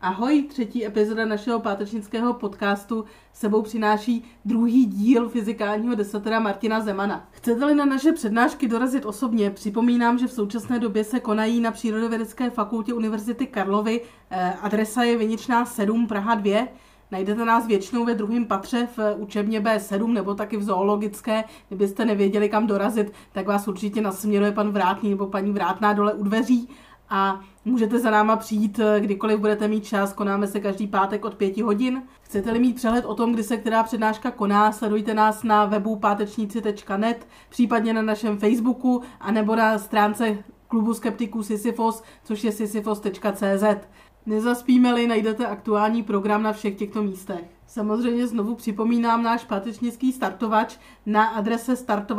Ahoj, třetí epizoda našeho pátečnického podcastu sebou přináší druhý díl fyzikálního desatera Martina Zemana. Chcete-li na naše přednášky dorazit osobně, připomínám, že v současné době se konají na Přírodovědecké fakultě Univerzity Karlovy. Adresa je Viničná 7, Praha 2. Najdete nás většinou ve druhém patře v učebně B7 nebo taky v zoologické. Kdybyste nevěděli, kam dorazit, tak vás určitě nasměruje pan Vrátný nebo paní Vrátná dole u dveří. A můžete za náma přijít, kdykoliv budete mít čas, konáme se každý pátek od 5 hodin. Chcete-li mít přehled o tom, kdy se která přednáška koná, sledujte nás na webu pátečníci.net, případně na našem Facebooku, anebo na stránce klubu skeptiků Sisyfos, což je sisyfos.cz. Nezaspíme-li, najdete aktuální program na všech těchto místech. Samozřejmě znovu připomínám náš pátečnický startovač na adrese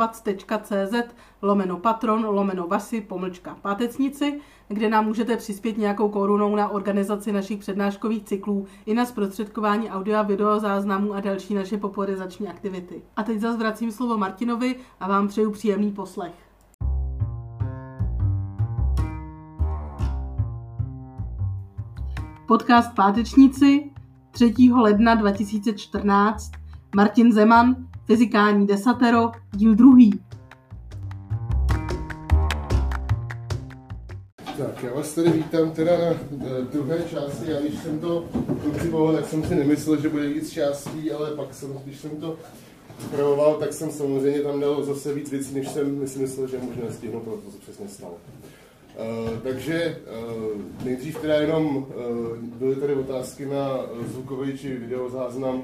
startovac.cz/patron/vasi-pátecnici, kde nám můžete přispět nějakou korunou na organizaci našich přednáškových cyklů i na zprostředkování audio a video záznamů a další naše popularizační aktivity. A teď zase vracím slovo Martinovi a vám přeju příjemný poslech. Podcast Pátečníci 3. ledna 2014. Martin Zeman, fyzikální desatero, díl 2. Tak, já vás tady vítám teda na druhé části. Já když jsem to koncipoval, tak jsem si nemyslel, že bude víc částí, ale pak když jsem to připravoval, tak jsem samozřejmě tam dal zase víc věcí, než jsem si myslel, že možná stihnu to, co se přesně stalo. Takže nejdřív teda jenom byly tady otázky na zvukový či videozáznam.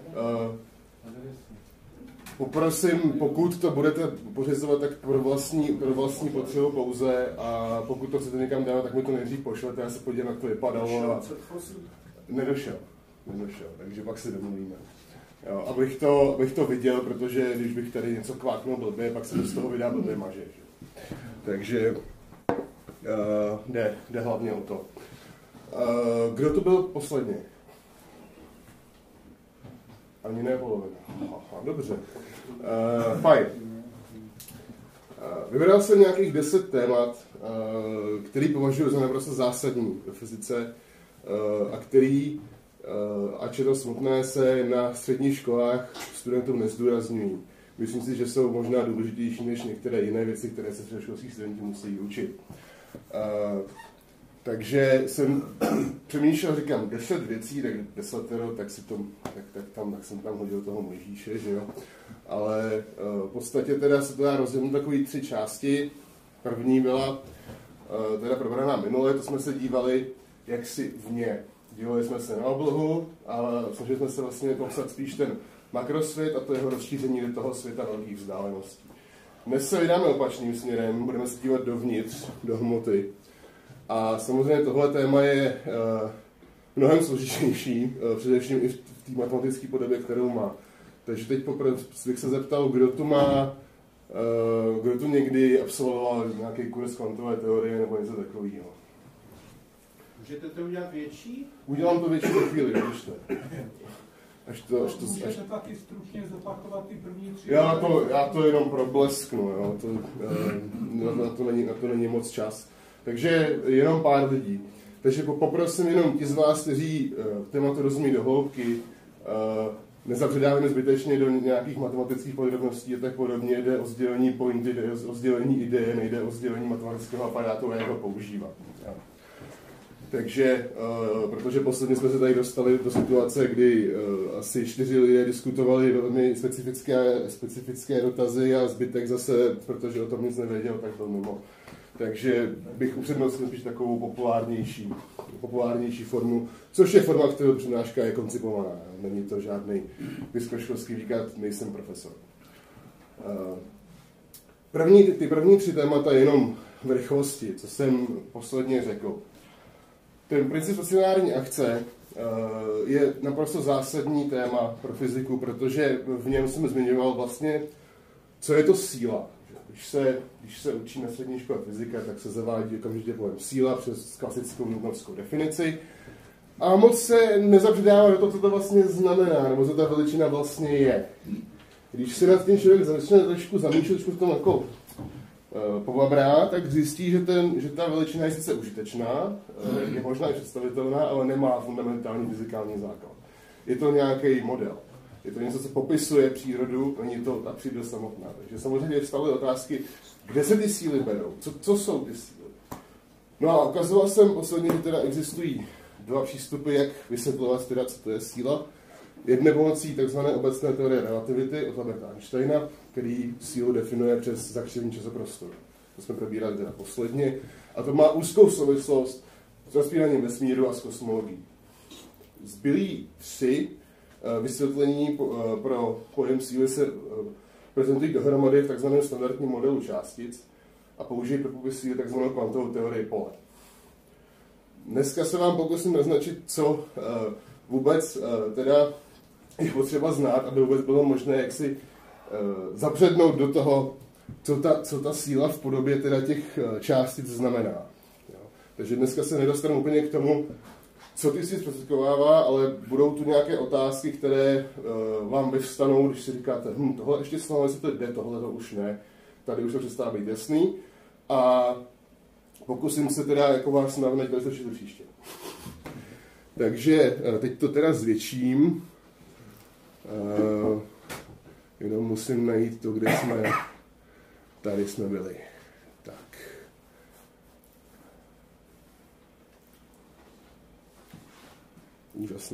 Poprosím, pokud to budete pořizovat, tak pro vlastní potřebu pouze, a pokud to chcete někam dát, tak mi to nejdřív pošlete, já se podívám, jak to vypadalo. A nedošel, takže pak se domluvíme. Jo, abych to viděl, protože když bych tady něco kváknul blbě, pak se mi z toho vydá blbě maže. Takže jde hlavně o to. Kdo to byl poslední? Ani ne polovina. Aha, dobře. Fajn. Vybral jsem nějakých 10 témat, který považuji za naprosto zásadní ve fyzice a který, ač je to smutné, se na středních školách studentům nezdůrazňují. Myslím si, že jsou možná důležitější než některé jiné věci, které se středoškolských studenti musí učit. Takže jsem přemýšlel, říkám 10 věcí, tak desatero, tak jsem tam hodil toho Mojžíše, že jo. Ale v podstatě teda se to dá rozdělit takové 3 části. První byla teda probraná minule, to jsme se dívali jaksi vně. Dívali jsme se na oblohu a snažili jsme se vlastně popsat spíš ten makrosvět a to jeho rozšíření do toho světa velkých vzdáleností. Dnes se vydáme opačným směrem, budeme se dívat dovnitř, do hmoty. A samozřejmě tohle téma je mnohem složitější, především i v té matematické podobě, kterou má. Takže teď bych se zeptal, kdo tu někdy absolvoval nějaký kurz kvantové teorie nebo něco takového. Můžete to udělat větší? Udělám to větší do chvíli, vidíte. Můžete taky stručně zopakovat ty první 3? Já to jenom problesknu, jo. Na to není moc čas. Takže jenom pár lidí. Takže poprosím jenom ti z vás, kteří tématu rozumí do hloubky, nezapředáváme zbytečně do nějakých matematických podrobností a tak podobně, jde o sdělení pointy, jde o sdělení ideje, nejde o sdělení matematického aparátu a jak ho používat. Ja. Takže, protože posledně jsme se tady dostali do situace, kdy asi 4 lidé diskutovali velmi specifické dotazy a zbytek zase, protože o tom nic nevěděl, tak byl mimo. Takže bych upřednostnil spíš takovou populárnější formu, což je forma, kterou přednáška je koncipovaná. Není to žádný vysokoškolský výklad, nejsem profesor. Ty první 3 témata jenom v rychlosti, co jsem posledně řekl. Ten princip stacionární akce je naprosto zásadní téma pro fyziku, protože v něm jsem zmiňoval vlastně, co je to síla. Když se učí na střední škole fyzika, tak se zavádí okamžitě pojem síla přes klasickou newtonovskou definici. A moc se nezapředává do toho, co to vlastně znamená, nebo co ta veličina vlastně je. Když se nad tím člověk začne trošku zamýšlet v tom jako pobabrá, tak zjistí, že ta veličina je sice užitečná, je možná i představitelná, ale nemá fundamentální fyzikální základ. Je to nějaký model. Je to něco, co popisuje přírodu, není to ta příroda samotná. Takže samozřejmě vstaly otázky, kde se ty síly berou, co jsou ty síly. No a ukazoval jsem posledně, že teda existují dva přístupy, jak vysvětlovat teda, co to je síla. Jedné pomocí tzv. Obecné teorie relativity od Alberta Einsteina, který sílu definuje přes zakřivení časoprostoru. To jsme probírali teda posledně. A to má úzkou souvislost s rozpínaním vesmíru a s kosmologií. Zbylí tři vysvětlení pro pojem síly se prezentují dohromady v tzv. Standardním modelu částic a použijí pro popis síly tzv. Kvantovou teorii pole. Dneska se vám pokusím naznačit, co vůbec teda je potřeba znát, aby vůbec bylo možné jaksi zabřednout do toho, co ta síla v podobě teda těch částic znamená. Jo. Takže dneska se nedostanu úplně k tomu, co ty si zprostředkovává, ale budou tu nějaké otázky, které vám vyvstanou, když si říkáte, tohle ještě snad, jestli to jde, tohle to už ne. Tady už to přestává být jasný. A pokusím se teda jako vás navnat, to všechno příště. Takže teď to teda zvětším. Jenom musím najít to, kde jsme. Tady jsme byli. Tak. Úžasné.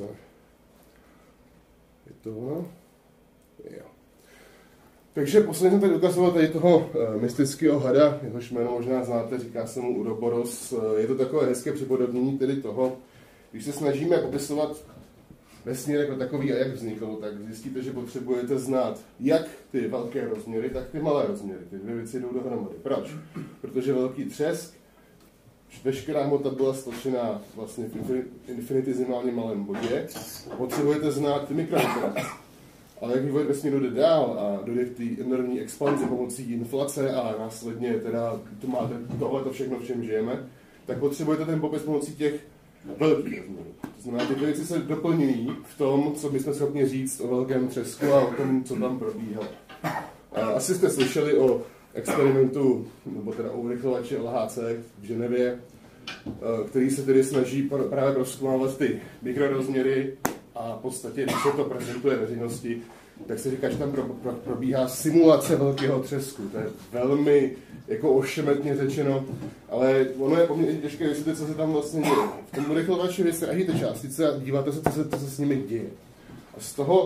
Je to ono? Jo. Takže posledně jsem tady ukazoval tady toho mystického hada, jehož jméno možná znáte, říká se mu Uroboros. Je to takové hezké připodobnění tedy toho, když se snažíme popisovat vesmír jako takový a jak vznikl, tak zjistíte, že potřebujete znát jak ty velké rozměry, tak ty malé rozměry. Ty dvě věci jdou dohromady. Proč? Protože velký třesk, veškerá hmota byla stlačená vlastně v infinitizimálně malém bodě. Potřebujete znát ty mikrointeracce. Ale jak vývoj vesmíru jde dál a dojde k té enormní expanzi pomocí inflace a následně teda to máte tohleto všechno, v čem žijeme, tak potřebujete ten popis pomocí těch velkých rozměrů. To znamená, ty věci se doplňují v tom, co bychom schopni říct o velkém třesku a o tom, co tam probíhalo. Asi jste slyšeli o experimentu, nebo teda o urychlovači LHC v Ženevě, který se tedy snaží právě prozkoumávat ty mikrorozměry a v podstatě, když se to prezentuje veřejnosti, tak se říká, že tam probíhá simulace velkého třesku. To je velmi jako ošemetně řečeno, ale ono je poměrně těžké vysvětlit, co se tam vlastně děje. V tom urychlovači vy se ažíte částice a díváte se, co se s nimi děje. A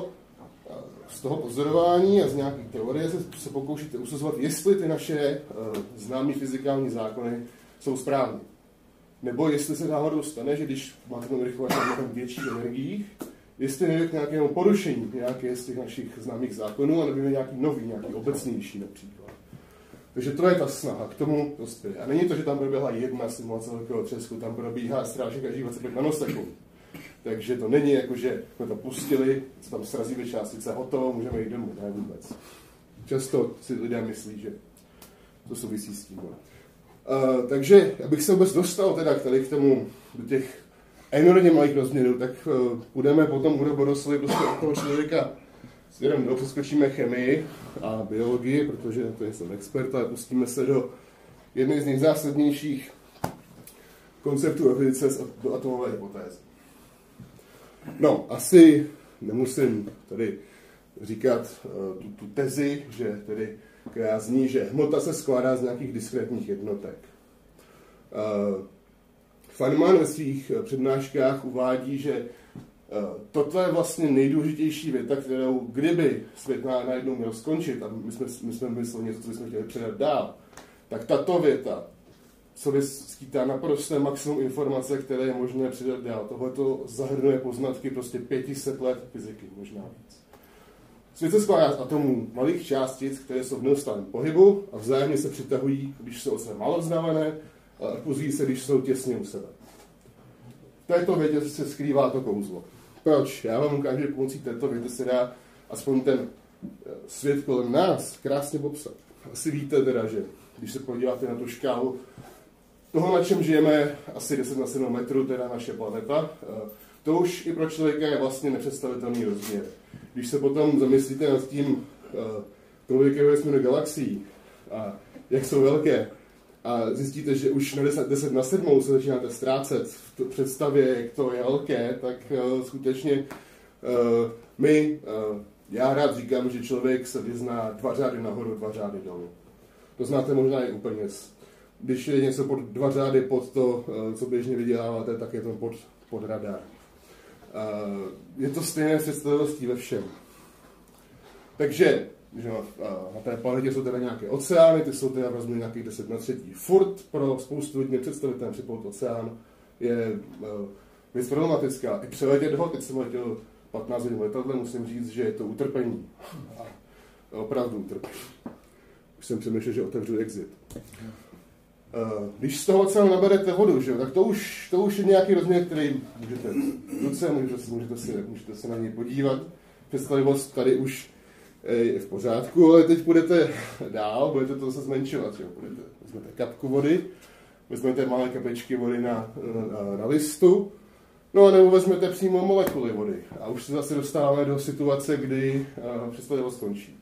z toho pozorování a z nějaké teorie se pokoušíte usuzovat, jestli ty naše známé fyzikální zákony jsou správné. Nebo jestli se náhodou stane, že když máte ten urychlovač na mnohem větších energiích, jestli nejde k nějakému porušení nějaké z těch našich známých zákonů, a nebo nějaký nový, nějaký obecnější například. Takže to je ta snaha, k tomu dospěje. A není to, že tam proběhla jedna simulace velkého třesku, tam probíhá stráže každých 25 nanosekund. Takže to není jako, že jsme to pustili, co tam srazíme částice, hotovo, můžeme jít domů, ne vůbec. Často si lidé myslí, že to souvisí s tím. Takže, abych se vůbec dostal teda k tomu, do těch enormně malých rozměrů, tak budeme potom Uroborosovi prostě od toho člověka směrem do, přeskočíme chemii a biologii, protože to nejsem expert, ale pustíme se do jedné z nejzásadnějších konceptů o fyzice do atomové hypotézy. No, asi nemusím tady říkat tu tezi, že tedy, která zní, že hmota se skládá z nějakých diskrétních jednotek. Feynman ve svých přednáškách uvádí, že toto je vlastně nejdůležitější věta, kterou kdyby svět najednou měl skončit, a my jsme mysleli něco, co bychom chtěli předat dál, tak tato věta sobě skýtá naprosté maximum informace, které je možné předat dál. Tohle to zahrnuje poznatky prostě 500 let fyziky, možná víc. Svět se skládá z atomů malých částic, které jsou v neustálém pohybu a vzájemně se přitahují, když jsou od sebe málo vzdálené, ale odpuzují se, když jsou těsně u sebe. V této větě se skrývá to kouzlo. Proč? Já vám ukážu, že pomocí této věty se dá aspoň ten svět kolem nás krásně popsat. Asi víte teda, že když se podíváte na tu škálu toho, na čem žijeme, asi 10 na 7 metrů, teda naše planeta, to už i pro člověka je vlastně nepředstavitelný rozměr. Když se potom zamyslíte nad tím, kolik je vesmíru galaxií, a jak jsou velké. A zjistíte, že už na 10/7 se začínáte ztrácet v představě, jak to je velké, tak skutečně já rád říkám, že člověk se vyzná 2 řády nahoru, 2 řády dolů. To znáte možná i úplně. Když je něco pod 2 řády pod to, co běžně vyděláváte, tak je to pod radar. Je to stejné představivosti ve všem. Takže že na té planetě jsou teda nějaké oceány, ty jsou teda v rozměru nějakých 10/3. Furt pro spoustu lidí nepředstavitelné připlout oceán je věc problematická. I přeletět ho, teď jsem letěl 15 hodin letadlem, musím říct, že je to utrpení. Opravdu utrpení. Už jsem přemýšlel, že otevřu exit. Když z toho oceánu naberete vodu, že, tak to už je nějaký rozměr, který můžete v ruce, můžete se na něj podívat. Představivost tady už je v pořádku, ale teď půjdete dál, budete to zase zmenšovat. Že? Vezmete kapku vody, vezmete malé kapečky vody na listu, no a nebo vezmete přímo molekuly vody. A už se zase dostáváme do situace, kdy představivost skončí.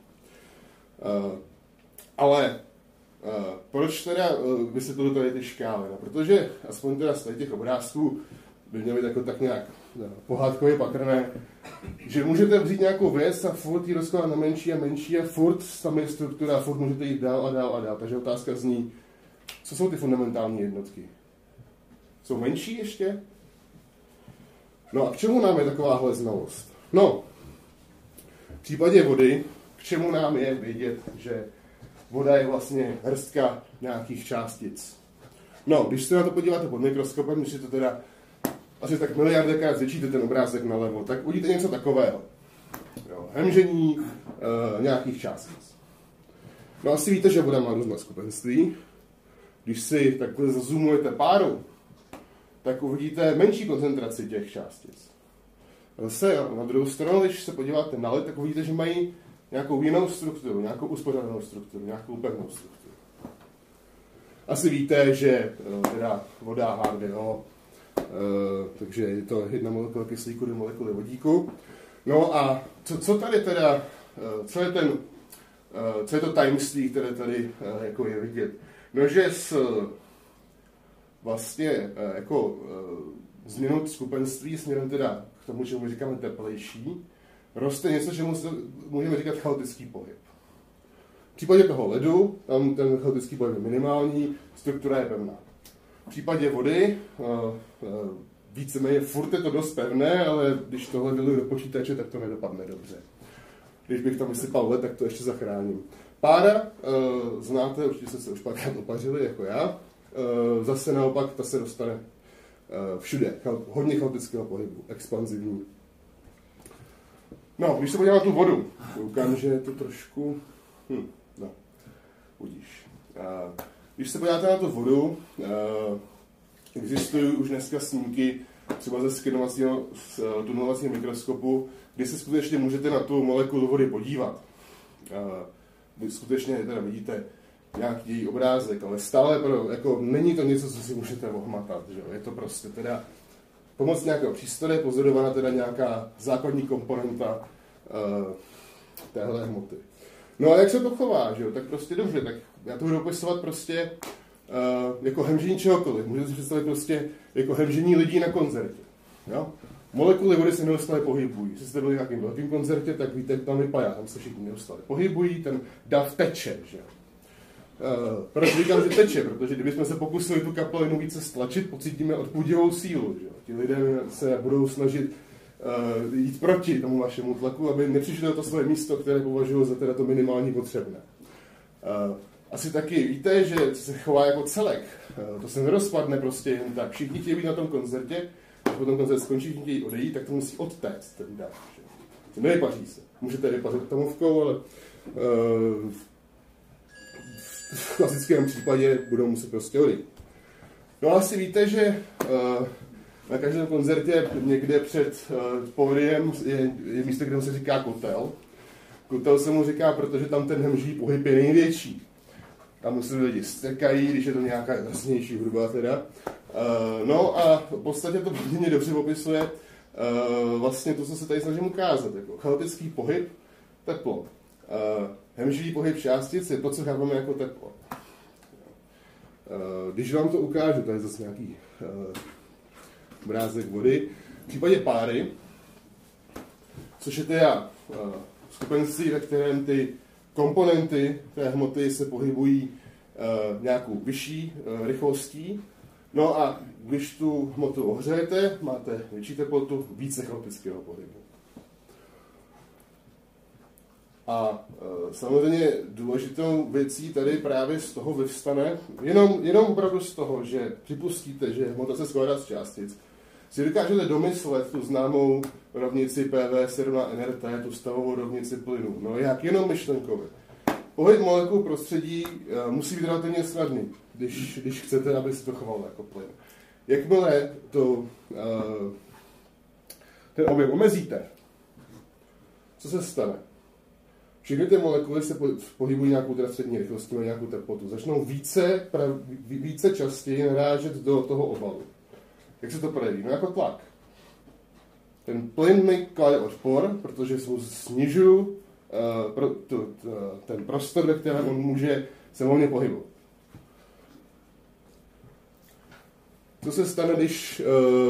Ale proč teda vysvětluji tady ty škály? No, protože aspoň teda z těch obrázků by měly jako tak nějak pohádkově patrné, že můžete vzít nějakou věc a furt ji rozkládat na menší a menší a furt tam je struktura a furt můžete jít dál a dál a dál. Takže otázka zní, co jsou ty fundamentální jednotky? Jsou menší ještě? No a k čemu nám je takováhle znalost? No, v případě vody, k čemu nám je vědět, že voda je vlastně hrstka nějakých částic? No, když se na to podíváte pod mikroskopem, když si to teda asi tak miliardekrát zvětšíte ten obrázek nalevo, tak uvidíte něco takového. Jo, hemžení nějakých částic. No asi víte, že voda má různá skupenství. Když si takhle zoomujete páru, tak uvidíte menší koncentraci těch částic. Zase na druhou stranu, když se podíváte na led, tak uvidíte, že mají nějakou jinou strukturu, nějakou uspořádanou strukturu, nějakou pevnou strukturu. Asi víte, že teda voda H2O, takže je to 1 molekula kyslíku do molekuly vodíku. No a co tady teda, co je to tajemství, které tady jako je vidět? No, že vlastně jako změnou skupenství směrem teda k tomu, čemu říkáme teplejší, roste něco, čemu můžeme říkat chaotický pohyb. V případě toho ledu, tam ten chaotický pohyb je minimální, struktura je pevná. V případě vody víceméně furt je to dost pevné, ale když tohle vyluju do počítače, tak to nedopadne dobře. Když bych tam vysypal led, tak to ještě zachráním. Pára, znáte, určitě jste se už párkrát opařili, jako já. Zase naopak, ta se dostane všude. Hodně chaotického pohybu, expanzivní. No, když se podívám na tu vodu, koukám, že je to trošku... no, budíš. Když se podíváte na tu vodu, existují už dneska snímky třeba ze skenovacího tunelovacího mikroskopu, kdy se skutečně můžete na tu molekulu vody podívat. Vy skutečně teda vidíte nějaký její obrázek, ale stále jako není to něco, co si můžete ohmatat. Že? Je to prostě teda pomocí nějakého přístroje pozorována teda nějaká základní komponenta téhle hmoty. No a jak se to chová, že jo? Tak prostě dobře, tak já to budu opisovat prostě jako hemžení čehokoliv. Můžete si představit prostě jako hemžení lidí na koncertě. Jo? Molekuly vody se neustále pohybují. Když jste byli v nějakém velkém koncertě, tak víte, jak tam vypadá. Tam se všichni neustále pohybují, ten dav teče. Že? Proč říkám, že teče? Protože kdybychom se pokusili tu kapalinu více stlačit, pocítíme odpudivou sílu. Že? Ti lidé se budou snažit jít proti tomu vašemu tlaku, aby nepřišli na to své místo, které považují za teda to minimální potřebné. Asi taky víte, že se chová jako celek. To se nerozpadne prostě jen tak. Všichni chtějí být na tom koncertě, když potom koncert skončí, všichni chtějí odejít, tak to musí odtéct ten dav. Nevypaří se. Můžete vypařit atomovkou, ale v klasickém případě budou muset prostě odejít. No a asi víte, že na každém koncertě někde před pódiem je místo, kde se říká kotel. Kotel se mu říká, protože tam ten hemží pohyb je největší. Tam se lidi strkají, když je to nějaká jasnější hudba teda. No a v podstatě to poměrně dobře popisuje vlastně to, co se tady snažím ukázat. Jako chaotický pohyb, teplo. Hemživý pohyb částic je to, co chápeme jako teplo. Když vám to ukážu, tady je zase nějaký obrázek vody, v případě páry, což je teda skupenství, ve kterém ty komponenty té hmoty se pohybují nějakou vyšší rychlostí. No a když tu hmotu ohřejete, máte větší teplotu, více chaotického pohybu. A samozřejmě důležitou věcí tady právě z toho vyvstane, jenom opravdu z toho, že připustíte, že hmota se skládá z částic, si dokážete domyslet tu známou rovnici PV7 na nRT, tu stavovou rovnici plynu. No jak? Jenom myšlenkově. Pohyb molekul prostředí musí být relativně snadný, když chcete, aby se to chovalo jako plyn. Jakmile ten objem omezíte, co se stane? Všechny ty molekuly se pohybují nějakou střední rychlostí na nějakou teplotu. Začnou více častěji narážet do toho obalu. Jak se to projeví? No jako tlak. Ten plyn mi klade odpor, protože snižuju ten prostor, ve kterém on může se volně pohybovat. Co se stane, když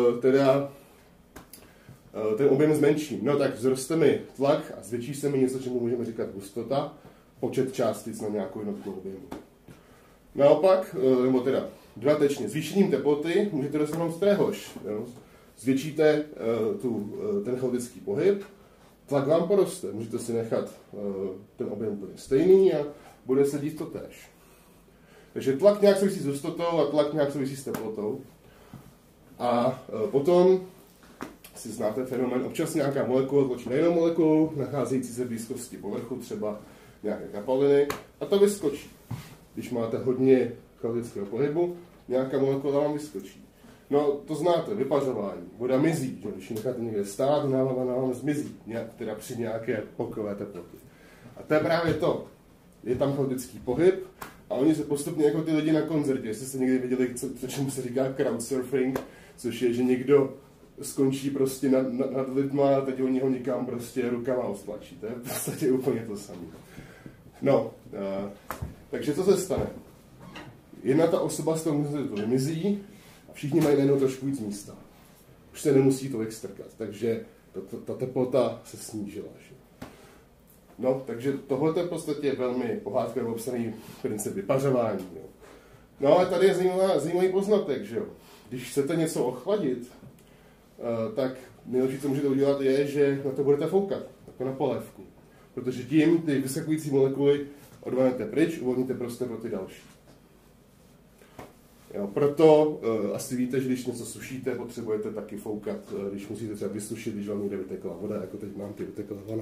ten objem zmenším? No tak vzroste mi tlak a zvětší se mi něco, čemu můžeme říkat hustota, počet částic na nějakou jednotku objemu. Naopak, nebo teda dodatečně, zvýšením teploty můžete dosáhnout téhož. Zvětšíte ten chaotický pohyb, tlak vám poroste. Můžete si nechat ten objem úplně stejný a bude se dít to též. Takže tlak nějak souvisí s hustotou a tlak nějak souvisí s teplotou. A potom si znáte fenomén, občas nějaká molekula tlačí na jinou molekulu, nacházející se v blízkosti povrchu, třeba nějaké kapaliny, a to vyskočí. Když máte hodně chaotického pohybu, nějaká molekula vám vyskočí. No, to znáte, vypařování. Voda mizí, že? Když ji necháte někde stát, ona vám zmizí, teda při nějaké pokové teplotě. A to je právě to. Je tam chaotický pohyb a oni se postupně jako ty lidi na koncertě, jestli jste někdy viděli, čemu se říká crowdsurfing, což je, že někdo skončí prostě nad lidma a teď oni ho někam prostě rukama ostlačí. To je v podstatě úplně to samé. No, takže co se stane? Jedna ta osoba z toho to vymizí a všichni mají najednou trošku víc místa. Už se nemusí tolik strkat, takže ta teplota se snížila. Že? No, takže tohle je v podstatě velmi pohádkově obsaný princip vypařování. Jo. No ale tady je zajímavý poznatek, že jo. Když chcete něco ochladit, tak nejlepší, co můžete udělat, je, že na to budete foukat, jako na polévku. Protože tím ty vyskakující molekuly odvanete pryč, uvolníte prostor pro ty další. Jo, proto asi víte, že když něco sušíte, potřebujete taky foukat, když musíte třeba vysušit, když vám někde vytekla voda, jako teď mám ty vytekla vana.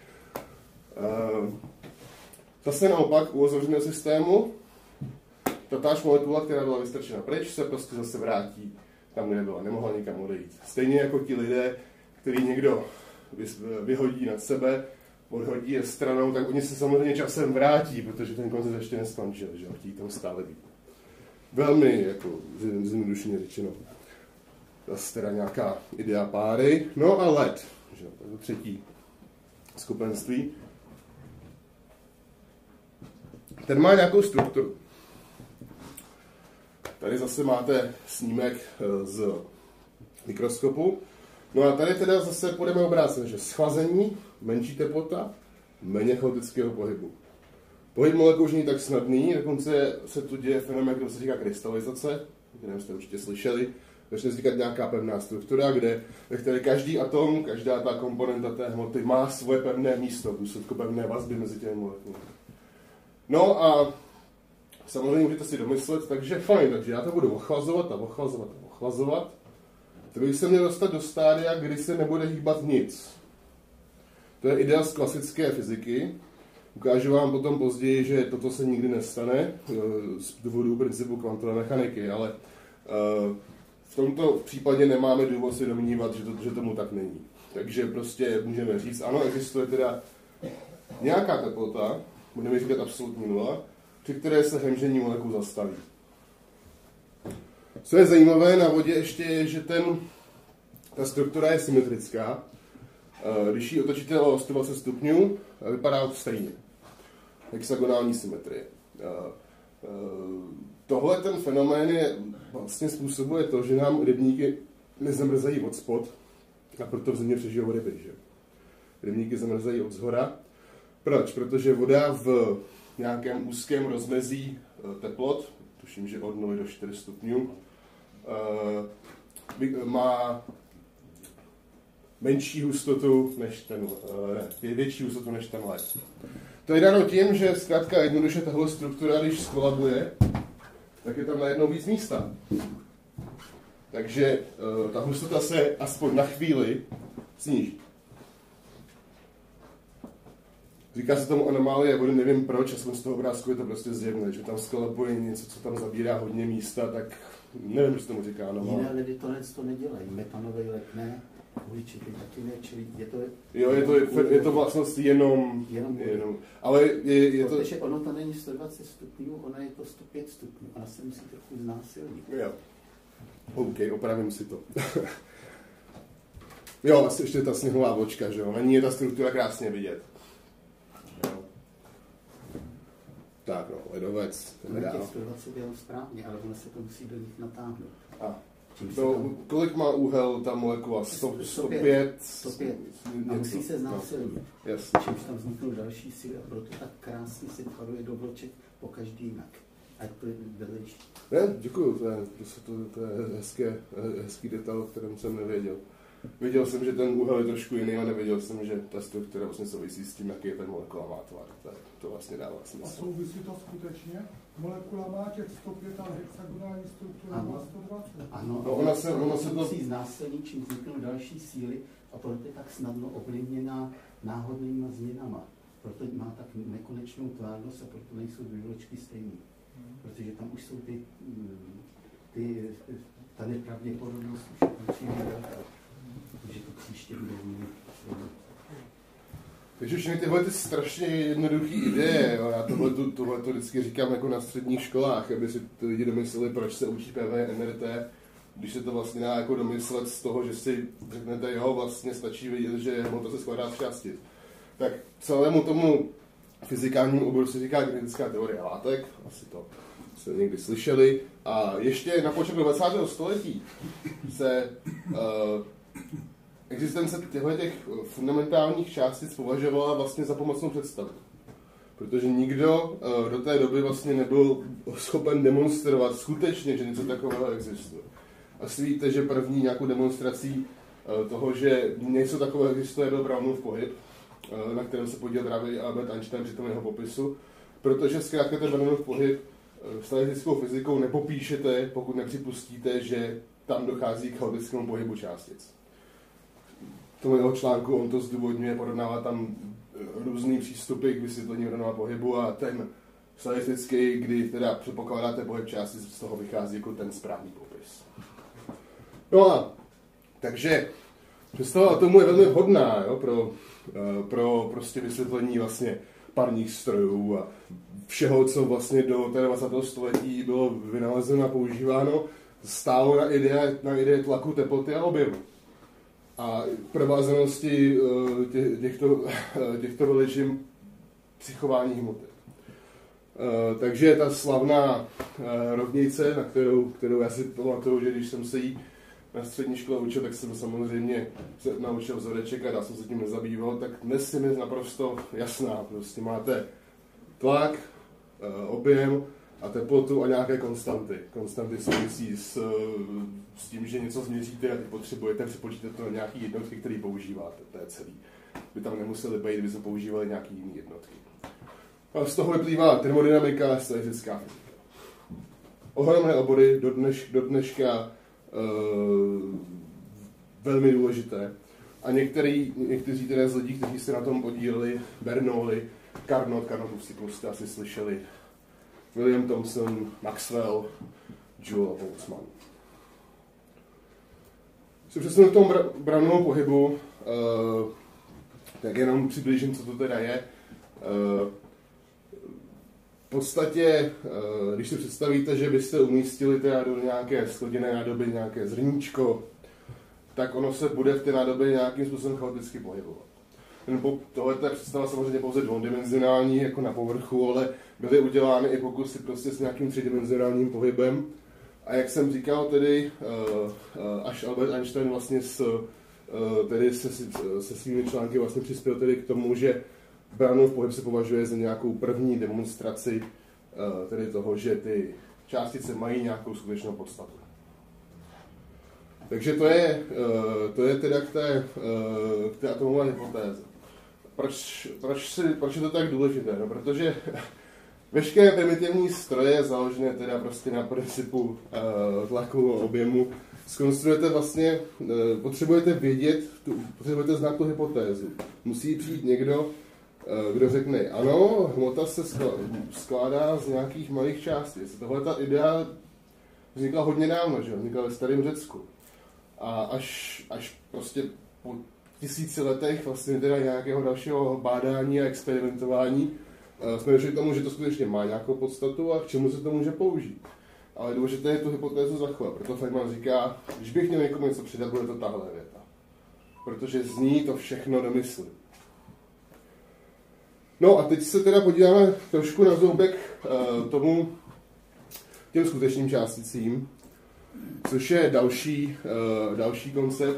Zase naopak u ozavřeného systému, tatáž molekula, která byla vystrčena pryč, se prostě zase vrátí tam, kde byla, nemohla nikam odejít. Stejně jako ti lidé, který někdo vyhodí nad sebe, odhodí je stranou, tak oni se samozřejmě časem vrátí, protože ten koncert ještě neskončil, že chtějí tam stále být. Velmi jako zjednodušeně řečeno. Zase teda nějaká idea páry. No a led, že? To třetí skupenství. Ten má nějakou strukturu. Tady zase máte snímek z mikroskopu. No a tady teda zase půjdeme obráceně, že schlazení, menší teplota, méně chaotického pohybu. Pohyb molekul už není tak snadný, dokonce se tu děje fenomén, který se říká krystalizace, který jste určitě slyšeli. Začne vznikat nějaká pevná struktura, ve které každý atom, každá ta komponenta té hmoty má svoje pevné místo, v důsledku pevné vazby mezi těmi molekuly. No a samozřejmě můžete si domyslet, takže fajn, takže já to budu ochlazovat a ochlazovat a ochlazovat. To bych se měl dostat do stádia, kdy se nebude hýbat nic. To je idea z klasické fyziky. Ukážu vám potom později, že toto se nikdy nestane z důvodu principu kvantové mechaniky, ale v tomto případě nemáme důvod si domnívat, že tomu tak není. Takže prostě můžeme říct, ano, existuje teda nějaká teplota, budeme říkat absolutní nula, při které se hemžení molekul zastaví. Co je zajímavé na vodě ještě je, že ta struktura je symetrická. Když ji otočíte o 120 stupňů, vypadá to stejně. hexagonální symetrie. Tohle ten fenomén vlastně způsobuje to, že nám rybníky nezamrzají od spod a proto v zimě přežijou ryby. Že? Rybníky zamrzají od zhora. Proč? Protože voda v nějakém úzkém rozmezí teplot, tuším, že od 0 do 4 stupňů, má menší hustotu než ten, větší hustotu než ten led. To je dáno tím, že zkrátka jednoduše tahle struktura, když skolabuje, tak je tam najednou víc místa. Takže ta hustota se aspoň na chvíli sníží. Říká se tomu anomálie vody, nevím proč, aspoň z toho obrázku je to prostě zjevné, že tam skolabuje něco, co tam zabírá hodně místa, tak nevím, proč tomu říká anomálie. Jiné ledy to nedělají, metanový led ne, uhličitý taky ne, čili je to... Jo, je to vlastnost jenom. Ale je to... Protože ono to není 120 stupňů, ono je to 105 stupňů, ona se musí trochu znásilnit. Jo. OK, opravím si to. Jo, asi ještě ta sněhová vločka, že jo, na ní je ta struktura krásně vidět. Jo. Tak no, ledovec. Těch 120 je správně, ale ono se to musí do nich natáhnout. A kolik má úhel ta molekula? 105? 105. A musí se znásilnit. No. Jasně. Čímž tam vzniknou další síly a proto tak krásně se tvaruje do vlček po každý jinak. Ať to je vedlejší. Ne, děkuju, to je hezký detail, o kterém jsem nevěděl. Věděl jsem, že ten úhel je trošku jiný, ale nevěděl jsem, že ta struktura vlastně souvisí s tím, jaký je ten molekula má tvar. To vlastně dává smysl. A souvisí to skutečně? Molekula má těch 105, ale hexagonální struktura má 120. Ano, no, ona se to musí znásilnit, čím vzniknou další síly a proto je tak snadno ovlivněná náhodnýma změnama. Proto má tak nekonečnou tvárnost a proto nejsou dvě vločky stejné. Protože tam už jsou ta nepravděpodobnost už určitě velká. Takže to příště bude mít. Takže všechny tyhle ty strašně jednoduché ideje, jo. Já tohle vždycky říkám jako na středních školách, aby si ty lidi domysleli, proč se učí PV, NRT, když se to vlastně dá jako domyslet z toho, že si řeknete, jo, vlastně stačí vidět, že hmota se skládá z částic. Tak celému tomu fyzikálnímu oboru se říká kinetická teorie látek, asi to jste někdy slyšeli. A ještě na počátku 20. století se existence těch fundamentálních částic považovala vlastně za pomocnou představu. Protože nikdo do té doby vlastně nebyl schopen demonstrovat skutečně, že něco takového existuje. Asi víte, že první nějakou demonstrací toho, že něco takového existuje, byl Brownův pohyb, na kterém se podílel právě Albert Einstein při tom jeho popisu, protože zkrátka ten Brownův pohyb statistickou fyzikou nepopíšete, pokud nepřipustíte, že tam dochází k chaotickému pohybu částic. V tom jeho článku on to zdůvodňuje, porovnává tam různý přístupy k vysvětlení Brownova pohybu a ten statistický, kdy teda předpokládáte pohyb částic, z toho vychází jako ten správný popis. No a takže představa atomu je velmi vhodná, jo, pro prostě vysvětlení vlastně parních strojů a všeho, co vlastně do 20. století bylo vynalezeno a používáno, stálo na ideje tlaku, teploty a objemu. A provázanosti těchto veličin přichování hmoty. Takže ta slavná rovnice, na kterou já si pamatuju, že když jsem se jí na střední škole učil, tak jsem samozřejmě se naučil vzoreček a dál jsem se tím nezabýval, tak dnes si mi naprosto jasná. Prostě máte tlak, objem a teplotu a nějaké konstanty. Konstanty souvisí s tím, že něco změříte a potřebujete přepočítat to na nějaké jednotky, které používáte. To je celý. By tam nemuseli být, kdyby se používali nějaké jiné jednotky. A z toho vyplývá termodynamika a statistická fyzika. Ohromné obory do dneška velmi důležité. A někteří teda z lidí, kteří se na tom podíleli, Bernoulli, Carnot si prostě asi slyšeli, William Thomson, Maxwell, Joule a Boltzmann. Se přesunu k tomu Brownovu pohybu, tak jenom přiblížím, co to teda je. V podstatě, když si představíte, že byste umístili teda do nějaké skleněné nádoby nějaké zrníčko, tak ono se bude v té nádobě nějakým způsobem chaoticky pohybovat. tohle je představa samozřejmě pouze dvoudimenzionální, jako na povrchu, ale byly udělány i pokusy prostě s nějakým třídimenzionálním pohybem. A jak jsem říkal, tedy až Albert Einstein vlastně se svými články vlastně přispěl tedy k tomu, že Brownův pohyb se považuje za nějakou první demonstraci tedy toho, že ty částice mají nějakou skutečnou podstatu. Takže to je teda k té atomové hypotéze. Proč je to tak důležité? No, protože veškeré primitivní stroje založené teda prostě na principu tlaku a objemu zkonstruujete vlastně, potřebujete znát tu hypotézu. Musí přijít někdo, kdo řekne, ano, hmota se skládá z nějakých malých částic. Tohle ta idea vznikla hodně dávno, že? Vznikla ve starém Řecku. A až prostě po 1000 letech vlastně teda nějakého dalšího bádání a experimentování jsme došli k tomu, že to skutečně má nějakou podstatu a k čemu se to může použít. Ale důležité je tu hypotézu zachovat. Proto Feynman říká, když bych měl někomu něco přidat, bude to tahle věta. Protože z ní to všechno domyslí. No a teď se teda podíváme trošku na zoubek těm skutečným částicím, což je další koncept,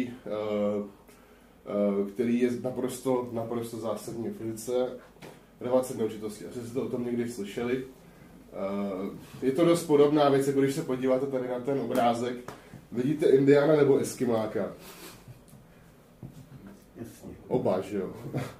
který je naprosto zásadní v fyzice. Relace neurčitosti. Asi jste o tom někdy slyšeli. Je to dost podobná věc, jako když se podíváte tady na ten obrázek. Vidíte Indiána nebo Eskimáka? Oba, že jo?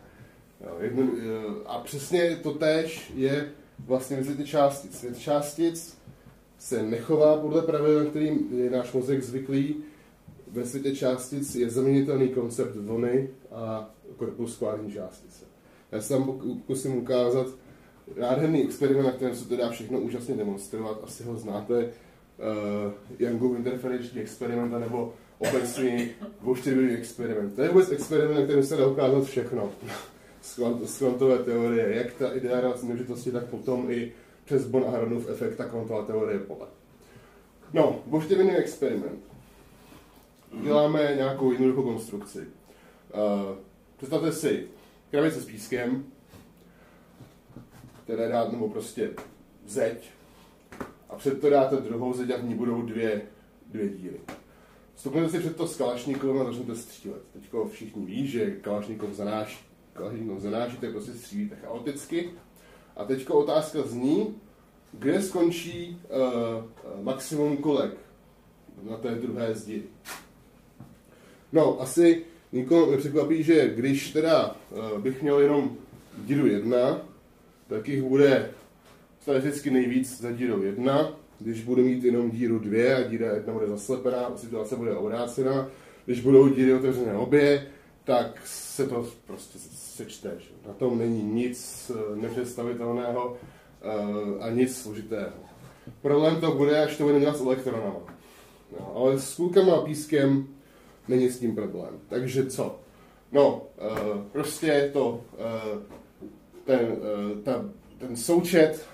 A přesně to též je vlastně ve světě částic. Svět částic se nechová podle pravidel, kterým je náš mozek zvyklý. Ve světě částic je zaměnitelný koncept vlny a korpuskulární částice. Já se tam pokusím ukázat nádherný experiment, na kterém se to dá všechno úžasně demonstrovat. Asi ho znáte, Youngův interferenční experiment, nebo obecný dvoučtyřbodový experiment. To je vůbec experiment, na kterém se dá ukázat všechno. Z kvantové teorie, jak ta idea relace neurčitosti, tak potom i přes Born-Aharonův efekt a kvantová teorie pole. No, dvoučtyřbodový experiment. Děláme nějakou jednoduchou konstrukci. Představte si krabice s pískem, které dáte, nebo prostě zeď, a před to dáte druhou zeď a v ní budou dvě díry. Vstupnete si před to s kalašníkovem a začnete střílet. Teďko všichni ví, že kalašníkov zanáší, tak prostě střílíte chaoticky. A teďko otázka zní, kde skončí maximum kolek na té druhé zdi. No, asi nikomu nepřekvapí, že když teda bych měl jenom díru 1, tak jich bude statisticky nejvíc za dírou 1. Když budu mít jenom díru 2 a díra 1 bude zaslepená, situace bude obrácená. Když budou díry otevřené obě, tak se to prostě sečte. Na tom není nic nepředstavitelného a nic složitého. Problém to bude, až to bude dělat s elektronama. No, ale s kulkama a pískem není s tím problém. Takže co? No, prostě to, ten součet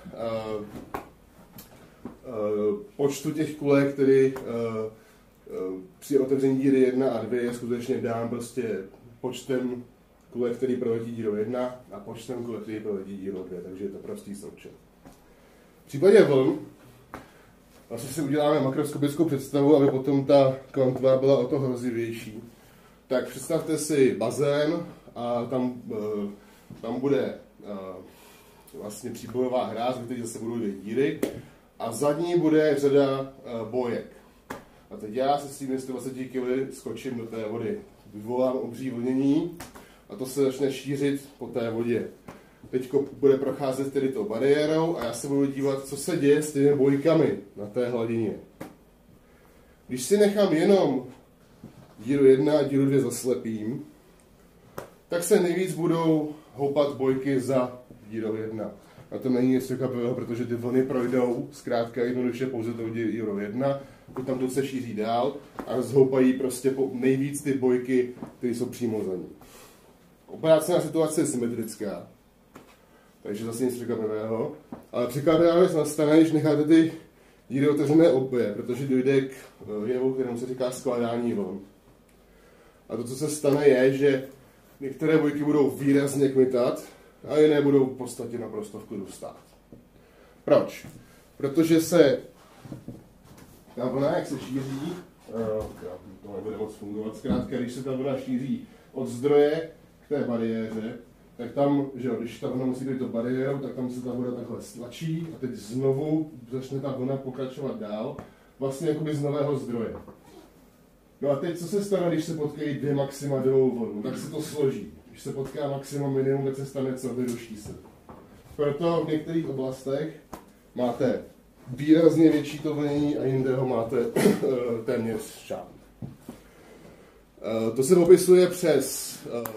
počtu těch kulek, který při otevření díry 1 a 2 je skutečně dán prostě počtem kulek, který proletí dírou 1 a počtem kulek, který proletí dírou 2, takže je to prostý součet. V případě vln vlastně si uděláme makroskopickou představu, aby potom ta kvantová byla o to hrozivější. Tak představte si bazén a tam bude vlastně příbojová hráz, ve které zase budou 2 díry a za ní bude řada bojek. A teď já se s tím 120 kg skočím do té vody. Vyvolám obří vlnění a to se začne šířit po té vodě. Teď bude procházet tedy tou bariérou a já se budu dívat, co se děje s těmi bojkami na té hladině. Když si nechám jenom díru 1 a díru 2 zaslepím, tak se nejvíc budou houpat bojky za dírou 1. A to není nic překvapivého, protože ty vlny projdou zkrátka jednoduše pouze tou dírou 1, tam to se šíří dál a zhoupají prostě nejvíc ty bojky, které jsou přímo za ní. Obrácená situace je symetrická, takže zase nic překvapivého. Ale překvapivá věc nastane, když necháte ty díry otevřené obě, protože dojde k jevu, kterému se říká skládání vln. A to, co se stane, je, že některé bojky budou výrazně kmitat a jiné budou v podstatě naprosto v klidu stát. Proč? Protože se ta vlna, jak se šíří, to nebude moc fungovat, zkrátka, když se ta vlna šíří od zdroje k té bariéře, tak tam, že jo, když ta vlna musí být do bariéru, tak tam se ta voda takhle stlačí a teď znovu začne ta vlna pokračovat dál, vlastně jakoby z nového zdroje. No a teď co se stane, když se potkají dvě maxima dvou vln? Tak se to složí. Když se potká maxima minimum, tak se stane co? Vyruší se. Proto v některých oblastech máte výrazně větší to vlnění a jinde ho máte téměř žádný. To se popisuje přes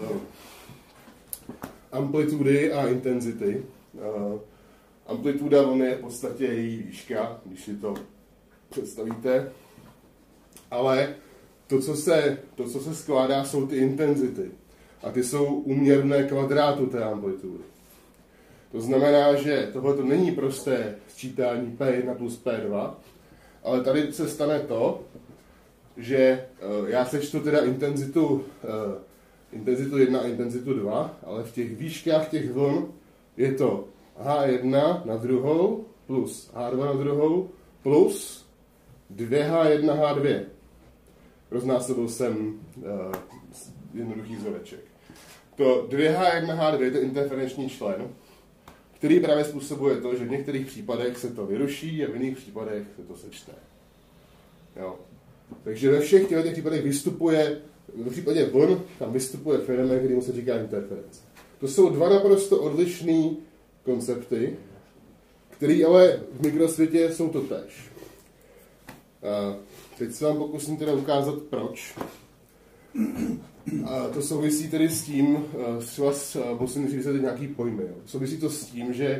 amplitudy a intenzity. Amplituda vlny je v podstatě její výška, když si to představíte. Ale to, co se skládá, jsou ty intenzity. A ty jsou úměrné kvadrátu té amplitudy. To znamená, že tohle není prosté sčítání P1 plus P2, ale tady se stane to, že já sečtu teda intenzitu 1 a intenzitu 2, ale v těch výškách těch vln je to H1 na druhou plus H2 na druhou plus 2H1 H2. Roznásobil jsem jednoduchý vzoreček. To 2H1 H2 je to interferenční člen, který právě způsobuje to, že v některých případech se to vyruší a v jiných případech se to sečte. Jo. Takže ve všech těchto případech vystupuje, v případě vln, tam vystupuje fenomén, který mu se říká interference. To jsou dva naprosto odlišné koncepty, které ale v mikrosvětě jsou totéž. Teď se vám pokusím teda ukázat, proč. A to souvisí tedy s tím, třeba musím říct nějaký pojmy. Jo. Souvisí to s tím, že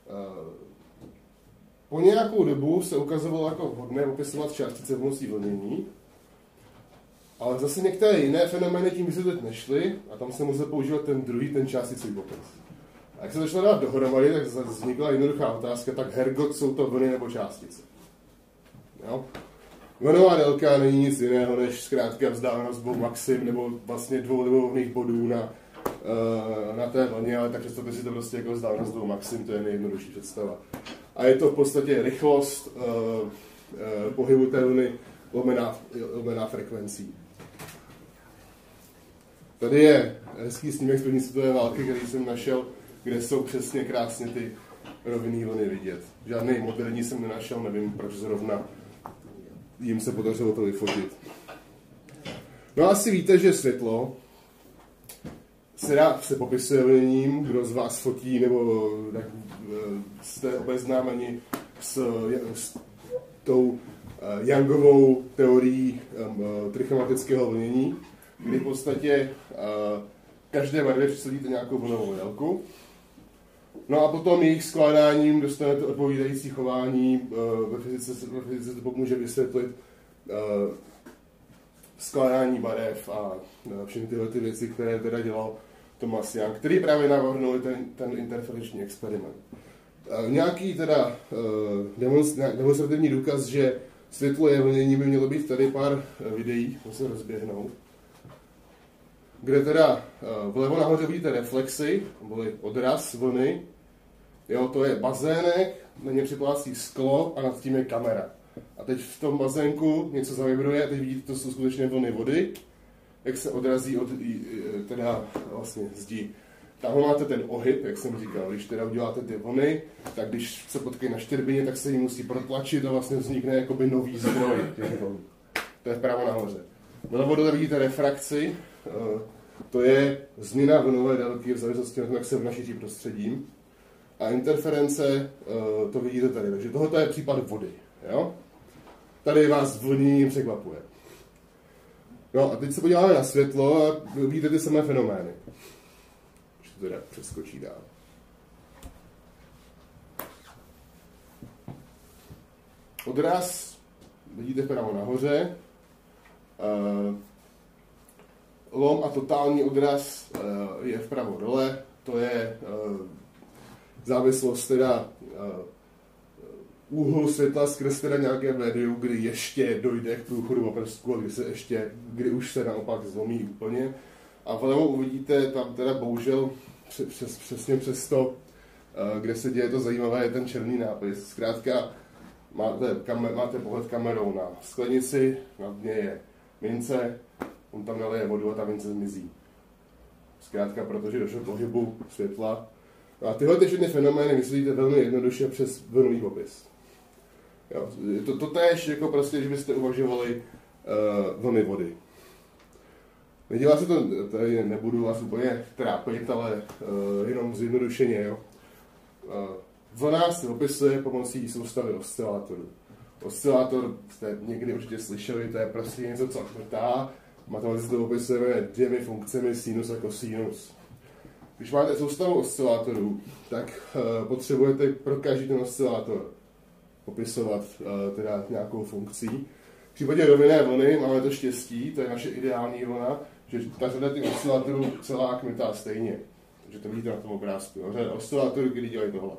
po nějakou dobu se ukazovalo jako vhodné popisovat částice pomocí vlnění, ale zase některé jiné fenomény tím vysvětlit nešly a tam se musel používat ten částicový popis. A jak se to šlo dát dohromady, tak vznikla jednoduchá otázka, tak hergot, jsou to vlny nebo částice. Jo? Vlnová délka není nic jiného, než zkrátka vzdálenost dvou maxim, nebo vlastně dvou libovolných bodů na té vlně, ale tak představte si to prostě jako vzdálenost dvou maxim, to je nejjednodušší představa. A je to v podstatě rychlost pohybu té vlny lomená frekvencí. Tady je hezký snímek z první světové války, který jsem našel, kde jsou přesně krásně ty rovinné vlny vidět. Žádný moderní jsem nenašel, nevím, proč zrovna jim se podařilo to vyfotit. No asi víte, že světlo se popisuje vlněním, kdo z vás fotí, nebo tak jste obeznámeni s tou Youngovou teorií trichromatického vlnění, kdy v podstatě každé barvě představíte nějakou vlnovou délku. No a potom jejich skládáním dostanete odpovídající chování. Ve fyzice to pomůže vysvětlit skládání barev a všechny tyhle ty věci, které teda dělal Thomas Young, který právě navrhnul ten interferenční experiment. Nějaký teda demonstrativní důkaz, že světlo je vlnění, by mělo být tady pár videí, to se rozběhnou, kde teda vlevo nahoře vidíte reflexy, nebo odraz vlny. Jo, to je bazének, na něm připlácí sklo a nad tím je kamera. A teď v tom bazénku něco zavibruje a teď vidíte, to jsou skutečně vlny vody, jak se odrazí od teda vlastně zdi. Tam máte ten ohyb, jak jsem říkal, když teda uděláte ty vlny, tak když se potkají na štěrbině, tak se jí musí protlačit a vlastně vznikne jakoby nový zdroj těch vln. To je vpravo nahoře. Vlevo dole vidíte refrakci, to je změna vlnové délky v závislosti na tom, jak se vnašití prostředím. A interference, to vidíte tady. Takže tohle je případ vody. Jo? Tady vás vlněním překvapuje. No a teď se podíváme na světlo a vidíte ty samé fenomény. Už to teda přeskočí dál. Odraz vidíte vpravo nahoře. Lom a totální odraz je vpravo dole. To je závislost teda úhlu světla skrz teda nějaké médium, kdy ještě dojde k průchodu oprstku a kdy už se naopak zlomí úplně. A vlevo uvidíte tam teda bohužel přesně přes to, kde se děje to zajímavé, je ten černý nápis. Zkrátka máte pohled kamerou na sklenici, na dně je mince, on tam nalije vodu a ta mince zmizí. Zkrátka, protože došlo k pohybu světla. A tyhle všechny fenomény vysvětlíte velmi jednoduše přes vlnový popis. Jo, je to totéž, jako prostě, že byste uvažovali vlny vody. Nedělá se to, tady nebudu vás úplně trápit, ale jenom zjednodušeně. Jo. Vlna se opisuje pomocí soustavy oscilátorů. Oscilátor jste někdy určitě slyšeli, to je prostě něco, co vrtá. Matematicky to opisujeme dvěmi funkcemi sinus a kosinus. Když máte soustavu oscilátorů, tak potřebujete pro každý ten oscilátor popisovat teda nějakou funkcí. V případě rovinné vlny máme to štěstí, to je naše ideální vlna, že ta řada těch oscilátorů celá kmitá stejně. Takže to vidíte na tom obrázku. Řada oscilátorů, kdy dělají tohle.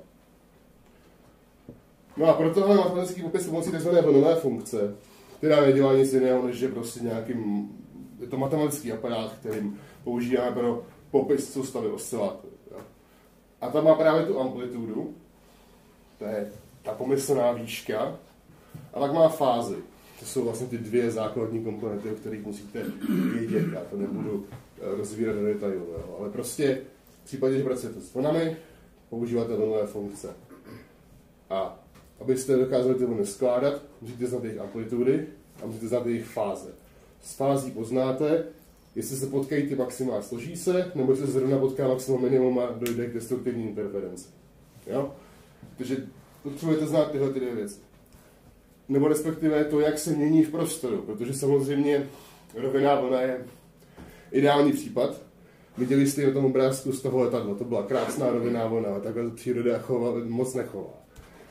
No a proto máme matematický popis pomocí tzv. Vlnové funkce, která nedělá nic jiného, než že prostě nějakým, je to matematický aparát, kterým používáme pro popis soustavy oscilátorů. A tam má právě tu amplitudu, to je ta pomyslná výška, a pak má fázi. To jsou vlastně ty dvě základní komponenty, o kterých musíte vědět. Já to nebudu rozvírat do detailu, jo. Ale prostě v případě, že pracujete s vlnami, používáte vlnové funkce. A abyste dokázali ty vlny skládat, musíte znát jejich amplitudy a musíte znát jejich fáze. Z fází poznáte, jestli se potkají ty maxima a složí se, nebo jestli se zrovna potká maximum minimum a dojde k destruktivní interferenci. Jo? Takže potřebujete znát tyhle dvě věci. Nebo respektive to, jak se mění v prostoru, protože samozřejmě rovinná vlna je ideální případ. Viděli jste na tom obrázku z toho letadla, to byla krásná rovinná vlna, ale takhle příroda moc nechová.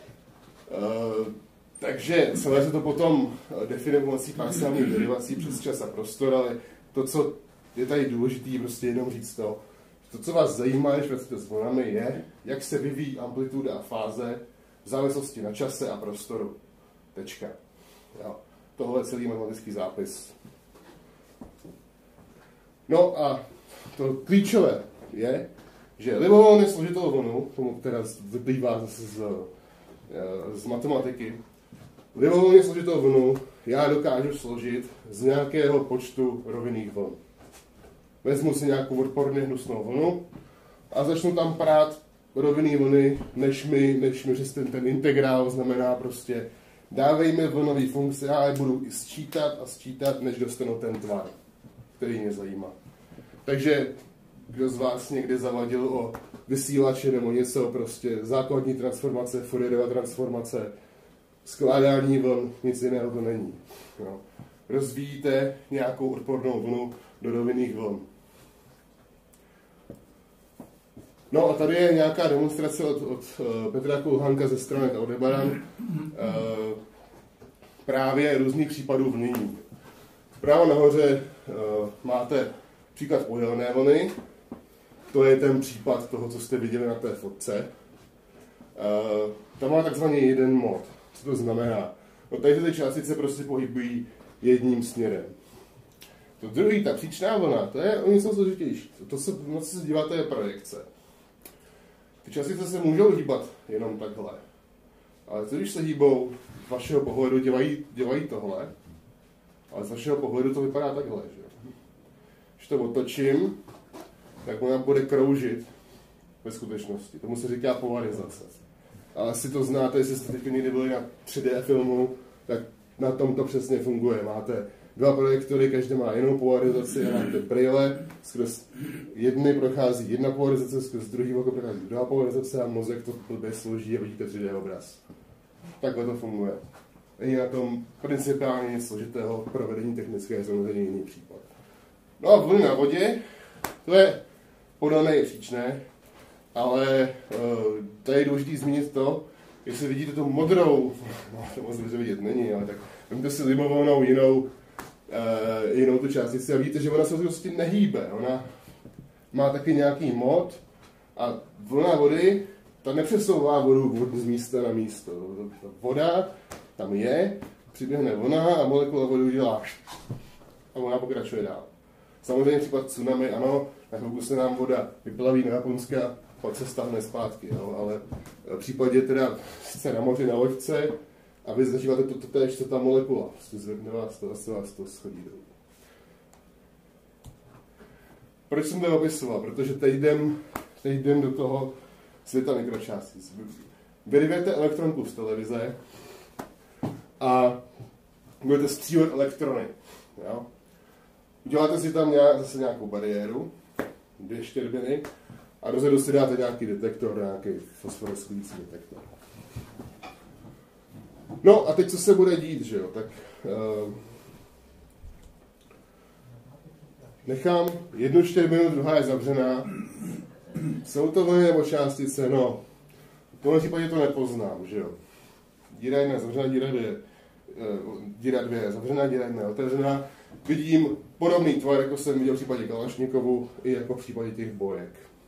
Takže celé se to potom definuje pomocí parciálních derivací přes čas a prostor, ale to, co je tady důležité, prostě jenom říct to, co vás zajímá, když pracujete s vlnami, je, jak se vyvíjí amplituda a fáze v závislosti na čase a prostoru. Tečka. Jo. Tohle je celý matematický zápis. No a to klíčové je, že libovolně složitou vlnu, tomu teda vyplývá zase z matematiky, libovolně složitou vlnu já dokážu složit z nějakého počtu rovinných vln. Vezmu si nějakou odporně hnusnou vlnu a začnu tam prát rovinné vlny, než mi přes ten integrál znamená prostě dávejme vlnové funkce, já je budu i sčítat, než dostanu ten tvar, který mě zajímá. Takže kdo z vás někdy zavadil o vysílače nebo něco, prostě základní transformace, Fourierova transformace, skládání vln, nic jiného to není. No. Rozvíjíte nějakou odpornou vlnu do rovinných vln. No a tady je nějaká demonstrace od Petra Kulhánka ze strany Aldebaran právě různých případů vlnění. Vpravo nahoře máte příklad podélné vlny. To je ten případ toho, co jste viděli na té fotce. Tam má takzvaně jeden mod. Co to znamená? No tady ty částice prostě pohybují jedním směrem. To druhý, ta příčná vlna, to je o něco složitější. To, na co se díváte, je projekce. Ty částice se můžou hýbat jenom takhle. Ale co když se hýbou, z vašeho pohledu dělají tohle, ale z vašeho pohledu to vypadá takhle. Že? Když to otočím, tak ona bude kroužit ve skutečnosti. Tomu se říká polarizace. Ale asi to znáte, jestli jste teď někdy byli na 3D filmu, tak na tom to přesně funguje. Máte dva projektory, každý má jinou polarizaci, máte brýle, skrz jedny prochází jedna polarizace, skrz druhý oko prochází druhá polarizace a mozek to blbě složí a vidíte 3D obraz. Takhle to funguje. Není na tom principiálně nic složitého, provedení technické je samozřejmě jiný případ. No a vlny na vodě, to je podané i příčné, ale tady je důležité zmínit to, jestli vidíte tu modrou, no to moc dobře vidět není, ale tak vezměte si libovolnou jinou tu částici a vidíte, že ona se vlastně nehýbe. Ona má taky nějaký mod a vlna vody, ta nepřesouvá vodu z místa na místo. Voda tam je, přiběhne vlna a molekula vodu udělá a ona pokračuje dál. Samozřejmě případ tsunami, ano, na chvilku se nám voda vyplaví na Japonska, pak se stáhne zpátky, jo, ale v případě teda jste na moři na loďce a vy zažíváte to též, co ta molekula, prostě zvedne vás to, zase vás to schodí dolů. Proč jsem to opisoval? Protože teď jdem do toho světa mikročástic. Vyrvěte elektronku z televize a budete střílet elektrony. Jo? Uděláte si tam zase nějakou bariéru, 2 štěrbiny, a dozadu si dáte nějaký detektor, nějaký fosforeskující detektor. No a teď co se bude dít, že jo? Tak nechám 1 štěrbinu, druhá je zavřená. Jsou to vlny nebo částice? No, v tomhle případě to nepoznám, že jo? Díra 1 zavřená, díra 2 zavřená, díra 1 otevřená. Vidím podobný tvar, jako jsem viděl v případě Kalašnikovu i jako v případě těch bojek.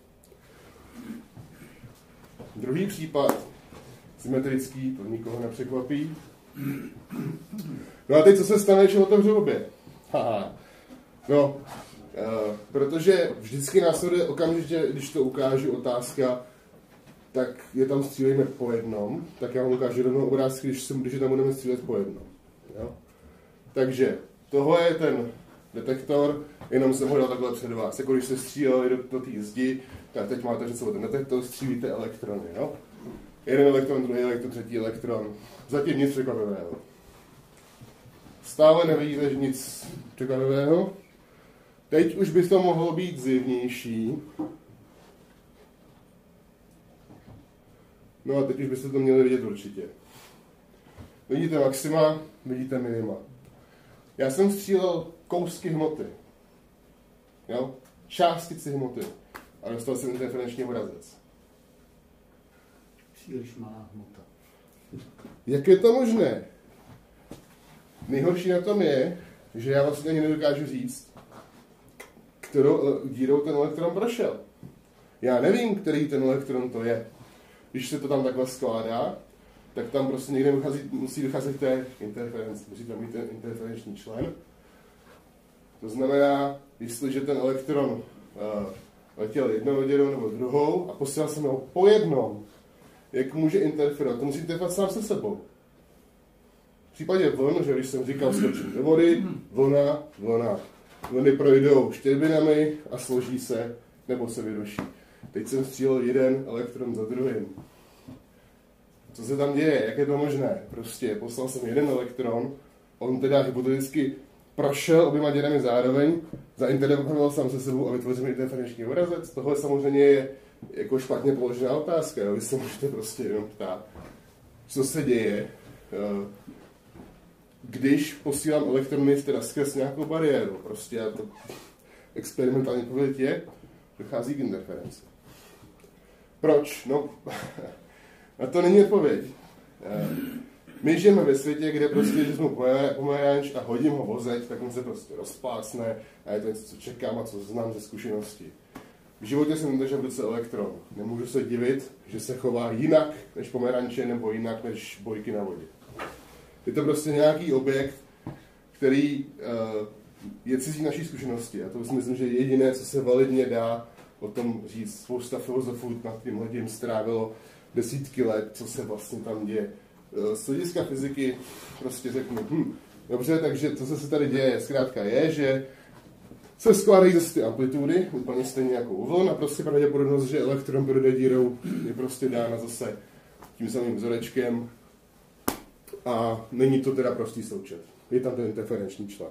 Druhý případ, symetrický, to nikoho nepřekvapí. No a teď co se stane, když otevřu obě? Haha. No, protože vždycky následuje okamžitě, když to ukážu otázka, tak je tam střílejme po jednom, tak já vám ukážu rovnou obrázky, když je tam budeme střílet po jednom. Jo? Takže tohle je ten detektor, jenom jsem ho dal takhle před vás. Jako když se stříleli do té zdi, tak teď máte před sebou ten detektor, střílíte elektrony. Jo? Jeden elektron, druhý elektron, třetí elektron. Zatím nic překvapivého. Stále nevidíte nic překvapivého. Teď už by to mohlo být zjevnější. No a teď už byste to měli vidět určitě. Vidíte maxima, vidíte minima. Já jsem střílel kousky hmoty. Jo? Částici hmoty. A dostal jsem interferenční obrazec. Příliš malá hmota. Jak je to možné? Nejhorší na tom je, že já vlastně ani nedokážu říct, kterou dírou ten elektron prošel. Já nevím, který ten elektron to je. Když se to tam takhle skládá, tak tam prostě někde musí docházet k té interferenci. Musí tam mít ten interferenční člen. To znamená, jestliže ten elektron letěl jednou dírou nebo druhou a posílal jsem ho po jednom, jak může interferovat? To musí interferovat sám se sebou. V případě vln, že když jsem říkal, skočím do vody, vlna. Vlny projdou štěrbinami a složí se, nebo se vyruší. Teď jsem střílel jeden elektron za druhým. Co se tam děje? Jak je to možné? Prostě poslal jsem jeden elektron, on teda hypoteticky prošel oběma děrami zároveň, zainterferoval sám se sebou a vytvořil interferenční obrazec. Tohle samozřejmě je jako špatně položená otázka. Jo? Vy se můžete prostě jenom ptát, co se děje, když posílám elektrony teda skrz nějakou bariéru. Prostě a to experimentální odpověď je, dochází k interferenci. Proč? No, na to není odpověď. My žijeme ve světě, kde prostě vezmu pomeranč a hodím ho o zeď, tak on se prostě rozplácne a je to něco, co čekám a co znám ze zkušenosti. V životě jsem držel v ruce elektron. Nemůžu se divit, že se chová jinak než pomeranče nebo jinak než bojky na vodě. Je to prostě nějaký objekt, který je cizí naší zkušenosti. A to si myslím, že je jediné, co se validně dá o tom říct. Spousta filozofů nad tímhletím strávilo desítky let, co se vlastně tam děje. Z hlediska fyziky prostě řeknu, dobře, takže co se tady děje, zkrátka je, že se skládají zase ty amplitudy, úplně stejně jako u vln, a prostě pravděpodobnost, že elektron projde dírou, je prostě dána zase tím samým vzorečkem a není to teda prostý součet. Je tam ten interferenční člen.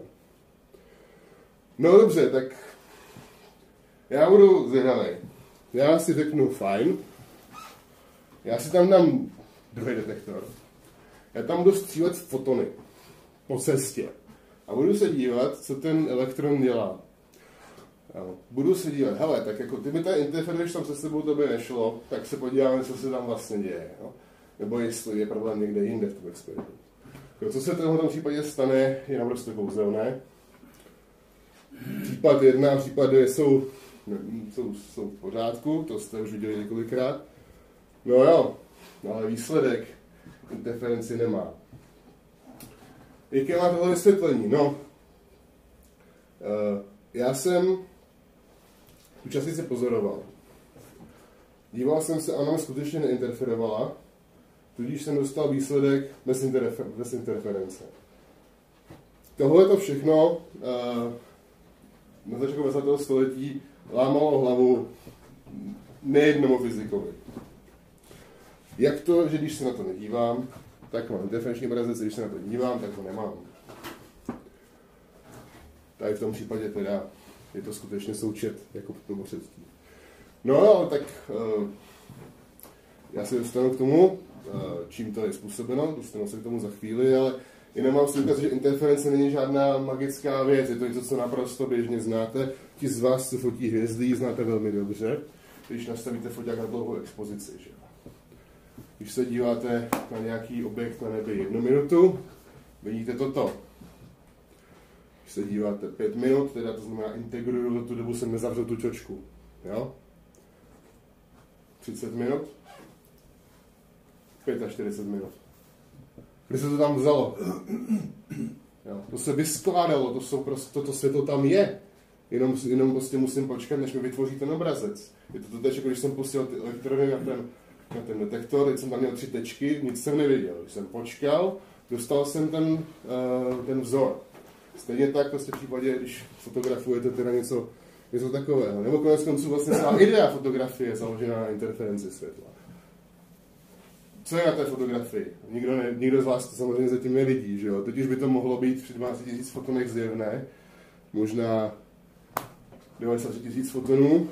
No dobře, tak já budu zvědavý. Já si řeknu fajn, já si tam dám druhý detektor. Já tam budu střílet fotony po cestě. A budu se dívat, co ten elektron dělá. Budu se dívat, hele, tak jako ty mi tady interferuješ, tam se sebou to by nešlo, tak se podíváme, co se tam vlastně děje. Jo? Nebo jestli je problém někde jinde v tom experimentu. Co se v tomhle případě stane, je naprosto kouzelné. Případ 1 a případ 2 jsou v pořádku, to jste už viděli několikrát. No jo, ale výsledek interferenci nemá. Jaké má tohle vysvětlení? No, já jsem tu částici pozoroval. Díval jsem se, ona skutečně neinterferovala, tudíž jsem dostal výsledek bez interference. Tohle to všechno na začátku 20. století lámalo hlavu nejednomu fyzikovi. Jak to, že když se na to nedívám, tak mám interferenční obrazec, když se na to dívám, tak to nemám. Tady v tom případě teda je to skutečně součet jako průmocetství. No, tak já se dostanu k tomu, čím to je způsobeno, dostanu se k tomu za chvíli, ale jenom mám si ukázat, že interference není žádná magická věc, je to něco, co naprosto běžně znáte. Ti z vás, co fotí hvězdy, znáte velmi dobře, když nastavíte foťák na dlouhou expozici. Že? Když se díváte na nějaký objekt na nebi 1 minutu, vidíte toto. Když se díváte 5 minut, teda to znamená integruju, za tu dobu jsem nezavřel tu čočku. Jo? 30 minut, 45 minut. Kdy se to tam vzalo? Jo, to se vyskládalo, to světlo tam je. Jenom prostě musím počkat, než mi vytvoří ten obrazec. Je to totéž, jako když jsem pustil ty elektrony na ten detektor, teď jsem tam měl 3 tečky, nic jsem neviděl. Když jsem počkal, dostal jsem ten vzor. Stejně tak prostě v případě, když fotografujete teda něco takového. Nebo konec konců vlastně celá idea fotografie je založená na interferenci světla. Co je na té fotografii? Nikdo z vás to samozřejmě zatím nevidí, že jo? Teď už by to mohlo být při 12 000 fotonech zjevné, možná 93 000 fotonů.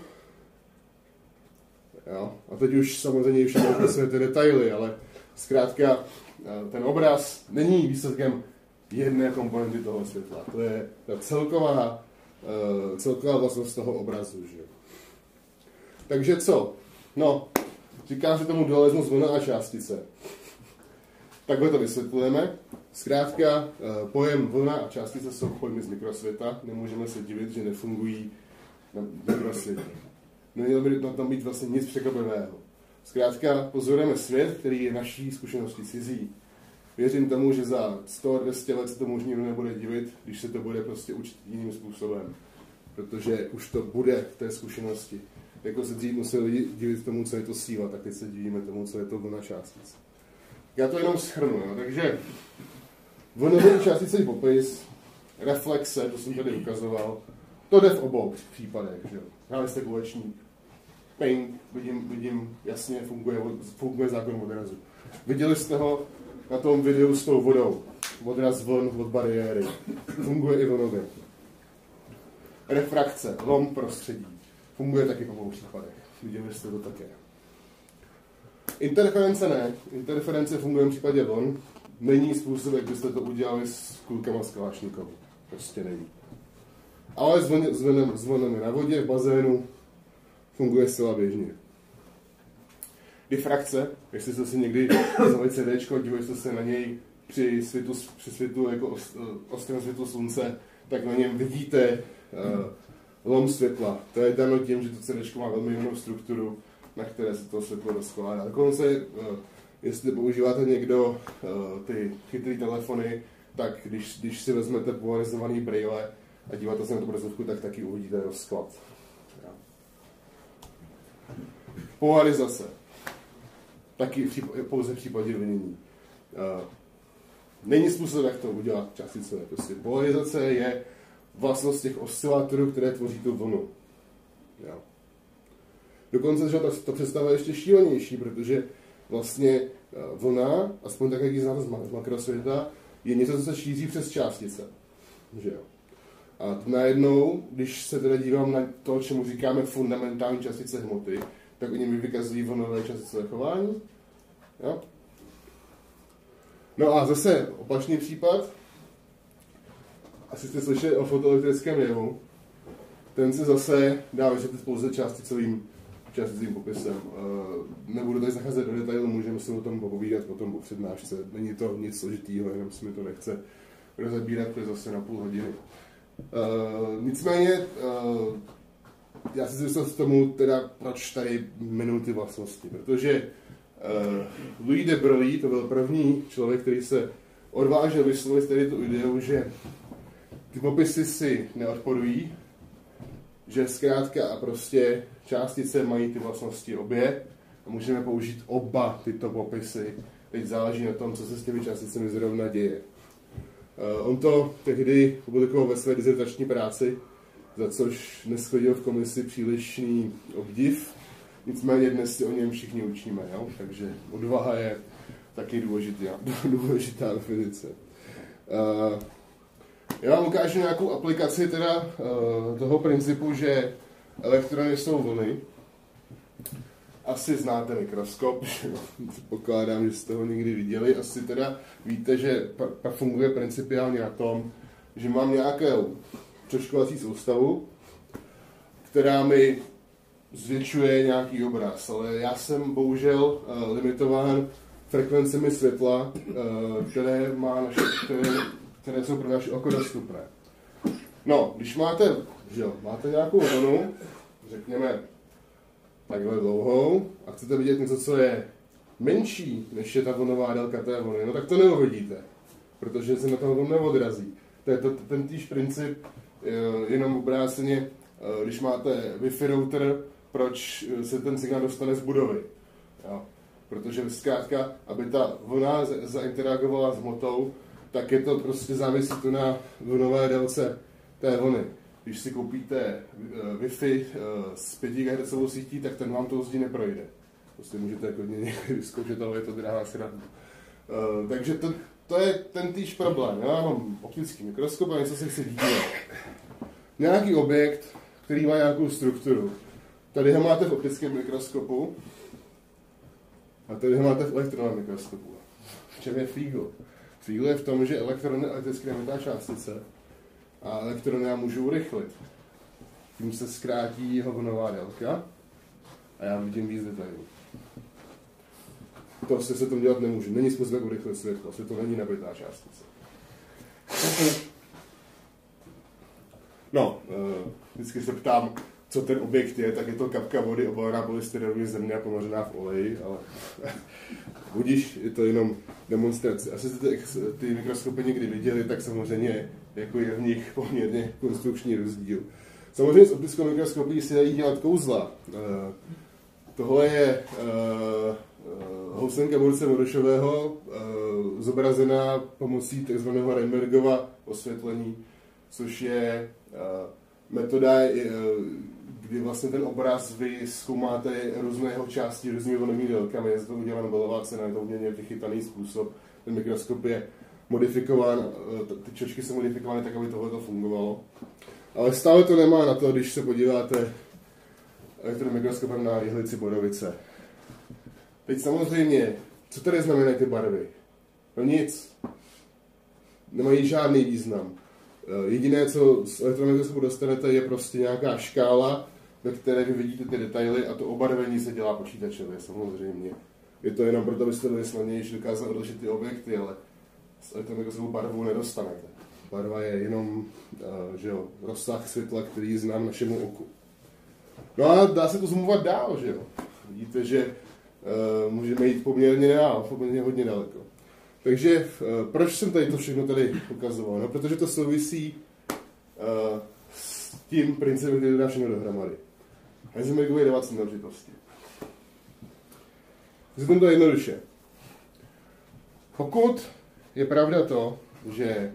Jo? A teď už samozřejmě všechno ukazujete detaily, ale zkrátka ten obraz není výsledkem jedné komponenty toho světla. To je ta celková vlastnost toho obrazu. Že? Takže co? No, říká se tomu dualismus vlna a částice. Takhle to vysvětlujeme. Zkrátka, pojem vlna a částice jsou pojmy z mikrosvěta. Nemůžeme se divit, že nefungují na mikrosvětě. Nemělo by na tom být vlastně nic překvapivého. Zkrátka, pozorujeme svět, který je naší zkušeností cizí. Věřím tomu, že za 100-200 let se to už nikdo nebude divit, když se to bude prostě učit jiným způsobem. Protože už to bude v té zkušenosti. Jako se dřív museli divit tomu, co je to síla, tak teď se divíme tomu, co je to vlna částic. Já to jenom shrnu, no. Takže vlnový částice popis, reflexe, to jsem tady ukazoval, to jde v obou případech, že jo. Hráli jste kulečník, ping, vidím, jasně funguje zákon odrazu. Viděli jste ho na tom videu s tou vodou, odraz vln od bariéry, funguje i vlnově. Refrakce, lom prostředí. Funguje taky v obou případech. Viděli jste to také. Interference ne. Interference funguje v případě vln. Není způsob, jak byste to udělali s kulkama z Kalašnikova. Prostě není. Ale s vlnami na vodě, v bazénu, funguje zcela běžně. Difrakce, jestli jste si někdy vzali CDčko, dívali jste se na něj při světlu jako ostrém světlu slunce, tak na něm vidíte lom světla. To je dáno tím, že to CDčko má velmi jinou strukturu, na které se to světlo rozkládá. Dokonce, jestli používáte někdo ty chytrý telefony, tak když si vezmete polarizovaný brýle a díváte se na tu obrazovku, tak taky uvidíte rozklad. Polarizace. Taky pouze v případě vlnění. Není způsob, jak to udělat částicové. Prostě polarizace je vlastnost těch oscilátorů, které tvoří tu vlnu. Jo. Dokonce, že to představuje ještě šílenější, protože vlastně vlna, aspoň tak, jak ji znáte z makrosvěta, je něco, co se šíří přes částice. Že jo. A najednou, když se teda dívám na to, čemu říkáme fundamentální částice hmoty, tak oni mi vykazují vlnové částicové chování. Jo? No a zase opačný případ. Asi jste slyšeli o fotoelektrickém jevu. Ten se zase dá vysvětlit pouze částicovým popisem. Nebudu tady zacházet do detailu, můžeme se o tom popovídat potom po přednášce. Není to nic složitýho, jenom se mi to nechce rozebírat, to je zase na půl hodiny. Nicméně, já si zjistil z tomu, teda, proč tady jmenuji ty vlastnosti, protože Louis de Broglie, to byl první člověk, který se odvážil vyslovit tady tu ideu, že ty popisy si neodporují, že zkrátka a prostě částice mají ty vlastnosti obě a můžeme použít oba tyto popisy. Teď záleží na tom, co se s těmi částicemi zrovna děje. On to tehdy publikoval ve své dizertační práci, za což nesklidil v komisi přílišný obdiv. Nicméně dnes si o něm všichni učíme, jo? Takže odvaha je taky důležitá ve fyzice. Já vám ukážu nějakou aplikaci teda toho principu, že elektrony jsou vlny. Asi znáte mikroskop, pokládám, že jste ho někdy viděli. Asi teda víte, že funguje principiálně na tom, že mám nějakou čočkovací soustavu, která mi zvětšuje nějaký obraz, ale já jsem bohužel limitován frekvencemi světla, které jsou pro naše oko dostupné. No, když máte nějakou vlnu, řekněme takhle dlouhou, a chcete vidět něco, co je menší, než je ta vlnová délka té vlny, no tak to neuvidíte, protože se na tom vlnu neodrazí. To je ten týž princip, jenom obráceně, když máte Wi-Fi router, proč se ten signál dostane z budovy. Jo. Protože zkrátka, aby ta vlna zainteragovala s hmotou, tak je to prostě závisí tu na vlnové délce té vlny. Když si koupíte Wi-Fi s 5 GHz sítí, tak ten vám to zdí neprojde. Prostě můžete jako někdy vyzkoušet, ale je to drahá sranda. Takže to je ten týž problém. Já mám optický mikroskop a něco se chci dívat. Nějaký objekt, který má nějakou strukturu. Tady ho máte v optickém mikroskopu a tady ho máte v elektronovém mikroskopu. V čem je fígl? Fígl je v tom, že elektron je elektricky nemovitá částice a elektrony já můžu urychlit. Tím se zkrátí jeho vlnová délka a já vidím víc detailů. To se tom dělat nemůže. Není způsob, jak urychlit světlo. Světlo není nabitá částice. No, vždycky se ptám, co ten objekt je, tak je to kapka vody obalená polystyrenovými země a ponořená v oleji, ale budiž, je to jenom demonstrace. Asi jste ty mikroskopy někdy viděli, tak samozřejmě jako je v nich poměrně konstrukční rozdíl. Samozřejmě z optickou mikroskopí si dají dělat kouzla. Tohle je housenka Boruse Morošového, zobrazená pomocí tzv. Reinbergova osvětlení, což je metoda, kdy vlastně ten obraz vy zkoumáte různé jeho části různými vlnovými délkami. Je to udělaná Nobelová cena, je to uměrně vychytaný způsob. Ten mikroskop je modifikován, ty čočky jsou modifikovány tak, aby tohle fungovalo. Ale stále to nemá na to, když se podíváte elektronním mikroskopem na jehlici borovice. Teď samozřejmě, co tady znamenají ty barvy? No nic. Nemají žádný význam. Jediné, co z elektronního mikroskopu dostanete, je prostě nějaká škála, ve které vy vidíte ty detaily a to obarvení se dělá počítačově, samozřejmě. Je to jenom proto, abyste byli snadnější dokázali odlišit ty objekty, ale z elektronního mikroskopu barvu nedostanete. Barva je jenom rozsah světla, který znám našemu oku. No a dá se to zoomovat dál, že jo. Vidíte, že můžeme jít poměrně dál, poměrně hodně daleko. Takže proč jsem tady to všechno tady ukazoval? No, protože to souvisí s tím principem, který dá všechno dohromady. Heisenbergovy 20 neurčitosti. Řeknu to jednoduše. Pokud je pravda to, že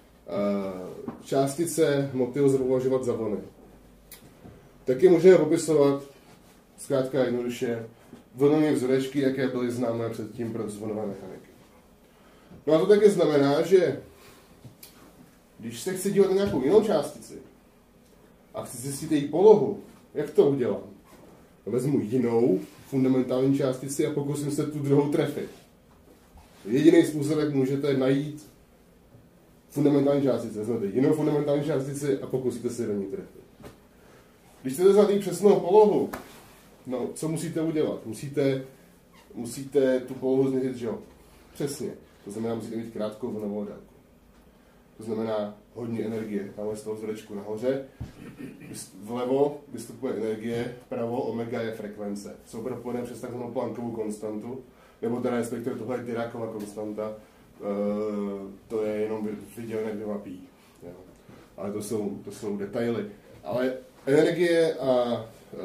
částice hmoty lze považovat za vlny, tak je můžeme popisovat zkrátka jednoduše vlnové vzorečky, jaké byly známé předtím pro zvonové mechaniky. No a to také znamená, že když se chci dívat na nějakou jinou částici a chci zjistit její polohu, jak to udělám? Vezmu jinou fundamentální částici a pokusím se tu druhou trefit. Jediný způsob, jak můžete najít fundamentální částice. Vezmete jinou fundamentální částici a pokusíte se do ní trefit. Když chcete znát její přesnou polohu, no, co musíte udělat? Musíte tu polohu změřit, že jo? Přesně. To znamená, musíte mít krátkou vlnovou délku. To znamená hodně energie. Tamhle z toho vzorečku nahoře. Vlevo vystupuje energie, vpravo omega je frekvence. Jsou propojené přes takzvanou Planckovu konstantu, nebo teda respektive tohle je Diracova konstanta. To je jenom vydělené 2 pi. Ale to jsou detaily. Ale energie a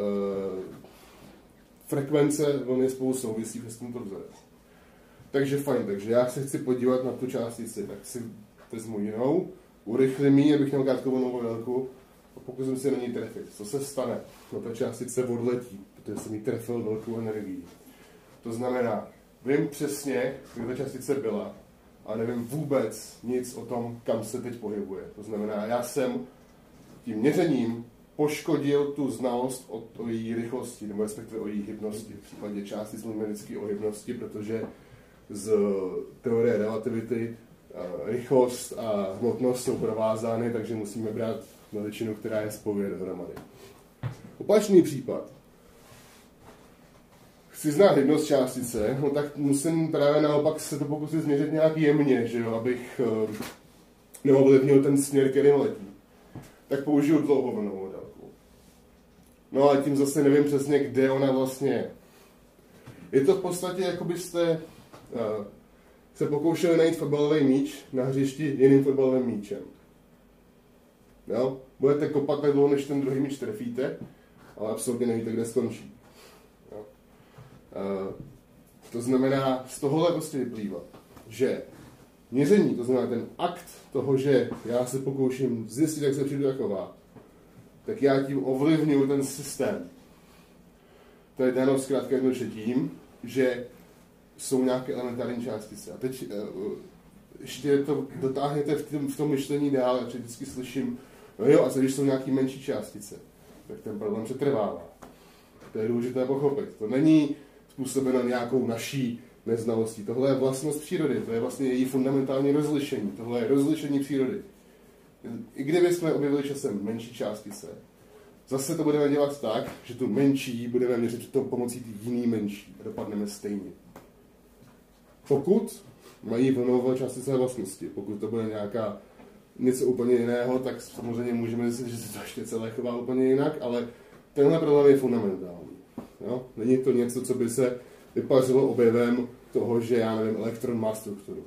frekvence vlny spolu souvisí v tomto vzorec. Takže fajn, takže já se chci podívat na tu částici, tak si vezmu jinou, urychlím ji, abych měl krátkou vlnovou délku a pokusím se na ní trefit. Co se stane? No ta částice odletí, protože jsem jí trefil velkou energii. To znamená, vím přesně, kde ta částice byla, a nevím vůbec nic o tom, kam se teď pohybuje. To znamená, já jsem tím měřením poškodil tu znalost o její rychlosti, nebo respektive o její hybnosti. V případě částic mluvíme vždycky o hybnosti, protože z teorie relativity rychlost a hmotnost jsou provázány, takže musíme brát veličinu, která je spojuje dohromady. Opačný případ. Chci znát hybnost částice, no tak musím právě naopak se to pokusit změřit nějak jemně, že jo, abych neovlivnil ten směr, kterým letí. Tak použiju dlouhovlnovou délku. No ale tím zase nevím přesně, kde ona vlastně je. Je to v podstatě, jako byste se pokoušeli najít fotbalový míč na hřišti jiným fotbalovým míčem. Jo? Budete kopat tak dlouho, než ten druhý míč trefíte, ale absolutně nevíte, kde skončí. Jo? To znamená, z tohohle prostě vyplývá, že měření, to znamená ten akt toho, že já se pokouším zjistit, jak se příroda chová, tak já tím ovlivňuji ten systém. To je dáno zkrátka jednoduše tím, že jsou nějaké elementární částice. A teď ještě to dotáhněte v tom myšlení dál, já vždycky slyším, no jo, a co když jsou nějaké menší částice, tak ten problém přetrvává. To je důležité pochopit. To není způsobeno nějakou naší neznalostí. Tohle je vlastnost přírody, to je vlastně její fundamentální rozlišení. Tohle je rozlišení přírody. I kdyby jsme objevili časem menší částice, zase to budeme dělat tak, že tu menší budeme měřit pomocí té jiný menší a dopadneme stejně. Pokud mají vlnové částice vlastnosti, pokud to bude nějaká něco úplně jiného, tak samozřejmě můžeme zjistit, že se to ještě celé chová úplně jinak, ale tenhle problém je fundamentální. Jo? Není to něco, co by se vypařilo objevem toho, že, já nevím, elektron má strukturu.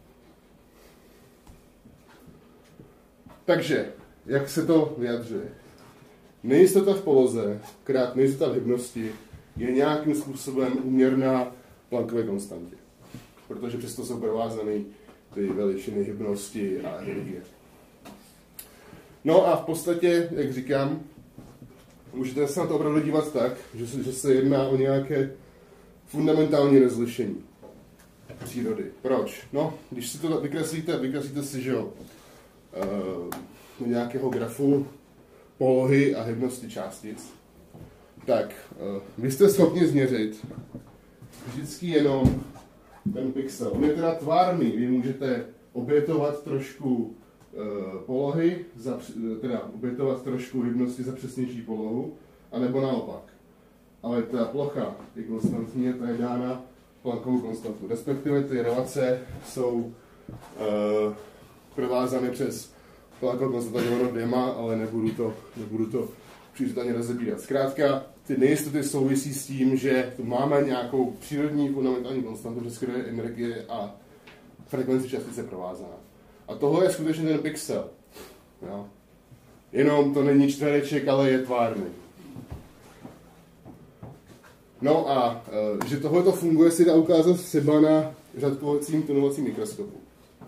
Takže, jak se to vyjadřuje? Nejistota v poloze, krát nejistota v hybnosti, je nějakým způsobem úměrná Planckové konstantě. Protože přesto jsou provázané ty veličiny hybnosti a energie. No a v podstatě, jak říkám, můžete se na to opravdu dívat tak, že se jedná o nějaké fundamentální rozlišení přírody. Proč? No, když si to vykreslíte si, že jo, nějakého grafu polohy a hybnosti částic, tak vy jste schopni změřit vždycky jenom ten pixel. On je teda tvárný, vy můžete obětovat trošku polohy, teda obětovat trošku hybnosti za přesnější polohu, anebo naopak. Ale ta plocha je konstantní, ta je dána Planckovou konstantu. Respektive ty relace jsou provázány přes Planckovou konstantu děláno 2, ale nebudu to příliš ani rozebírat. Zkrátka, ty nejistoty souvisí s tím, že tu máme nějakou přírodní fundamentální konstantu, přes kterou je energie a frekvence částice provázaná. A tohle je skutečně ten pixel. Jo? Jenom to není čtvereček, ale je tvárný. No a že tohleto funguje, si dá ukázat třeba na řadkovacím tunelovacím mikroskopu.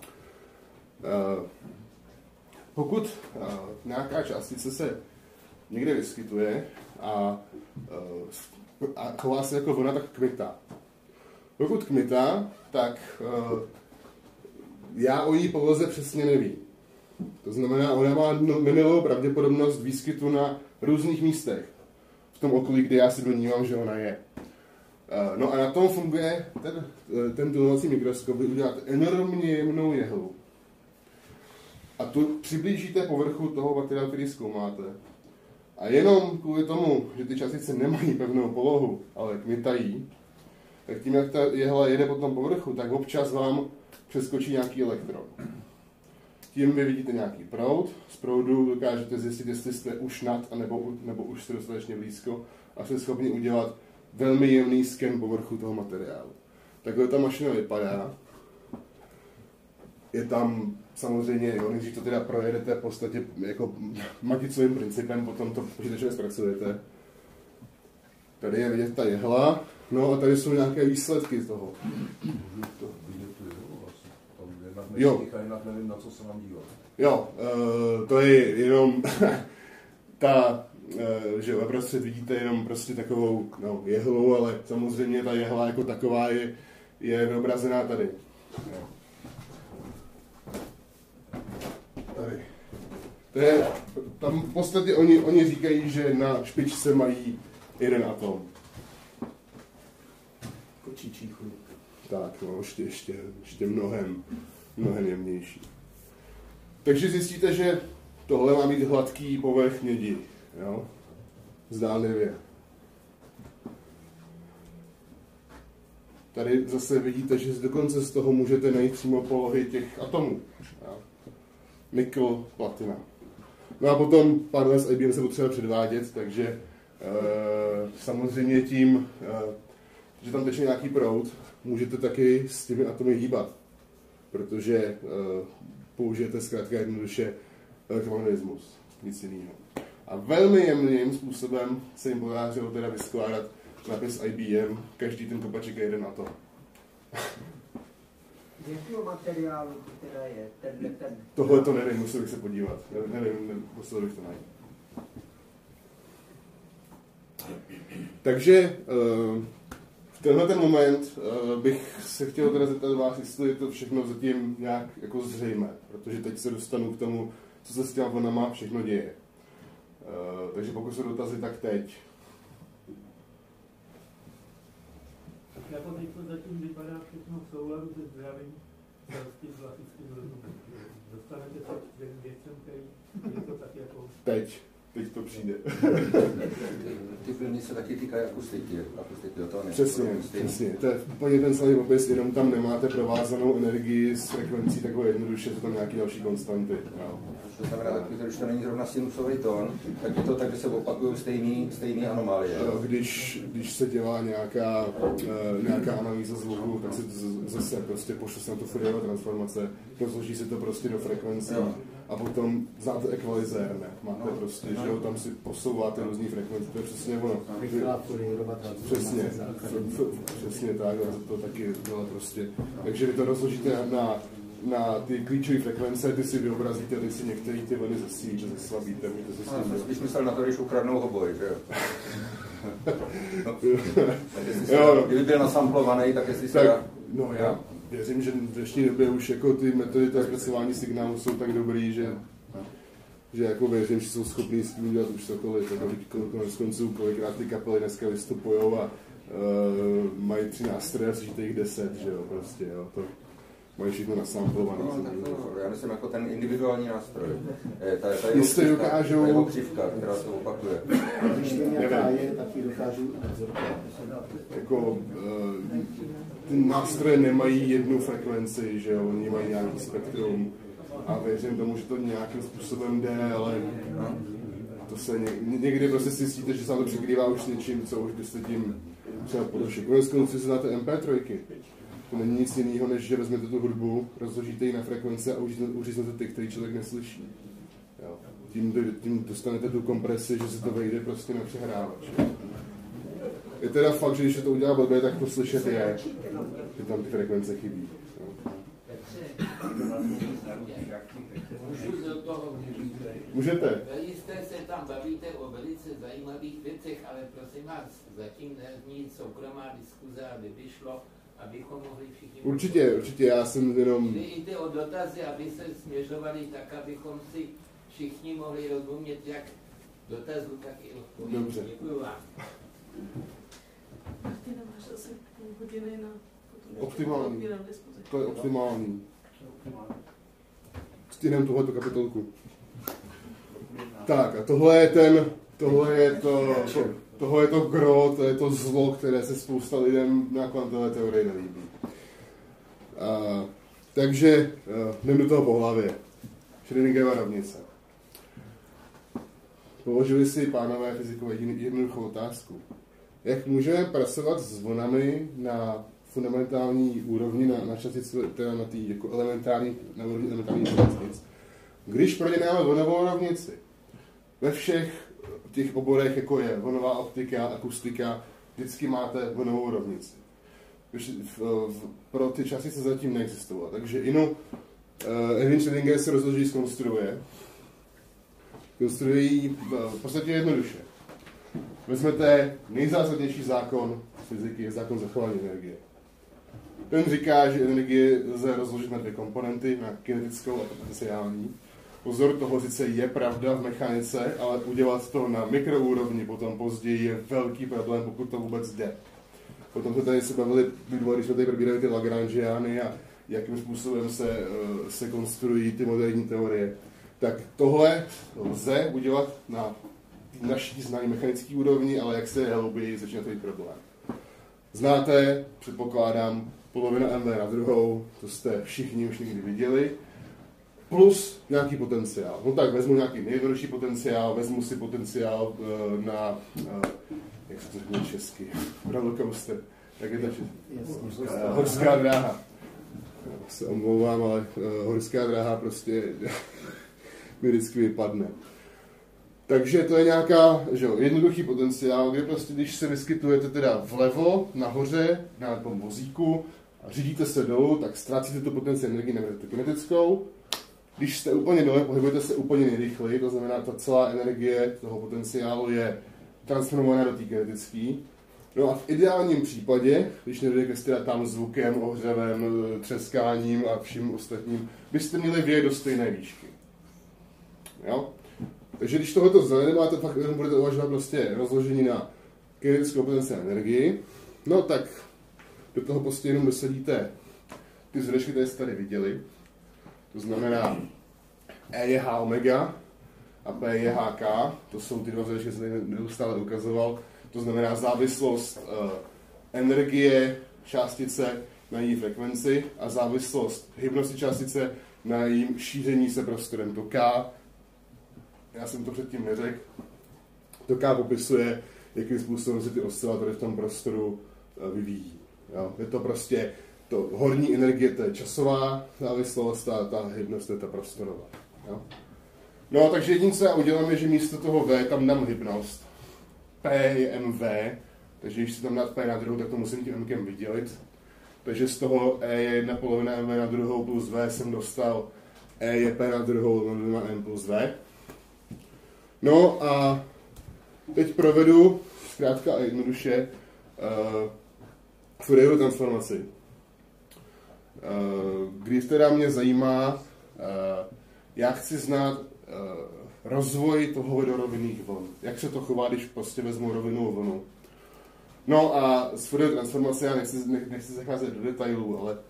Pokud nějaká částice se někde vyskytuje a chová se jako vlna, tak kmitá. Pokud kmitá, tak já o její poloze přesně nevím. To znamená, ona má nemilou pravděpodobnost výskytu na různých místech v tom okolí, kde já si domnívám, že ona je. No a na tom funguje ten tunelovací mikroskop, kdy uděláte enormně jemnou jehlu a tu přiblížíte povrchu toho materiálu, který zkoumáte. A jenom kvůli tomu, že ty částice nemají pevnou polohu, ale kmitají, tak tím, jak ta jehla jede po tom povrchu, tak občas vám přeskočí nějaký elektron. Tím vy vidíte nějaký proud, z proudu dokážete zjistit, jestli jste už nad, nebo už jste dostatečně blízko a jste schopni udělat velmi jemný sken povrchu toho materiálu. Takhle ta mašina vypadá. je tam samozřejmě, jo, než to teda projedete v podstatě jako maticovým principem, potom to počítačově zpracujete. Tady je vidět ta jehla, no a tady jsou nějaké výsledky z toho. Jo. Nevím, na co se mám dívat. Jo, to je jenom ta, že uprostřed vidíte jenom prostě takovou jehlu, ale samozřejmě ta jehla jako taková je vyobrazená tady. Jo. Tady. To je, tam v podstatě oni říkají, že na špičce mají jeden atom. Kočičí chuť. Tak, no, ještě mnohem jemnější. Takže zjistíte, že tohle má být hladký povrch mědi, jo? Zdánlivě. Tady zase vidíte, že dokonce z toho můžete najít přímo polohy těch atomů. Jo? Nikl, platina. No a potom pár let s IBM se potřeba předvádět, takže samozřejmě tím, že tam teče nějaký proud, můžete taky s těmi atomy hýbat, protože použijete zkrátka jednoduše elektromagnetismus, nic jiného. A velmi jemným způsobem se jim podařilo teda vyskládat nápis IBM, každý ten kopaček je jeden atom. Z jakého materiálu to teda je? Ten... Tohle to nevím, musel bych se podívat. Nevím, musel bych to najít. Takže v tenhle ten moment bych se chtěl teda zeptat vás, jestli je to všechno zatím nějak jako zřejmé, protože teď se dostanu k tomu, co se s těma vlnama všechno děje. Takže pokud jsou dotazy, tak teď. Jako teď to zatím vypadá všechno v souladu se zdravým selským klasickým rozumem. Dostanete se k věcem, který je to tak jako... Teď to přijde. Ty vlny se taky týkají akustiky do toho Přesně. To je úplně ten samý popis, jenom tam nemáte provázanou energii s frekvencí takové jednoduše, jsou tam nějaké další konstanty. No. To znamená, když to není zrovna sinusový tón, tak je to tak, že se opakují stejný anomálie. Když se dělá nějaká analýza zvuku, tak se zase prostě pošle se na to Fourierova transformace, rozloží se to prostě do frekvencí. A potom znáte ekvalizér, ne? Máte prostě, že jo, tam si posouváte různý frekvence, to je přesně ono. Přesně tak, to taky bylo prostě. Takže vy to rozložíte na ty klíčové frekvence, ty si vyobrazíte, ty si některé ty vlny zesílíte, zeslabíte. Když myslel na to, když ukradnou hoboj, že jo? Kdyby byl nasamplovaný, tak jestli se dá... No já věřím, že v dnešní době už jako ty metody toho zpracování signálu jsou tak dobrý, že jako věřím, že jsou schopní s tím dělat už cokoliv. Konec konců kolikrát ty kapely dneska vystupujou a mají 3 nástroje a slyšíte jich 10, že jo, prostě, jo, to mají všechno nasamplované. Já myslím jako ten individuální nástroj. Jestli dokážou... Ta jeho křivka, která se opakuje. Když vím, jaká je, tak ji dokážu jako ty nástroje nemají jednu frekvenci, že jo, oni mají nějaký spektrum a věřím tomu, že to nějakým způsobem jde, ale to se někdy prostě si zjistíte, že se to překrývá už s něčím, co už byste tím třeba porušili. Konec konců si znáte MP3. To není nic jiného, než že vezmete tu hudbu, rozložíte ji na frekvence a uříznete ty, který člověk neslyší. Jo. Tím dostanete tu kompresi, že se to vejde prostě na přehrávač. Je teda fakt, že když se to udělá blbě, tak to slyšet je, že tam ty frekvence chybí. Jo. Můžu do toho mluvit. Můžete. Velice se tam bavíte o velice zajímavých věcech, ale prosím vás, zatím není soukromá diskuze a vyšlo, abychom mohli všichni... Určitě, já jsem jenom... Jde o dotazy, aby se směřovali tak, abychom si všichni mohli rozumět, jak dotazů, tak i odpovědí. Dobře. Děkuju vám. Martina, máš asi půl hodiny na... Optimální. To je optimální. Stihnem tuhleto kapitolku. Tak a tohle je to gro, to je to zlo, které se spousta lidem na kvantové teorii nelíbí. Takže jdem do toho po hlavě. Schrödingerova rovnice. Položili si pánové fyzikové jednoduchou otázku. Jak můžeme pracovat s vlnami na fundamentální úrovni na částici, teda na té jako elementární částic. Když proděláme vlnovou rovnici ve všech těch oborech, jako je vlnová optika, akustika, vždycky máte vlnovou rovnici. Pro ty částice zatím neexistovala. Takže inu Erwin Schrödinger se rozhodl, že zkonstruuje. Konstruuje ji v podstatě jednoduše. Vezmete nejzásadnější zákon fyziky, je zákon zachování energie. Ten říká, že energie lze rozložit na dvě komponenty, na kinetickou a potenciální. Pozor, toho sice je pravda v mechanice, ale udělat to na mikroúrovni potom později je velký problém, pokud to vůbec jde. Potom se tady se bavili, když jsme tady probírali ty Lagrangiány a jakým způsobem se konstruují ty moderní teorie. Tak tohle lze udělat na naší známé mechanické úrovni, ale jak se hlouběji, začíná to být problém. Znáte, předpokládám, polovina mv na druhou, to jste všichni už někdy viděli, plus nějaký potenciál. No tak vezmu nějaký nejjednodušší potenciál, vezmu si potenciál na, jak se to řekne česky, rollercoaster, jak je to horská dráha. Se omlouvám, ale horská dráha prostě mi vždycky vypadne. Takže to je nějaká, že jo, jednoduchý potenciál, kde prostě, když se vyskytujete teda vlevo, nahoře, na tom vozíku a řídíte se dolů, tak ztrácíte tu potenciální energii, nebudete kinetickou. Když jste úplně dole, pohybujete se úplně nejrychleji, to znamená, ta celá energie toho potenciálu je transformovaná do té kinetické. No a v ideálním případě, když nedojde ke ztrátám zvukem, ohřevem, třeskáním a vším ostatním, byste měli vědět do stejné výšky. Jo? Takže když tohoto zanemáte, pak jenom budete uvažovat prostě rozložení na kinetickou potenciální energii, no tak do toho prostě jenom dosadíte ty vzorečky, které jste tady viděli. To znamená E je H omega a P je HK, to jsou ty dva vzorečky, které jsem neustále ukazoval. To znamená závislost energie částice na její frekvenci a závislost hybnosti částice na jejím šíření se prostorem. To K, já jsem to předtím neřekl, to K popisuje, jakým způsobem se ty oscilátory v tom prostoru vyvíjí. Jo? Je to prostě, to horní energie, to je časová závislost a ta hybnost je ta prostorová. Jo? No, takže jediné, co já udělám, je, že místo toho V tam dám hybnost. P je MV, takže když si tam dát P na druhou, tak to musím tím Mkem vydělit. Takže z toho E je 1/2 MV na druhou plus V jsem dostal E je P na druhou na M plus V. No a teď provedu zkrátka a jednoduše Fourierovu transformaci. Když teda mě zajímá, já chci znát rozvoj toho vodorovinných vln. Jak se to chová, když prostě vezmu rovinnou vlnu. No a s Fourierovou transformací já nechci zacházet do detailů, ale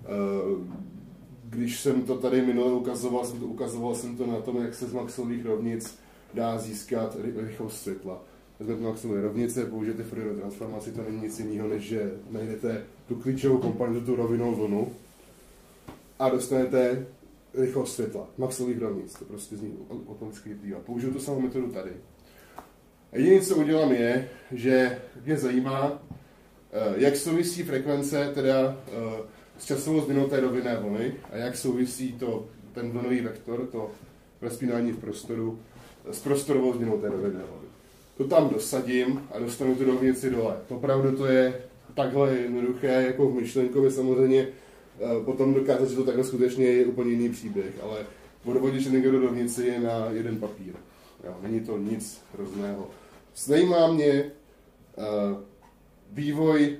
když jsem to tady minule ukazoval jsem to na tom, jak se z Maxwellových rovnic dá získat rychlost světla. Vezmete Maxwellovy rovnice, použijete Fourierovu transformaci, to není nic jiného, než že najdete tu klíčovou komponentu, tu rovinnou vlnu a dostanete rychlost světla, Maxwellových rovnic, to prostě z ní automaticky vyplývá. Použiju tu samou metodu tady. A jediné, co udělám, je, že mě zajímá, jak souvisí frekvence teda s časovou změnou té rovinné vlny a jak souvisí ten vlnový vektor, to rozpínání v prostoru, s prostorovou změnou té rovinné vlny. To tam dosadím a dostanu tu rovnici dole. Opravdu to je takhle jednoduché, jako v myšlenkově samozřejmě. Potom dokázat, že to takhle skutečně je úplně jiný příběh, ale odvodit někdo do rovnici je na jeden papír. Jo, není to nic hrozného. Zajímá mě vývoj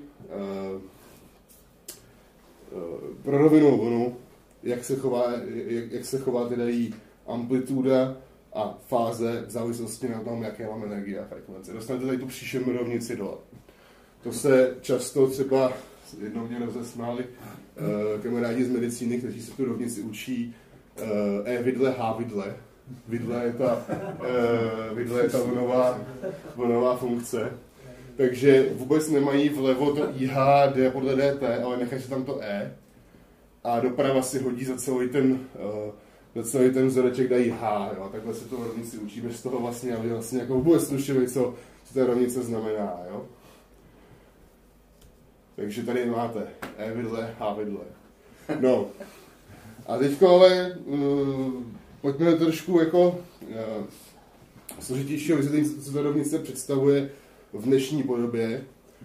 pro rovinnou vlnu, jak se chová teda její amplituda a fáze v závislosti na tom, jaké mám energie a frekvence. Dostanete tady tu příšernou rovnici dole. To se často třeba jednou mě rozesmáli kamarádi z medicíny, kteří se tu rovnici učí E-vidle, H-vidle. Vidle je ta vlnová funkce. Takže vůbec nemají vlevo to IH, D podle DT, ale nechají si tam to E. A doprava si hodí za celý ten vzoreček dají H. Jo? Takhle se to rovnici učí bez toho vlastně, aby vlastně jako vůbec tušili, co ta rovnice znamená. Jo? Takže tady máte E vidle, H vidle. No. A teďko ale pojďme to trošku jako složitějšího vysvětlení, co ta rovnice představuje v dnešní podobě.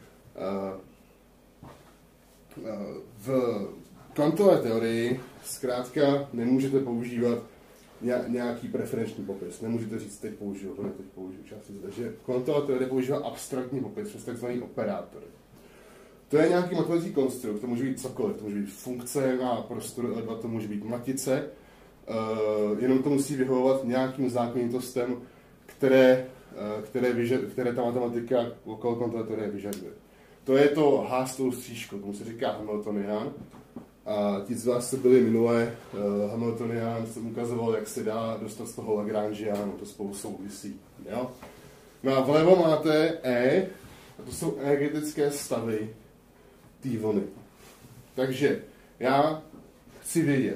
V kvantové teorii zkrátka nemůžete používat nějaký preferenční popis. Nemůžete říct, teď použiju, části. Takže kvantová teorie používá abstraktní popis přes takzvaný operátory. To je nějaký matematický konstrukt, to může být cokoliv, to může být funkce na prostoru L2, to může být matice, jenom to musí vyhovovat nějakým zákonitostem, které ta matematika okolo kvantové teorie vyžaduje. To je to H s tou střížkou, tomu se říká Hamiltonian. A ti z vás, co byli minulé, Hamiltonian jsem ukazoval, jak se dá dostat z toho Lagrangianu, to spolu souvisí. Jo? No a vlevo máte E, a to jsou energetické stavy té vlny. Takže já chci vědět,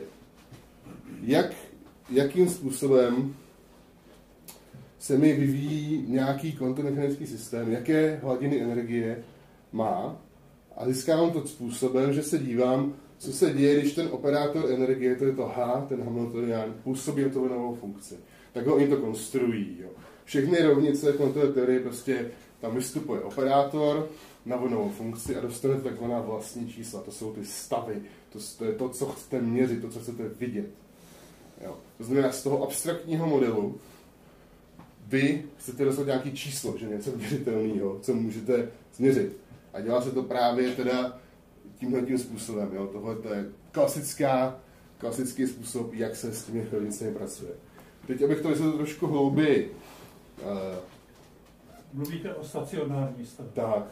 jakým způsobem se mi vyvíjí nějaký kvantomechanický systém, jaké hladiny energie má, a získávám to způsobem, že se dívám, co se děje, když ten operátor energie, to je to H, ten Hamiltonian, působí na to novou funkci. Tak oni to konstruují. Jo. Všechny rovnice v kvantové teorii prostě tam vystupuje operátor na novou funkci a dostanete takzvaná vlastní čísla. To jsou ty stavy, to je to, co chcete měřit, to, co chcete vidět. Jo. To znamená, z toho abstraktního modelu vy chcete dostat nějaké číslo, že něco měřitelného, co můžete změřit. A dělá se to právě teda tímhletím způsobem. Jo. Tohle to je klasický způsob, jak se s těmi rovnicemi pracuje. Teď, abych to vysvětlil trošku hlouběji. Mluvíte o stacionární stavu. Tak.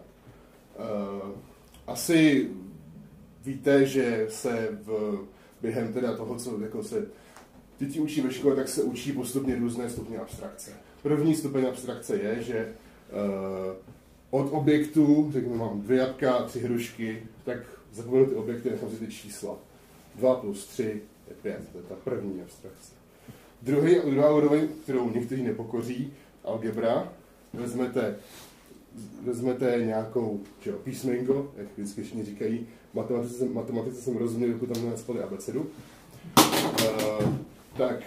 Asi víte, že se během teda toho, co jako se děti učí ve škole, tak se učí postupně různé stupně abstrakce. První stupeň abstrakce je, že od objektu, řekněme, mám 2 jablka, 3 hrušky, tak zapomenu ty objekty, nechám si ty čísla. 2 plus 3 je 5, to je ta první abstrakce. Druhá úroveň, kterou někteří nepokoří, algebra, vezmete nějakou písmenko, jak vždycky všichni říkají, matematice jsem rozuměl, dokud tam nenacpali abecedu, tak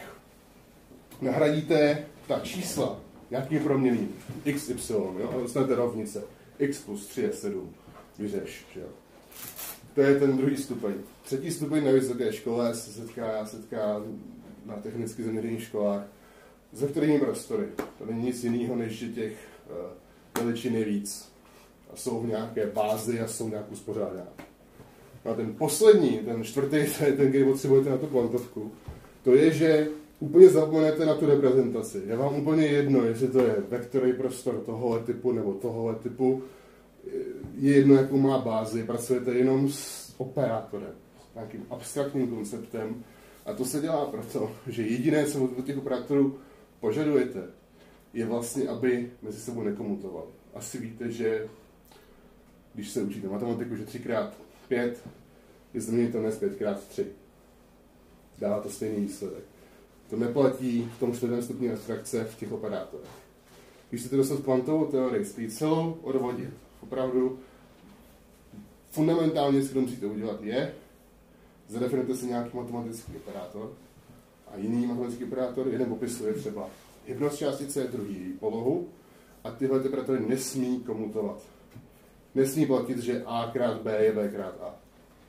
nahradíte ta čísla nějakým proměným x, y, jo, a dostanete rovnice. X plus 3 je 7. Vyřeš, že jo. To je ten druhý stupeň. Třetí stupeň na vysoké škole se setká na technicky zaměřených školách s vektorními prostory. To není nic jiného, než že těch veličin je víc. A jsou v nějaké bázi a jsou nějak uspořádané. A ten poslední, ten čtvrtý, ten, který potřebujete na tu kvantovku, to je, že úplně zapomenete na tu reprezentaci. Je vám úplně jedno, jestli to je vektorový prostor tohohle typu nebo tohohle typu. Je jedno, jakou má bázi. Pracujete jenom s operátorem, s nějakým abstraktním konceptem. A to se dělá proto, že jediné, co od těch operátorů požadujete, je vlastně, aby mezi sebou nekomutovali. Asi víte, že když se učíte matematiku, že 3x5 je změnitelné s 5x3. Dává to stejný výsledek. To neplatí v tom 4. stupni abstrakce v těch operátorech. Když chcete dostat kvantovou teorii, jste celou odvodit. Opravdu fundamentálně, co musíte udělat, je zadefinujete si nějaký matematický operátor a jiný matematický operátor, jeden popisuje třeba hybnost částice, druhý polohu a tyhle operátory nesmí komutovat. Nesmí platit, že A krát B je B krát A.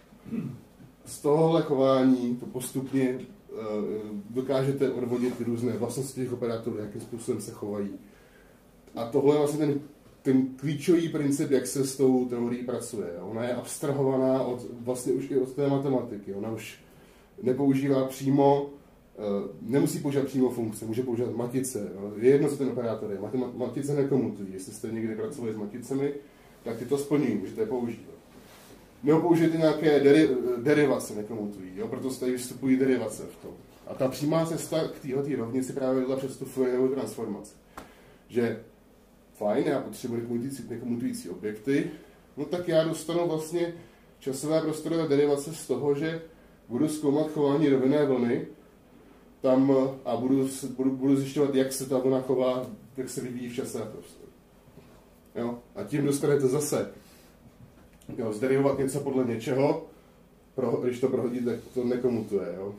Z tohohle chování to postupně dokážete odvodit různé vlastnosti těch operátorů, jakým způsobem se chovají. A tohle je vlastně ten klíčový princip, jak se s tou teorií pracuje. Ona je abstrahovaná vlastně už i od té matematiky. Ona už nepoužívá přímo, nemusí používat přímo funkce, může používat matice. Je jedno, co ten operátor je. Matice nekomutují. Jestli jste někdy pracovali s maticemi, tak ty to splňují, můžete je používat. Nebo použijete nějaké derivace, nekomutují, jo? Proto tady vystupují derivace v tom. A ta přímá cesta k této rovnici právě vedla přes tu Fourierovou transformaci. Že fajn, já potřebuji nekomutující objekty, no tak já dostanu vlastně časové prostorové derivace z toho, že budu zkoumat chování rovinné vlny tam a budu zjišťovat, jak se ta vlna chová, jak se vyvíjí v čase a prostoru. Jo? A tím dostanete zase zderivovat něco podle něčeho, když to prohodí, tak to nekomutuje. Jo?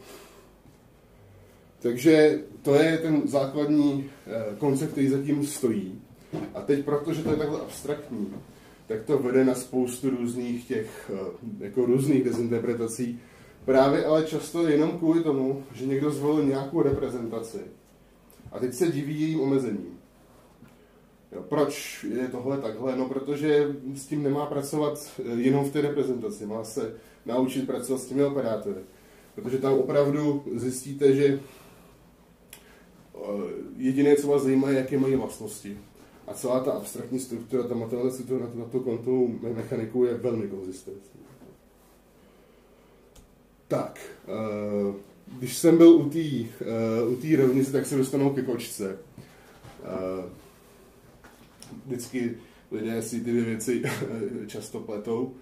Takže to je ten základní koncept, který zatím stojí. A teď, protože to je takhle abstraktní, tak to vede na spoustu různých těch, jako různých dezinterpretací. Právě ale často jenom kvůli tomu, že někdo zvolil nějakou reprezentaci. A teď se diví jejím omezením. Jo, proč je tohle takhle? No, protože s tím nemá pracovat jenom v té reprezentaci. Má se naučit pracovat s těmi operátory. Protože tam opravdu zjistíte, že jediné, co vás zajímá, jaké mají vlastnosti. A celá ta abstraktní struktura, ta matematická struktura na tu kvantovou mechaniku je velmi konzistentní. Tak, když jsem byl u té rovnice, tak se dostanu ke kočce. Vždycky lidé si ty věci často pletou.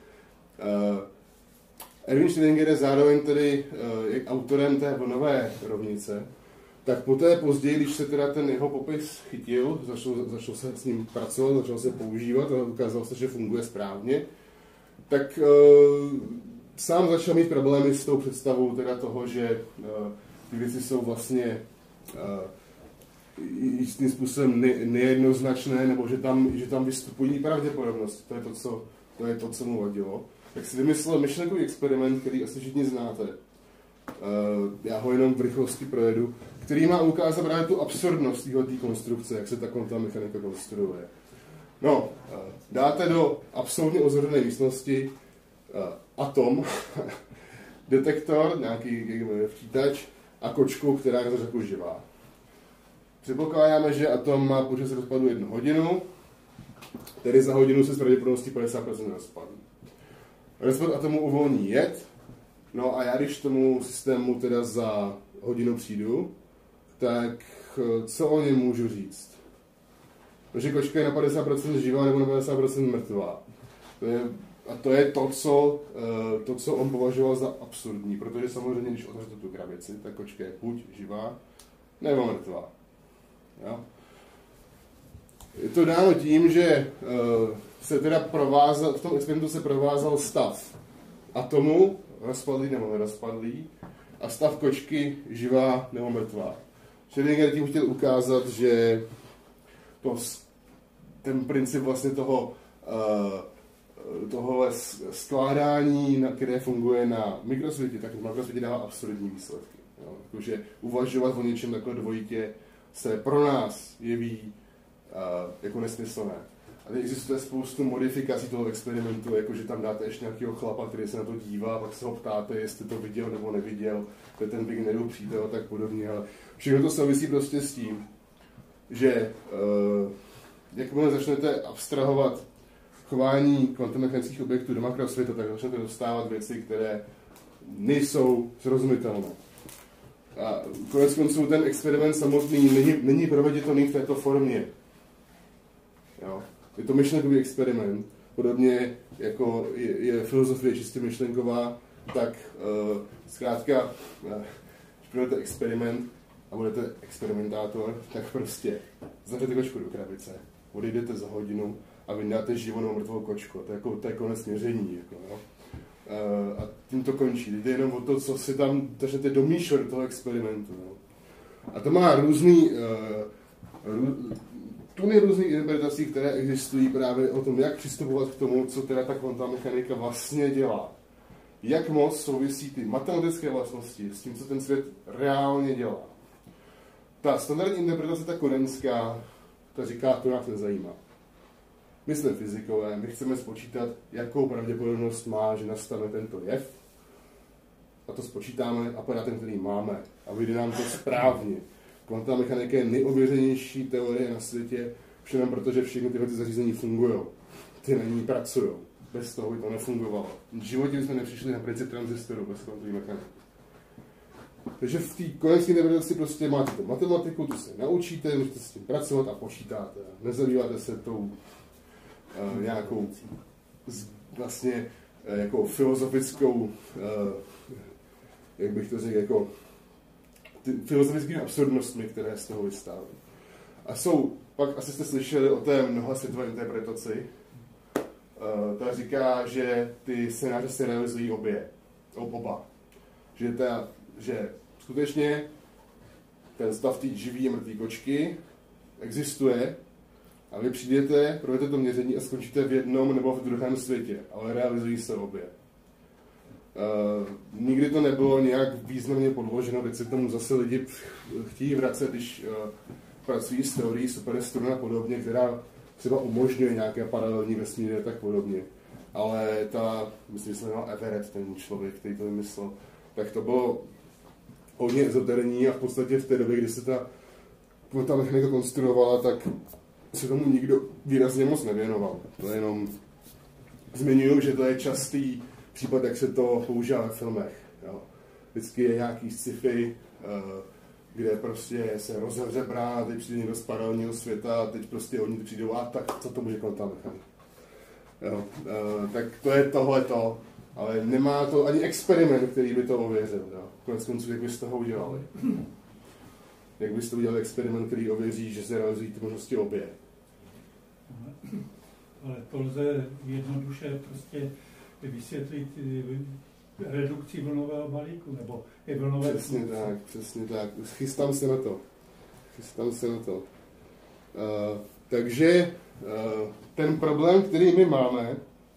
Erwin Schrödinger je zároveň tedy autorem té vlnové rovnice, tak poté později, když se teda ten jeho popis chytil, začal se s ním pracovat, začal se používat a ukázalo se, že funguje správně, tak sám začal mít problémy s tou představou teda toho, že ty věci jsou vlastně jistým způsobem nejednoznačné, nebo že tam vystupují pravděpodobnosti. To je to, co mu vadilo. Tak si vymyslel myšlenkový experiment, který asi všichni znáte. Já ho jenom v rychlosti projedu, který má ukázat právě tu absurdnost té konstrukce, jak se ta kvantová mechanika konstruuje. No, dáte do absolutně ozorné místnosti atom, detektor, nějaký včítač a kočku, která je jako živá. Předpokládáme, že atom má počet rozpadu 1 hodinu, tedy za hodinu se s pravděpodobností 50% rozpadne. Rozpad atomu uvolní jed, no a já když tomu systému teda za hodinu přijdu, tak co o něm můžu říct? Protože kočka je na 50% živá nebo na 50% mrtvá. To je to, co on považoval za absurdní, protože samozřejmě, když otevřete tu krabici, tak kočka je buď živá, nebo mrtvá. Jo? Je to dáno tím, že se teda v tom experimentu se provázal stav atomu, rozpadlý nebo nerozpadlý, a stav kočky živá nebo mrtvá. Schrödinger tím chtěl ukázat, že ten princip vlastně tohohle skládání, které funguje na mikrosvětě, tak v makrosvětě dává absurdní výsledky. Jo? Takže uvažovat o něčem takhle dvojitě se pro nás jeví jako nesmyslné. A teď existuje spoustu modifikací toho experimentu, jakože tam dáte ještě nějakého chlapa, který se na to dívá, pak se ho ptáte, jestli to viděl nebo neviděl, to je ten Wignerův přítel a tak podobně. Ale všechno to souvisí prostě s tím, že jakmile začnete abstrahovat chování kvantomechanických objektů do makrosvěta, tak začnete dostávat věci, které nejsou srozumitelné. A konec konců ten experiment samotný není proveditelný v této formě. Jo? Je to myšlenkový experiment. Podobně jako je filozofie čistě myšlenková, tak zkrátka, když budete experiment a budete experimentátor, tak prostě zavřete kočku do krabice, odejdete za hodinu a vyndáte živou nebo mrtvou kočku. To je konec měření. Jako, jo? A tím to končí. Jde jenom o to, co si tam začnete domýšlet do toho experimentu. No. A to má tuny různých interpretací, které existují právě o tom, jak přistupovat k tomu, co teda ta kvantová mechanika vlastně dělá. Jak moc souvisí ty matematické vlastnosti s tím, co ten svět reálně dělá. Ta standardní interpretace, ta kodenská, ta říká, to nás nezajímá. My jsme fyzikové, my chceme spočítat, jakou pravděpodobnost má, že nastane tento jev. A to spočítáme aparátem, který máme. A vyjde nám to správně. Kvantová mechanika je nejověřenější teorie na světě, všem protože všechny tyhle zařízení fungují. Ty na ní pracují. Bez toho by to nefungovalo. V životě bychom nepřišli na princip tranzistoru bez kvantové mechaniky. Takže v té koneční interpretaci prostě máte tu matematiku, tu se naučíte, můžete s tím pracovat a počítáte. Nezabýváte se tou nějakou vlastně jako filozofickou, jak bych to řekl, jako filozofickými absurdnostmi, které z toho vystávají. A pak asi jste slyšeli o té mnohasvětové interpretaci. ta říká, že ty scénáře se realizují oba. Že skutečně ten stav té živý a mrtvý kočky existuje a vy přijdete, provedete to měření a skončíte v jednom nebo v druhém světě, ale realizují se obě. Nikdy to nebylo nějak významně podloženo, teď se k tomu zase lidi chtějí vracet, když pracují s teorií superstrun a podobně, která třeba umožňuje nějaké paralelní vesmíry a tak podobně. Ale myslím, že se jmenoval Everett, ten člověk, který to vymyslel, tak to bylo hodně ezoterní a v podstatě v té době, kdy se ta mechanika konstruovala, tak se tomu nikdo výrazně moc nevěnoval. To jenom zmiňuju, že to je častý případ, jak se to používá ve filmech. Jo. Vždycky je nějaký sci-fi, kde prostě se rozevře brána, teď přijde někdo z paralelního světa a teď prostě oni přijdou a tak, co to může kvantální mechanika. Tak to je tohleto, ale nemá to ani experiment, který by to ověřil. Jo. Konec konců, jak byste ho udělali? Jak byste udělali experiment, který ověří, že se realizují ty možnosti obě? Ale to lze jednoduše prostě vysvětlit redukcí vlnového balíku, nebo i vlnové... Přesně tak. Chystám se na to. Takže ten problém, který my máme,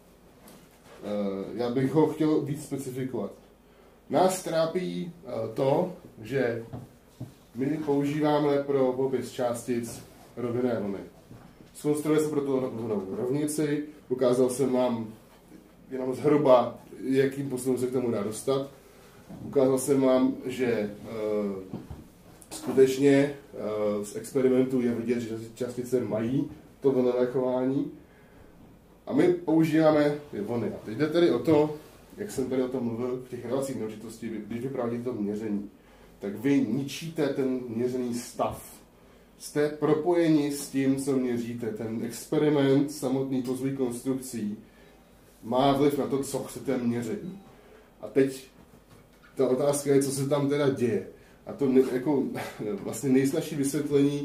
já bych ho chtěl víc specifikovat. Nás trápí to, že my používáme pro popis částic rovinné vlny. Zkonstruuje se pro to rovnici, ukázal jsem vám jenom zhruba, jakým postupem se k tomu dá dostat. Ukázal jsem vám, že skutečně z experimentů je vidět, že částice mají to vlnové chování. A my používáme ty vlny. A teď jde tedy o to, jak jsem tady o tom mluvil, v těch relacích neurčitosti, když vyprovádíte to měření, tak vy ničíte ten měřený stav. Jste propojeni s tím, co měříte. Ten experiment samotný po svých konstrukcí má vliv na to, co chcete měřit. A teď ta otázka je, co se tam teda děje. A to jako vlastně nejsnažší vysvětlení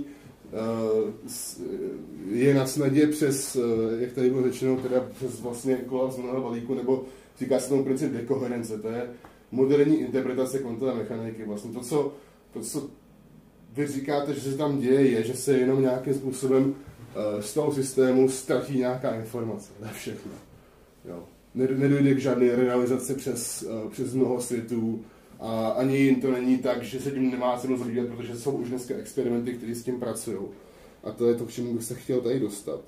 je na snadě přes, jak tady bylo řečeno, teda přes vlastně kolaps vlnového balíku, nebo říká se tomu princip dekoherence. To je moderní interpretace kvantové mechaniky. Vlastně to, co vy říkáte, že se tam děje, je, že se jenom nějakým způsobem z toho systému ztratí nějaká informace. To je všechno. Jo. Nedojde k žádné realizaci přes mnoho světů a ani to není tak, že se tím nemá cenu zabývat, protože jsou už dneska experimenty, které s tím pracují. A to je to, k čemu bych se chtěl tady dostat.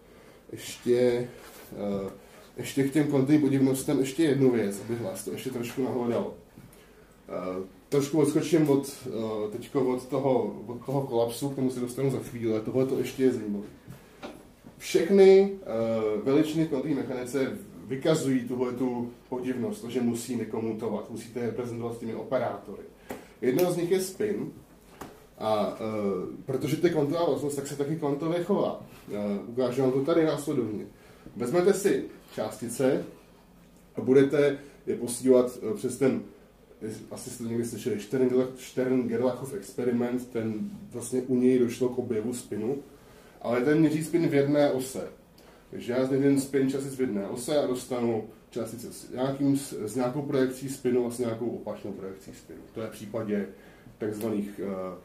Ještě k těm kvantovým podivnostem ještě jednu věc, abych vás to ještě trošku nahledal. Trošku odskočím od toho kolapsu, k tomu se dostanu za chvíli, ale tohle to ještě je zajímavé. Všechny veličiny kvantové mechanice vykazují tuhletu podivnost, to, že musí nekomutovat, musíte je reprezentovat s těmi operátory. Jedno z nich je spin, a protože to je kvantová vlastnost, tak se taky kvantově chová. Ukážu vám to tady následovně. Vezmete si částice a budete je posílat přes ten, asi jste někdy slyšeli, Stern-Gerlachův experiment, ten vlastně u něj došlo k objevu spinu, ale ten měří spin v jedné ose. Takže já změřím spin částic v jedné ose a dostanu částice s nějakou projekcí spinu a s nějakou opačnou projekcí spinu. To je v případě takzvaných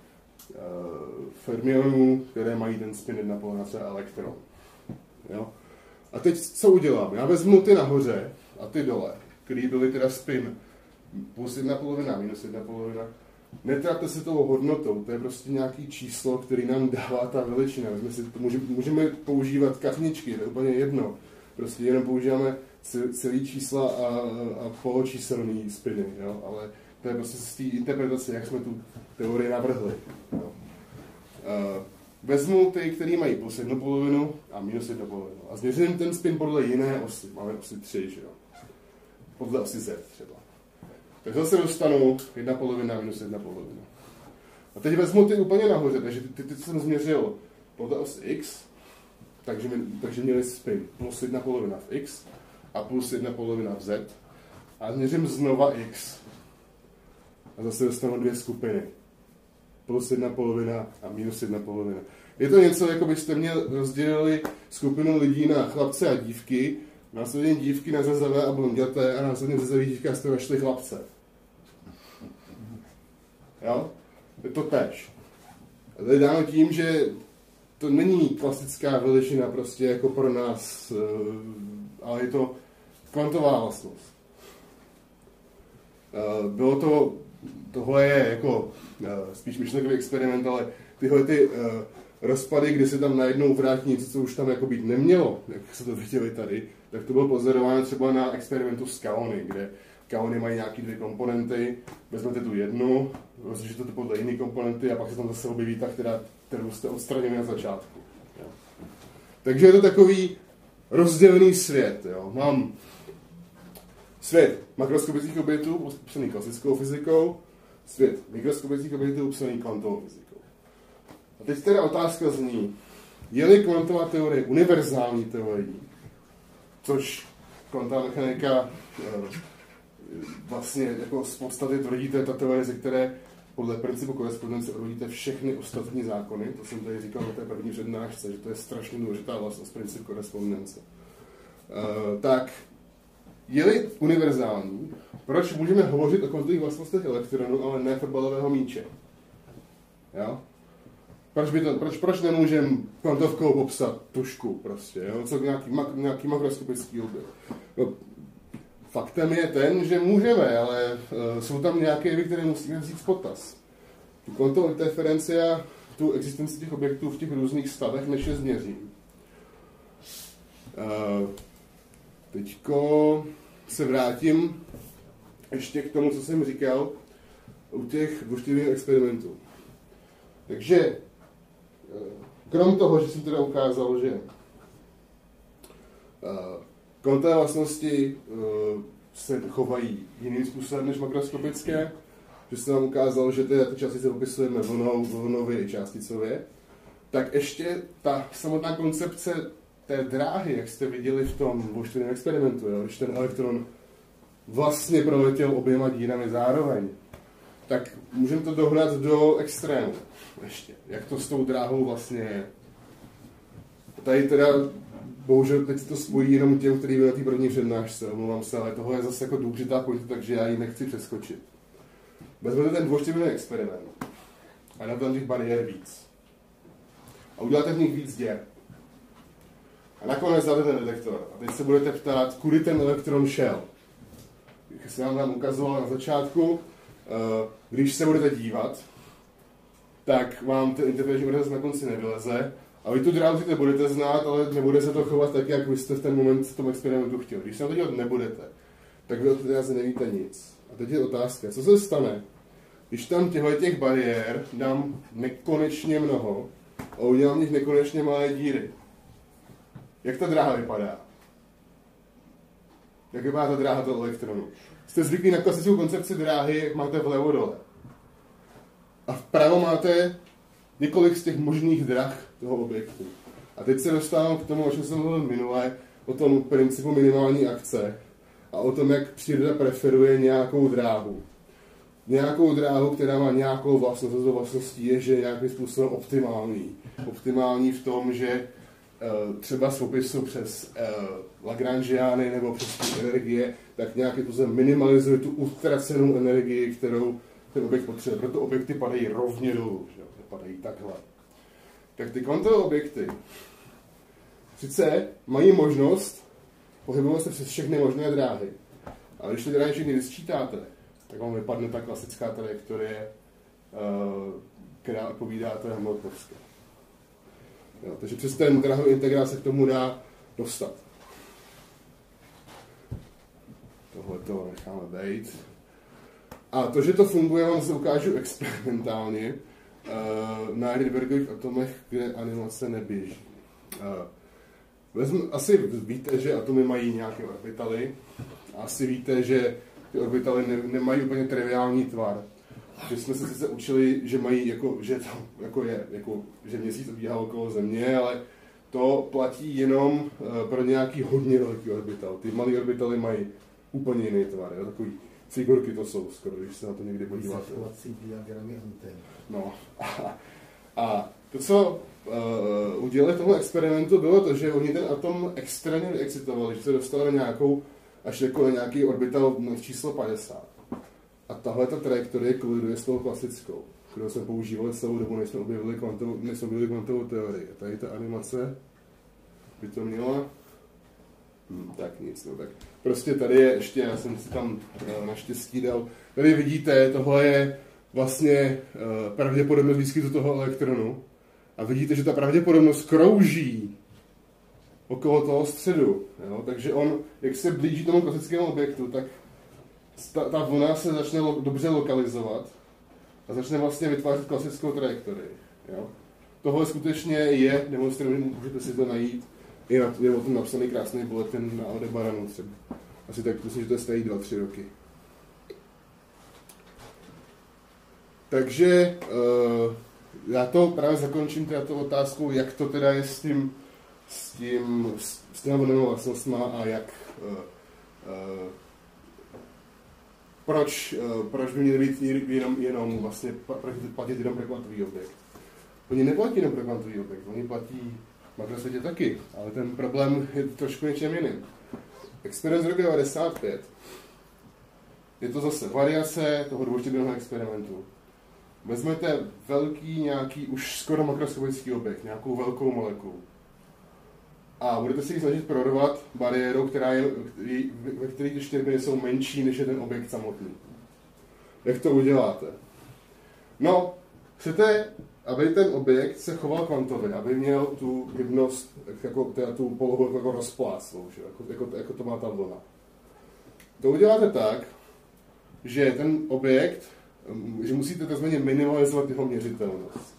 fermionů, které mají ten spin 1,5 elektron. Jo? A teď co udělám? Já vezmu ty nahoře a ty dole, který byly teda spin plus 1,5, minus 1,5. Netrapte se tou hodnotou, to je prostě nějaký číslo, který nám dává ta veličina. Můžeme používat kachničky, to je úplně jedno. Prostě jenom používáme celý čísla a poločíselný spiny, jo? Ale to je prostě z té interpretace, jak jsme tu teorii navrhli. Jo? Vezmu ty, který mají plus 1,5 a minus 1,5. A změřím ten spin podle jiné osy. Máme osy 3, že jo? Podle osy Z třeba. Tak zase dostanu 1,5 a minus 1,5. A teď vezmu ty úplně nahoře, takže ty co jsem změřil podle osy X, takže měli spin plus 1,5 v X a plus 1,5 v Z. A změřím znova X. A zase dostanu dvě skupiny. Plus 1,5 a minus 1,5. Je to něco, jako byste rozdělili skupinu lidí na chlapce a dívky následně dívky nařezavé a blonděté a následně řezavé dívky jste našli chlapce. Jo? Je to též. A to je dáno tím, že to není klasická veličina prostě jako pro nás, ale je to kvantová vlastnost. Tohle je jako spíš myšlenkový experiment, ale tyhle ty rozpady, kdy se tam najednou vrátí něco, co už tam jako být nemělo, jak se to viděli tady, tak to bylo pozorováno třeba na experimentu s kaony, kde kaony mají nějaké 2 komponenty, vezmete tu jednu, rozlišíte to podle jiné komponenty a pak se tam zase objeví ta, kterou jste odstranili na začátku. Jo. Takže je to takový rozdělený svět. Jo. Mám svět makroskopických objektů, upsaný klasickou fyzikou, svět mikroskopických objektů, upsaný kvantovou fyzikou. A teď teda otázka zní, je-li kvantová teorie univerzální teorií, což kvantová mechanika vlastně jako z podstaty tvrdí, to je ta teorie, ze které podle principu korespondence odvodíte všechny ostatní zákony, to jsem tady říkal na té první přednášce, že to je strašně důležitá vlastnost princip korespondence. Tak je-li univerzální, proč můžeme hovořit o kvantových vlastnostech elektronu, ale ne fotbalového míče? Jo? Proč nemůžeme kvantovkou popsat tušku prostě, jo? Co nějaký makroskopický objekt? No, faktem je ten, že můžeme, ale jsou tam nějaké jevy, které musíme vzít v potaz. Tu kvantovou interferenci a tu existenci těch objektů v těch různých stavech, než je změřím. Teďko se vrátím ještě k tomu, co jsem říkal u těch dvouštěvých experimentů. Takže krom toho, že jsem teda ukázal, že kvantové vlastnosti se chovají jiným způsobem než makroskopické, že jsem vám ukázal, že ty částice popisujeme vlnově i částicově, tak ještě ta samotná koncepce té dráhy, jak jste viděli v tom dvouštěvém experimentu, jo, když ten elektron vlastně proletěl oběma dírami zároveň, tak můžeme to dohnat do extrému ještě, jak to s tou dráhou vlastně je. Tady teda, bohužel teď to spojí jenom těm, kteří byli na té první přednášce, omlouvám se, ale tohle je zase jako důležitá pointa, takže já ji nechci přeskočit. Vezmete ten dvouštěvný experiment a dáte tam těch bariér víc. A uděláte v nich víc děr. A nakonec dáte ten detektor. A teď se budete ptát, kudy ten elektron šel. Jak jsem vám tam ukazoval na začátku, když se budete dívat, tak vám ten interferenční obraz na konci nevyleze. A vy tu dráhu sice budete znát, ale nebude se to chovat tak, jak vy jste v ten moment v tom experimentu chtěli. Když se na to dělat nebudete, tak vy o té dráze nevíte nic. A teď je otázka, co se stane, když tam těch bariér dám nekonečně mnoho a udělám v nich nekonečně malé díry. Jak ta dráha vypadá? Jak vypadá ta dráha toho elektronu? Jste zvyklí na klasickou koncepci dráhy, jak máte vlevo dole. A vpravo máte několik z těch možných drah toho objektu. A teď se dostávám k tomu, o čem jsem mluvil minule, o tom principu minimální akce a o tom, jak příroda preferuje nějakou dráhu. Nějakou dráhu, která má nějakou vlastnost. To vlastností je, že je nějakým způsobem optimální. Optimální v tom, že třeba z popisu přes Lagrangiány nebo přes tu energie, tak nějakým způsobem minimalizuje tu utracenou energii, kterou ten objekt potřebuje. Proto objekty padají rovně dolů, že? Padají takhle. Tak ty kvantové objekty sice mají možnost pohybovat se přes všechny možné dráhy, ale když ty dráhy všechny vysčítáte, tak vám vypadne ta klasická trajektorie, která odpovídá té hamiltonovské. Takže přes ten dráhový integrál se k tomu dá dostat. Tohle to necháme být. A to, že to funguje, vám se ukážu experimentálně na Rydbergových atomech, kde animace neběží. Asi víte, že atomy mají nějaké orbitaly. Asi víte, že ty orbitaly nemají úplně triviální tvar. Že jsme se sice učili, že mají že měsíc obíhá okolo Země, ale to platí jenom pro nějaký hodně velký orbital. Ty malé orbitaly mají úplně jiný tvar. Jo? Takový figurky to jsou skoro, když se na to někdy podíváte. Zachovací diagramy antén. No. A To, co udělali v tomhle experimentu, bylo to, že oni ten atom extrémně vyexcitovali, že se dostali na nějakou, až jako na nějaký orbital číslo 50. A tahle ta trajektorie koliduje s tou klasickou, kterou jsme používali celou dobu, než jsme objevili kvantovou teorii. A tady ta animace by to měla... tak nic, no tak. Prostě tady je ještě, já jsem si tam naštěstí dal, tady vidíte, tohle je vlastně pravděpodobnost výskytu toho elektronu. A vidíte, že ta pravděpodobnost krouží okolo toho středu. Jo? Takže on, jak se blíží tomu klasickému objektu, tak ta vlna se začne dobře lokalizovat a začne vlastně vytvářet klasickou trajektorii. Jo? Tohle skutečně je demonstrované, můžete si to najít. Je o tom napsaný krásný bulletin na Aldebaranu třeba. Asi tak, myslím, že to stojí 2-3 roky. Takže já to právě zakončím této otázkou, jak to teda je s těma vlnými vlastnostma a jak proč by měly být jenom vlastně platit jenom pro kvantový objekt. Oni neplatí jenom pro kvantový objekt, oni platí v makrosvětě taky, ale ten problém je trošku něčem jiným. Experiment z roku 1995 je to zase variace toho dvoučetného experimentu. Vezmete velký nějaký už skoro makroskopický objekt, nějakou velkou molekulu a budete si ji snažit prorvat bariérou, ve které ty štěrby jsou menší, než je ten objekt samotný. Jak to uděláte? No, chcete, aby ten objekt se choval kvantově, aby měl tu hybnost, tu polohu jako rozpláclou, jako to má ta vlna. To uděláte tak, že ten objekt, že musíte takzvaně minimalizovat jeho měřitelnost.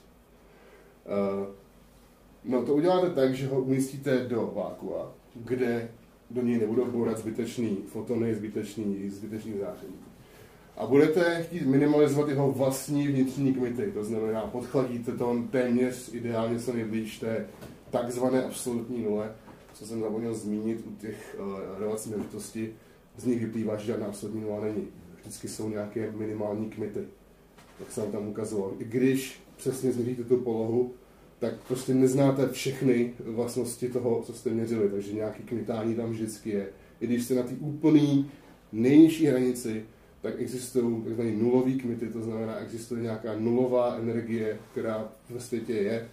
No to uděláte tak, že ho umístíte do vákua, kde do něj nebudou bourat zbytečný fotony, zbytečný záření. A budete chtít minimalizovat jeho vlastní vnitřní kmity, to znamená podchladíte to téměř ideálně co nejblíž té takzvané absolutní nule, co jsem zapomněl zmínit u těch relací nežitosti, z nich vyplývá, že žádná absolutní nula není. Vždycky jsou nějaké minimální kmity, jak jsem tam ukazoval. I když přesně změříte tu polohu, tak prostě neznáte všechny vlastnosti toho, co jste měřili, takže nějaký kmitání tam vždycky je. I když jste na té úplný nejnižší hranici, tak existují tzv. Nulový kmity, to znamená, existuje nějaká nulová energie, která ve světě je.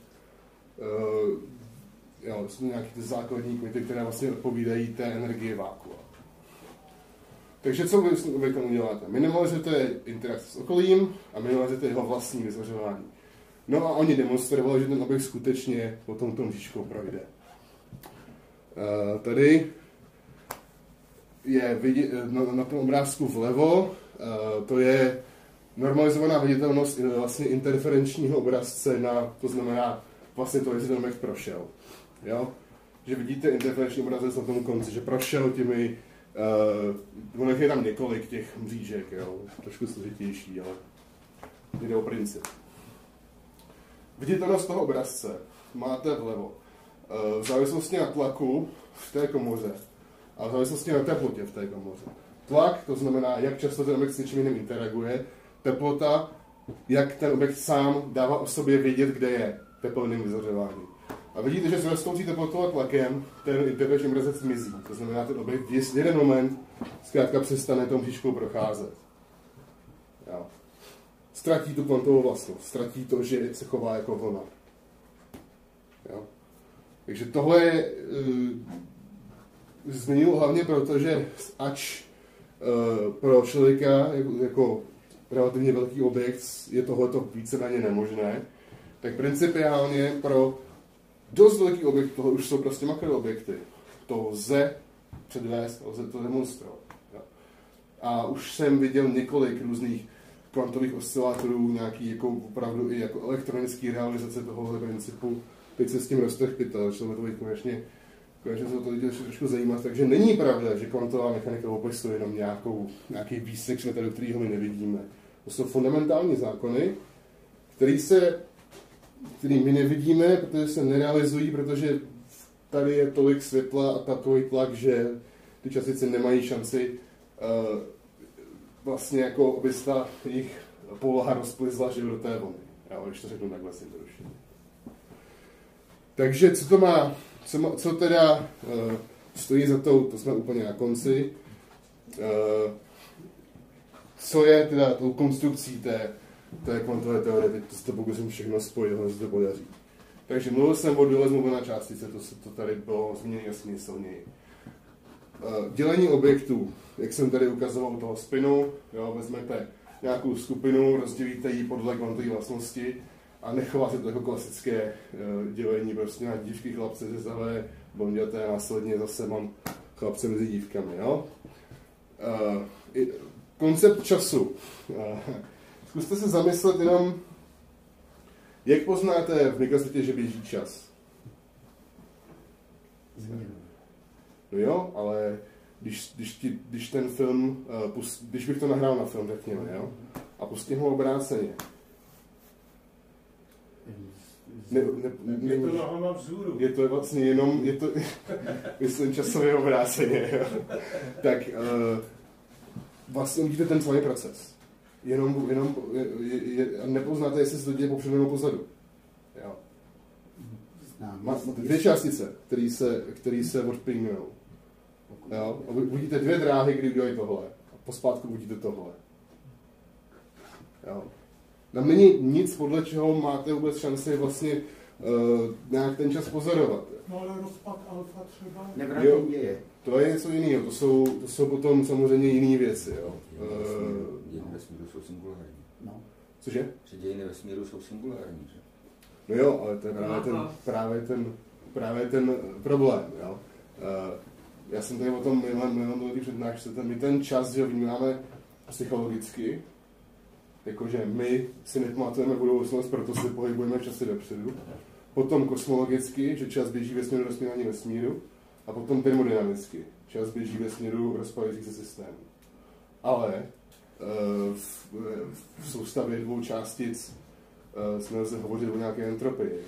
Jsou nějaké ty základní kmity, které vlastně odpovídají té energie vákua. Takže co vy tomu uděláte? Minimalizujete interakci s okolím a minimalizujete jeho vlastní vyzařování. No a oni demonstrovali, že ten objekt skutečně potom tou mřížkou projde. Tady je vidět, na tom obrázku vlevo, to je normalizovaná viditelnost vlastně interferenčního obrazce to znamená vlastně to, jestli ten objekt prošel. Jo? Že vidíte interferenční obrazec na tom konci, že prošel těmi, ono je tam několik těch mřížek, jo? Trošku složitější, ale jde o princip. Viditelnost toho obrazce máte vlevo. V závislosti na tlaku v té komoře a v závislosti na teplotě v té komoře. Tlak, to znamená, jak často ten objekt s něčím jiným interaguje. Teplota, jak ten objekt sám dává o sobě vědět, kde je teplným vyzařováním. A vidíte, že s rostoucí teplotou a tlakem ten interferenční obrazec zmizí. To znamená, ten objekt v jeden moment zkrátka přestane tou mřížkou procházet. Jo. Ztratí tu kvantovou vlastnost, ztratí to, že se chová jako vlna. Jo. Takže tohle je změnil hlavně proto, že ač pro člověka jako relativně velký objekt je tohleto víceméně nemožné, tak principiálně pro dost velký objekt, tohle už jsou prostě makroobjekty. To lze předvést, lze to demonstrovat. Jo. A už jsem viděl několik různých kvantových oscilátorů, nějaký jako opravdu i jako elektronický realizace tohohle principu. Teď se s tím roztrh pytel, začalo to být konečně se o to lidi trošku zajímat. Takže není pravda, že kvantová mechanika opisuje jenom nějaký výsek světa, do kterého my nevidíme. To jsou fundamentální zákony, který my nevidíme, protože se nerealizují, protože tady je tolik světla a takový tlak, že ty částice nemají šanci vlastně jako aby ta jejich poloha rozplizla, že do té vlny. Já když to řeknu takhle si to ruším. Takže co to má, co teda stojí za to jsme úplně na konci. Co je teda tou konstrukcí té kvantové teorie, teď to pokusím všechno spojit, ale se to podaří. Takže mluvil jsem o dole zmluvená částice, to tady bylo zmíněno jasně silněji. Dělení objektů, jak jsem tady ukazoval u toho spinu, jo, vezmete nějakou skupinu, rozdělíte ji podle kvantové vlastnosti a nechová se to jako klasické dělení, prostě na dívky, chlapce, řezavé, blonděté a následně zase mám chlapce mezi dívkami. Jo? Koncept času. Zkuste se zamyslet jenom, jak poznáte v mikrosvětě, že běží čas? No jo, ale když ten film, když bych to nahrál na film, řekněme, jo, a pustím ho obráceně. Je to nohama vzhůru. Je to vlastně jenom, myslím časově obráceně, jo. Tak vlastně vidíte ten celý proces. Jenom nepoznáte, jestli se to děje popředu nebo pozadu. Jo. Máte dvě částice, které se odplýnují. Jo? A uvidíte dvě dráhy, kdy udělají tohle. A pospátku uvidíte tohle. Jo? Tam není nic, podle čeho máte vůbec šanci vlastně nějak ten čas pozorovat. No ale rozpad alfa třeba? Nevratný děje. To je něco jiného, to jsou potom samozřejmě jiné věci. Jo? Dějiny vesmíru jsou singulární. No. Cože? Že dějiny vesmíru jsou singulární, že? No jo, ale to je právě ten problém. Jo? Já jsem tady o tom minulý přednášce, my ten čas, že vnímáme psychologicky, jakože my si nepamatujeme budoucnost, proto se pohybujeme v čase dopředu. Potom kosmologicky, že čas běží ve směru rozpínání vesmíru. A potom termodynamicky. Čas běží ve směru rozpadajících se systémů. Ale v soustavě dvou částic jsme zde hovořili o nějaké entropii.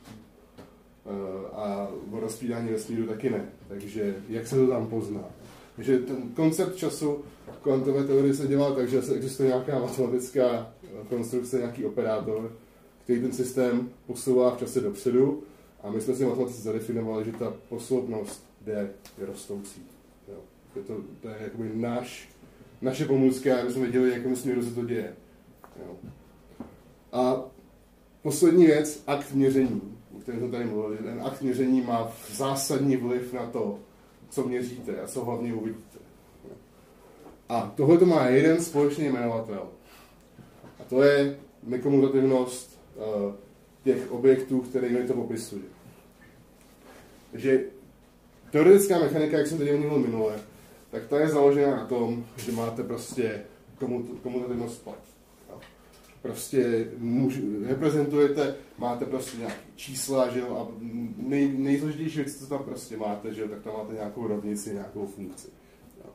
A o rozpínání vesmíru taky ne. Takže jak se to tam pozná? Takže ten koncept času kvantové teorie se dělá tak, že existuje nějaká matematická konstrukce, nějaký operátor, který ten systém posouvá v čase dopředu. A my jsme si matematicky zadefinovali, že ta posloupnost D je rostoucí. Jo. To je jakoby naše pomůcka, aby jsme věděli, jakým směru se to děje. Jo. A poslední věc, akt měření, o kterém jsme tady mluvili. Ten akt měření má zásadní vliv na to, co měříte a co hlavně uvidíte. Jo. A tohle to má jeden společný jmenovatel. A to je nekomutativnost těch objektů, kterými to popisuje. Takže teoretická mechanika, jak jsem tady mluvil minule, tak ta je založena na tom, že máte prostě komutativnost splat. Prostě reprezentujete, máte prostě nějaké čísla, že jo, a nejsložitější věc, co tam prostě máte, že jo, tak tam máte nějakou rovnici, nějakou funkci. Jo.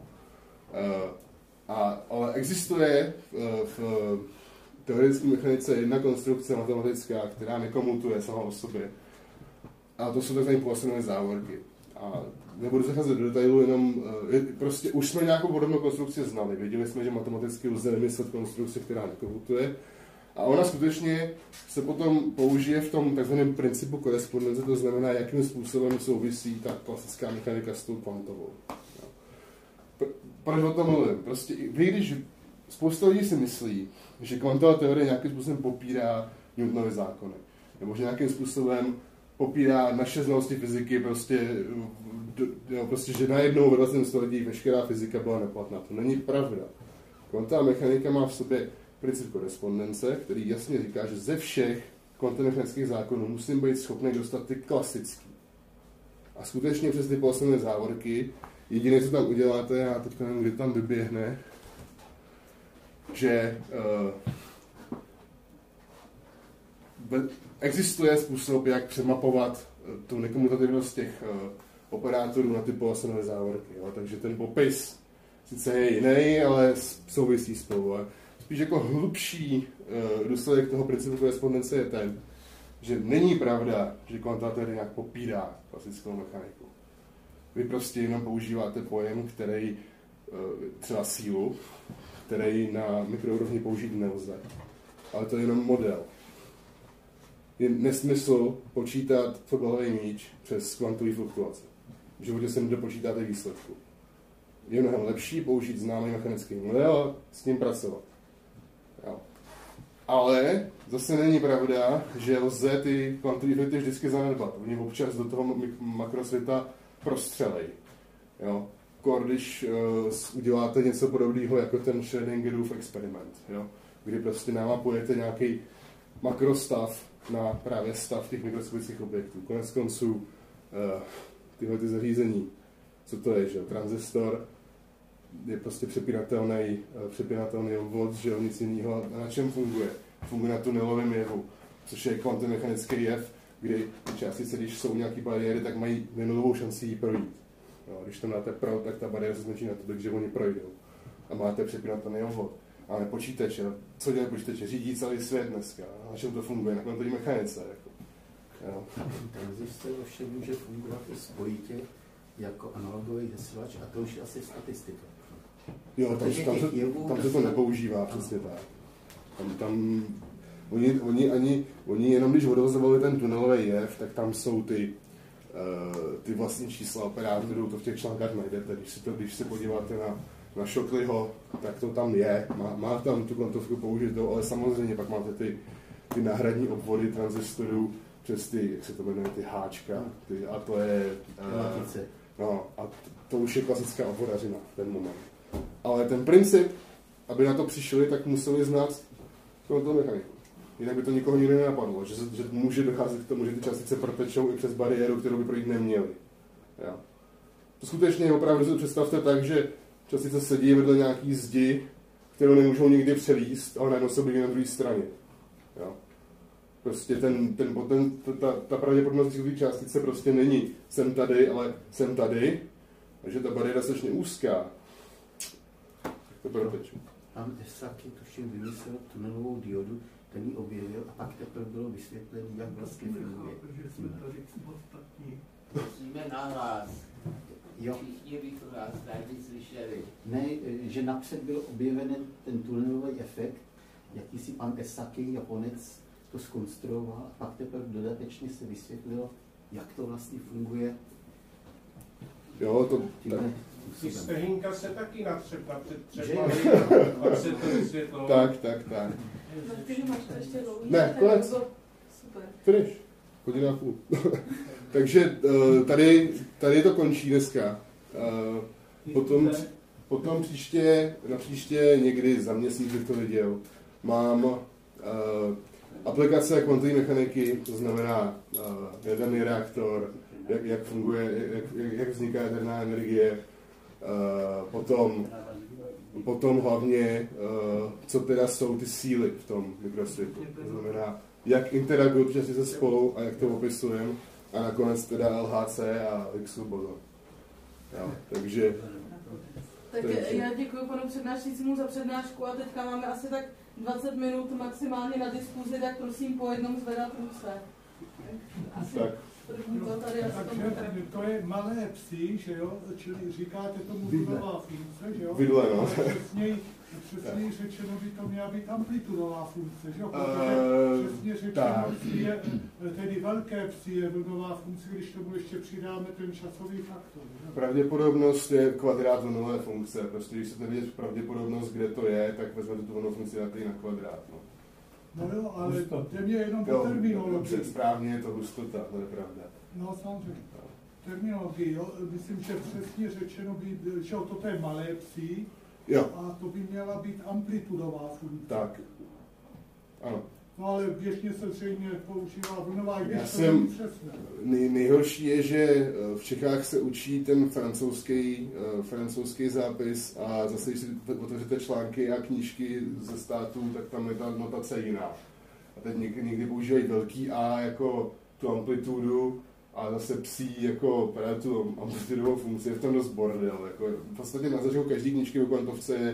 Ale existuje v teoretické mechanice jedna konstrukce matematická, která nekomutuje sama o sobě. A to jsou takzvané Poissonové závorky. A nebudu zacházet do detailu, jenom prostě už jsme nějakou podobnou konstrukci znali. Věděli jsme, že matematicky lze vymyslet konstrukci, která nekomutuje. A ona skutečně se potom použije v tom takzvaném principu korespondence, to znamená, jakým způsobem souvisí ta klasická mechanika s tou kvantovou. Proč o tom mluvím? Prostě když spousta lidí si myslí, že kvantová teorie nějakým způsobem popírá Newtonovy zákony. Nebo že nějakým způsobem popírá naše znalosti fyziky, prostě, že najednou v 20. století veškerá fyzika byla neplatná. To není pravda. Kvantová mechanika má v sobě princip korespondence, který jasně říká, že ze všech kvantových mechanických zákonů musím být schopný dostat ty klasický. A skutečně přes ty Poissonové závorky jediné, co tam uděláte, a teďka nevím, kdy tam vyběhne, že existuje způsob, jak přemapovat tu nekomutativnost těch operátorů na ty Poissonové závorky. Jo? Takže ten popis sice je jiný, ale souvisí spolu. A spíš jako hlubší důsledek toho principu korespondence je ten, že není pravda, že kvantová teorie nějak popírá klasickou mechaniku. Vy prostě jenom používáte pojem, který třeba sílu, který na mikroúrovni použít nelze. Ale to je jenom model. je nesmysl počítat fotbalový míč přes kvantový fluktuace. V životě se nedopočítáte výsledku. Je mnohem lepší použít známý mechanický model a s ním pracovat. Jo. Ale zase není pravda, že lze ty kvantové efekty vždycky zanedbat. Oni občas do toho makrosvěta prostřelej. Jo. Když uděláte něco podobného jako ten Schrödingerův experiment, jo. Kdy prostě námapujete nějaký makrostav na právě stav těch mikroskopických objektů. Konec konců tyhle ty zařízení, co to je, že tranzistor je prostě přepínatelný obvod, že jo, nic jiného. A na čem funguje? Funguje na tunelovém jevu, což je kvantový mechanický jev, kdy částice, když jsou nějaké bariéry, tak mají nulovou šanci jí projít. Jo, když tam dáte pro, tak ta bariéra se zmenší na to, že oni projdou. A máte přepínatelný obvod. Ale počítače, co dělají počítače? Řídí celý svět dneska. Na čem to funguje? Na kvantové mechanice. Jako. Tranzistor ovšem může fungovat i spojitě jako analogový zesilač a to už je asi statistika. Jo, tam se to nepoužívá, přesně tak. Oni jenom když odhazovali ten tunelový jev, tak tam jsou ty vlastní čísla operátorů, to v těch článkách najdete. Když si podíváte na Shockleyho, tak to tam je. Má tam tu kvantovku použitou, ale samozřejmě pak máte ty náhradní obvody tranzistorů přes ty, jak se to jmenuje, ty háčka. A to je... a to už je klasická obvodařina v ten moment. Ale ten princip, aby na to přišli, tak museli znát kvantovou mechaniku. Jinak by to nikoho nikdy nenapadlo, že může docházet k tomu, že ty částice protečou i přes bariéru, kterou by projít neměli. Jo. To skutečně opravdu si to představte tak, že částice sedí vedle nějaký zdi, kterou nemůžou nikdy přelíst, ale najednou se objeví na druhé straně. Jo. Prostě ta pravděpodobnost té částice prostě není jsem tady, ale jsem tady, takže ta bariéra je strašně úzká. To proteču. Pan Esaki tuším vymyslel tunelovou diodu, ten ji objevil a pak teprve bylo vysvětleno, jak vlastně funguje. Protože jsme tady ostatní. Musíme nahlas. Jo. Všichni bych vás tady slyšeli. Ne, že napřed byl objeven ten tunelový efekt, jaký si pan Esaki, Japonec, to zkonstruoval a pak teprve dodatečně se vysvětlilo, jak to vlastně funguje. Jo, to... Stehinka se taky natřepla před třeba a se to vysvětlo. Tak. Ne, konec. Super. Finish. Hodina a půl. Takže tady to končí dneska. Potom příště někdy za měsíc bych to viděl. Mám aplikace kvantové mechaniky, to znamená jaderný reaktor, jak funguje, jak vzniká jaderná energie, potom hlavně, co teda jsou ty síly v tom mikrosvětu. To znamená, jak interagují ty částice spolu a jak to opisujeme. A nakonec teda LHC a Higgsův bozon. Takže... Tak já děkuji panu přednášejícímu za přednášku a teďka máme asi tak 20 minut maximálně na diskuzi, tak prosím po jednom zvedat ruce. Asi první to tady asi takže to je malé psi, že jo? Čili říkáte tomu vidlová funkce, že jo? Vidle, no. Přesněji řečeno by to měla být amplitudová funkce, že jo? Přesně řečeno je, tedy velké psi je vlnová funkce, když tomu ještě přidáme ten časový faktor. Že? Pravděpodobnost je kvadrát vlnové funkce. Prostě když chcete vidět pravděpodobnost, kde to je, tak vezmete tu vlnovou funkci dáte na kvadrát. No jo, ale to mě jenom po terminologii. Správně je to hustota, to je pravda. No samozřejmě. Terminologii, jo? Myslím, že přesně řečeno by, že toto je malé psi, jo. A to by měla být amplitudová funkce. Tak. Ano. No ale běžně se zřejmě používá vlnová, když to není přesné. Nejhorší je, že v Čechách se učí ten francouzský zápis a zase, když si otevřete články a knížky ze států, tak tam je ta notace jiná. A teď někdy používají velký A jako tu amplitudu a zase psí jako právě tu amplitudovou funkci, je v tom dost bordel. Jako, v podstatě na začátku každý knížky o kvantovce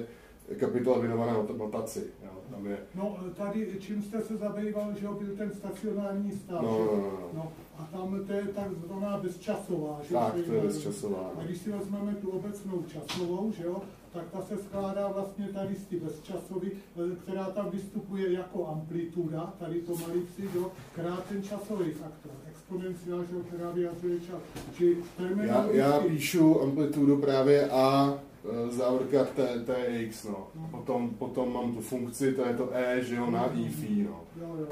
kapitola věnovaná notaci. Jo, tam je. No, tady, čím jste se zabýval, že byl ten stacionární stav. No, a tam to je takzvaná bezčasová. Že? Tak, to je bezčasová. A když si vezmeme tu obecnou časovou, že jo, tak ta se skládá vlastně tady z ty bezčasový, která tam vystupuje jako amplituda, tady to malici, jo, krát ten časový faktor, exponenciál, že jo, která vyjadřuje čas. Já píšu amplitudu právě A závorka TX, no. Potom mám tu funkci, to je to E, že jo, na I phi, no. Jo.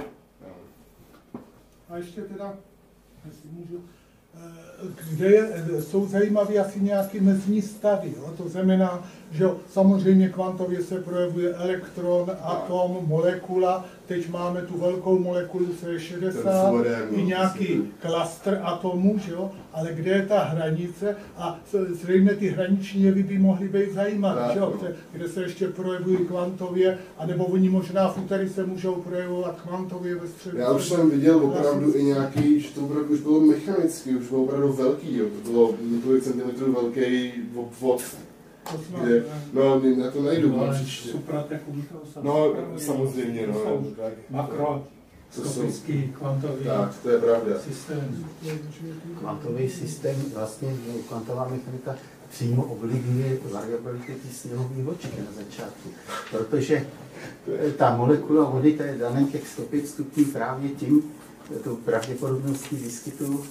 A ještě teda, jestli můžu, kde jsou zajímavé asi nějaké mezní stavy, jo? To znamená, že samozřejmě kvantově se projevuje elektron, atom, molekula, teď máme tu velkou molekulu C60 i nějaký klastr atomů, že jo? Ale kde je ta hranice a zřejmě ty hraniční jevy by mohly být zajímavé, že jo? Kde se ještě projevují kvantově, anebo oni možná futery se můžou projevovat kvantově ve středu. Já už jsem viděl opravdu i nějaký, že to opravdu už bylo mechanicky, už bylo opravdu velký, jo? To bylo několik centimetrů velký obvod. No, já to najdu. No, samozřejmě, no. Makro, skopický, kvantový. Tak, to je pravda. Systém. Kvantový systém, vlastně kvantová mechanika přímo ovlivňuje variability té sněhové vločky na začátku. Protože ta molekula vody, to je daný těch 105 stupňů právě tím, tou pravděpodobností výskytu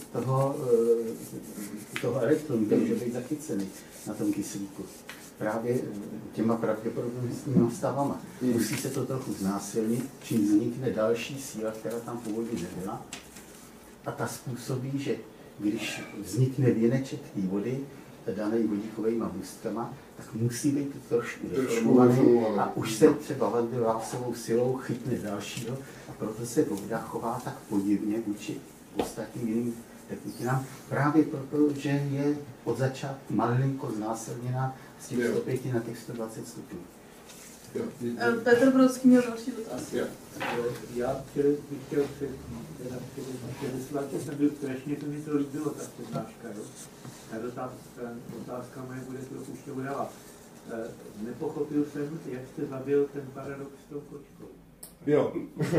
toho elektronu, který může být zachycený na tom kyslíku. Právě těma pravděpodobnostníma stavama. Musí se to trochu znásilnit, čím vznikne další síla, která tam původně nebyla. A ta způsobí, že když vznikne věneček té vody, daný vodíkovými hustkama, tak musí být trošku deformovaný a už se třeba Vanderwaalsovou silou chytne dalšího a proto se voda chová tak podivně vůči ostatním jiným tekutinám, právě proto, že je od začátku malinko znásilněná z těch 105 na těch 120 stupňů. Petr Brodský měl další dotaz. Já bych chtěl předeslat, že jsem byl strašně, to mi to líbilo, ta přednáška. Ta otázka moje bude trochu šťourala. Nepochopil jsem, jak jste zabil ten paradox s tou kočkou. Jo,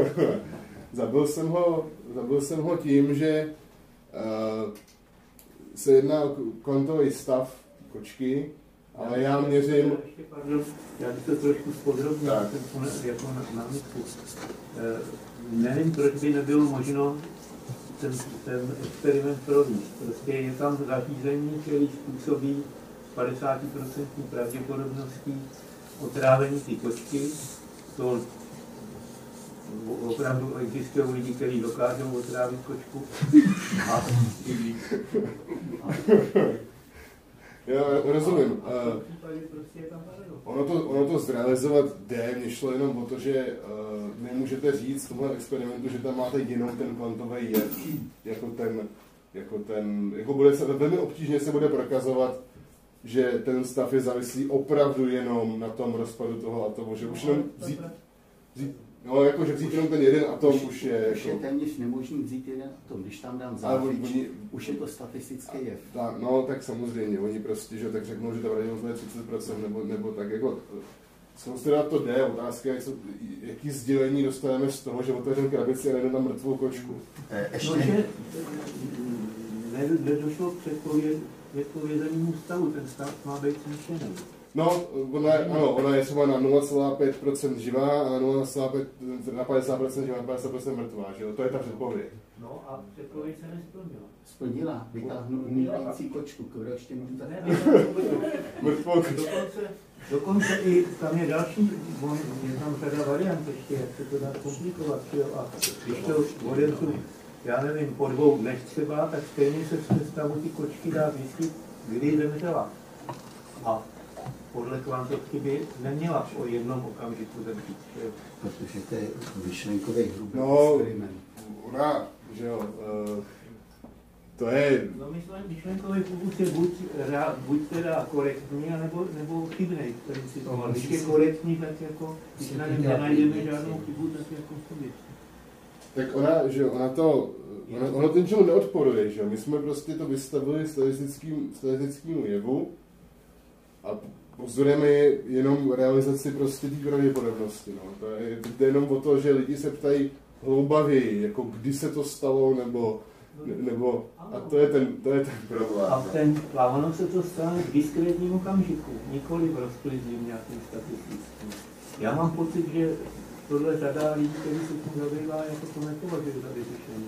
zabil jsem ho tím, že se jedná o kvantový stav kočky, ale já měřím... Já bych to trošku spodrobnil, jako námitku. Nevím, proč by nebylo možno ten experiment provést. Prostě je tam zařízení, který způsobí 50% pravděpodobností otrávení ty kočky. To opravdu existují lidi, kteří dokážou otrávit kočku. Já rozumím. Ono to zrealizovat jde, mně šlo jenom o to, že nemůžete říct v tomhle experimentu, že tam máte jenom ten kvantový jev, jako bude se, velmi obtížně se bude prokazovat, že ten stav je závislý opravdu jenom na tom rozpadu toho atomu, že už jenom no, jako, že vzít jenom ten jeden atom už je... Už je téměř nemožný vzít jeden atom, když tam dám záfič, už je to statistický jev. No, tak samozřejmě, oni prostě, že tak řeknou, že ta pravděpodobnost je 30%, nebo tak jako... Samozřejmě to jde, otázka je, jaký sdělení dostaneme z toho, že otevřeme krabici a najdeme tam mrtvou kočku. Ještě nedošlo k předpovězenému stavu, ten stav má být zničený. No, ona je třeba na 0,5% živá a na 50% živá, na 50% mrtvá, že jo? To je ta předpověď. No a předpověď se nesplnila. Splnila, vytáhnu umírající kočku, kterou ještě můžu tak... Mrtvou kočku. Dokonce i tam je další, je tam řada variant ještě, jak se to dá komplikovat, jo? A když to odemřu, já nevím, po 2 dnech třeba, tak stejně se v stavu ty kočky dá zjistit, kdy zemřela. A podle kvantovky by neměla o jednom okamžiku zemřít. Protože to je myšlenkový hrubý experiment. Ona, že jo, to je... No myšlenkový pokus je buď teda korektní, nebo chybný. Když je korektní, tak jako, když na něm nenajdeme žádnou chybu, tak jako skutečně. Tak ona, že jo, ona ten čemu neodporuje, že jo. My jsme prostě to vystavili statistickému jevu a pozorujeme jenom realizaci prostě té pravděpodobnosti. No. To jde jenom o to, že lidi se ptají hloubavěji, jako kdy se to stalo, nebo a to je ten problém. A ono se to stane v diskrétním okamžiku, nikoli v rozklizím nějakým statistickým. Já mám pocit, že tohle řada lidí, kteří se tím zabývá, jako to nepovažují za vyřešení.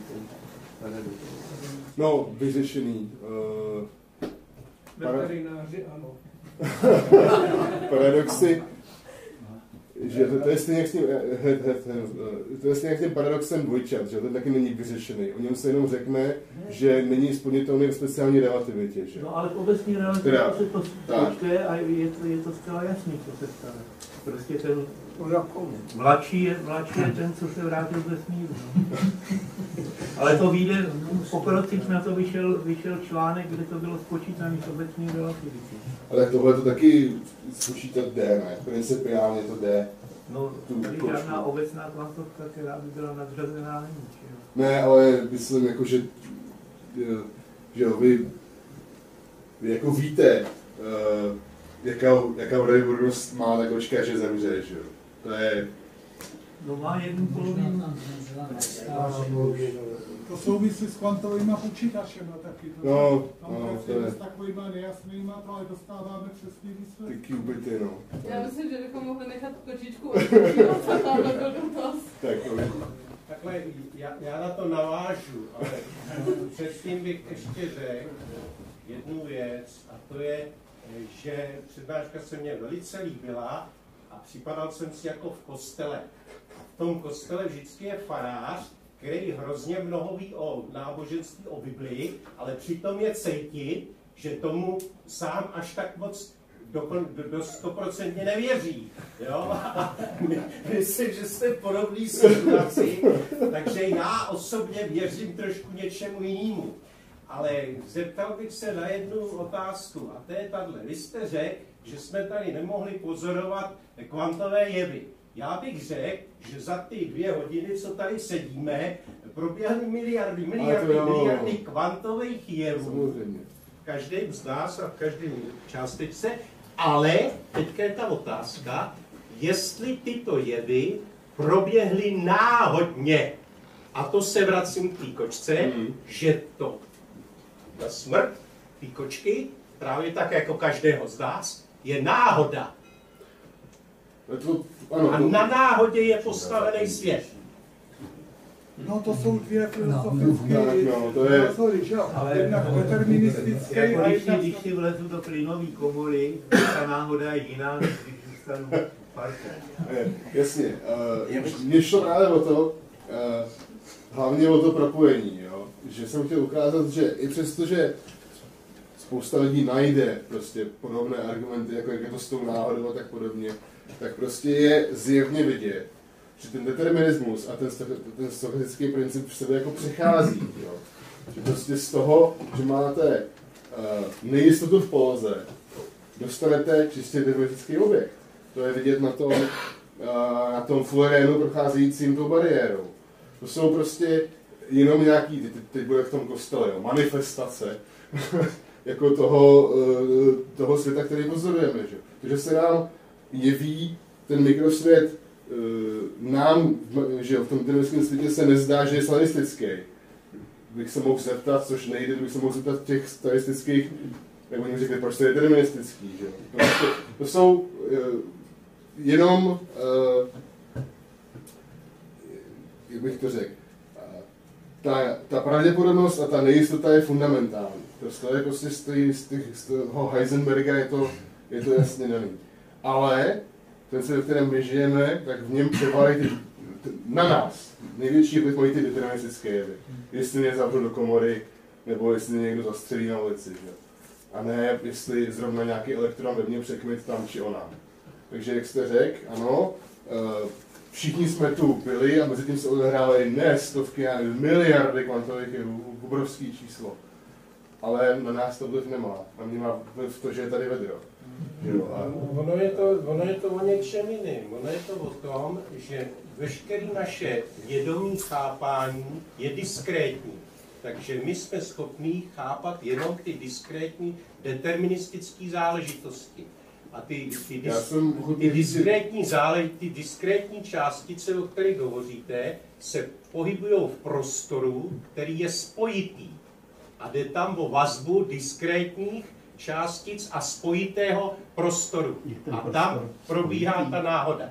No, vyřešený. Veterináři, ano. Paradoxy, že to je stejně jak s tím paradoxem dvojčat, že to taky není vyřešený. O něm se jenom řekne, že není splnitelný v speciální relativitě. Že? No ale v obecní relativitě se to počte a je to zcela jasný, co se stane. Prostě ten mladší je ten, co se vrátil z vesmíru. No. Ale to vyjde, po na to vyšel článek, kde to bylo spočítané z obecní relativity. Ale tak tohle to taky spočítat jde, ne? Principiálně to jde. No, tady žádná obecná kvantovka, která by byla nadřazená, není. Ne, ale myslím, jako, že vy jako víte, jaká pravděpodobnost má ta kočka, že zemře, že jo? To je... No má jednu polovinu. To souvisí s kvantovými počítačemi taky. Tam pracujeme s takovými nejasnými, ale dostáváme přesný výsledky. Ty qubity, no. Já myslím, že bychom mohli nechat kočičku odpočívat a tam do dotaz. Takhle, já na to navážu, ale předtím bych ještě řekl jednu věc, a to je, že přednáška se mně velice líbila a připadal jsem si jako v kostele. V tom kostele vždycky je farář, který hrozně mnoho ví o náboženství, o Biblii, ale přitom je cítit, že tomu sám až tak moc dost 100% nevěří. Jo? A myslím, že jste podobný situaci, takže já osobně věřím trošku něčemu jinému. Ale zeptal bych se na jednu otázku, a to je tahle. Vy jste řekl, že jsme tady nemohli pozorovat kvantové jevy. Já bych řekl, že za ty 2 hodiny, co tady sedíme, proběhly miliardy kvantových jevů. V každém z nás a v každém částečce. Ale teďka je ta otázka, jestli tyto jevy proběhly náhodně. A to se vracím k té kočce, že ta smrt té kočky, právě tak jako každého z nás, je náhoda. A na náhodě je postavený svět. No to jsou 2 filozofické názory, že jo? Jednak deterministické a jednak... Když si vlezu do plynové komory, ta náhoda je jiná, než když zůstanu v parku. Jasně. Mně šlo právě o to, hlavně o to propojení, jo? Že jsem chtěl ukázat, že i přesto, že spousta lidí najde prostě podobné argumenty, jako jak je to s tou náhodou a tak podobně, tak prostě je zjevně vidět, že ten determinismus a ten stochastický princip v sebe jako přechází. Jo? Že prostě z toho, že máte nejistotu v poloze, dostanete čistě deterministický objekt. To je vidět na tom fluorénu procházejícím tou bariérou. To jsou prostě jenom nějaký, teď bude v tom kostele, jo, manifestace jako toho světa, který pozorujeme. Že? Takže se nám jeví ten mikrosvět nám, že v tom deterministickém světě se nezdá, že je statistický. Bych se mohl zeptat, což nejde, bych se mohl zeptat těch statistických, jak oni řekli, proč to je deterministický. Že? To jsou jenom, jak bych to řekl, ta pravděpodobnost a ta nejistota je fundamentální. To je prostě z toho Heisenberga je to jasně daný. Ale ten svět, v kterém my žijeme, tak v něm převládají na nás největší vliv mají ty deterministické jevy. Jestli mě zavřu do komory, nebo jestli někdo zastřelí na ulici. Že? A ne, jestli zrovna nějaký elektron ve mně překmit tam či onám. Takže jak jste řekl, ano, všichni jsme tu byli a mezi tím se odehrávaly ne stovky, ale miliardy kvantových jevů, obrovský číslo. Ale na nás to vliv nemá. Na mě má vliv to, že je tady vedro. Ono je to o něčem jiným. Ono je to o tom, že veškeré naše vědomí chápání je diskrétní. Takže my jsme schopní chápat jenom ty diskrétní deterministické záležitosti. A ty diskrétní částice, o kterých hovoříte, se pohybují v prostoru, který je spojitý. A jde tam o vazbu diskrétních částic a spojitého prostoru. A tam probíhá ta náhoda.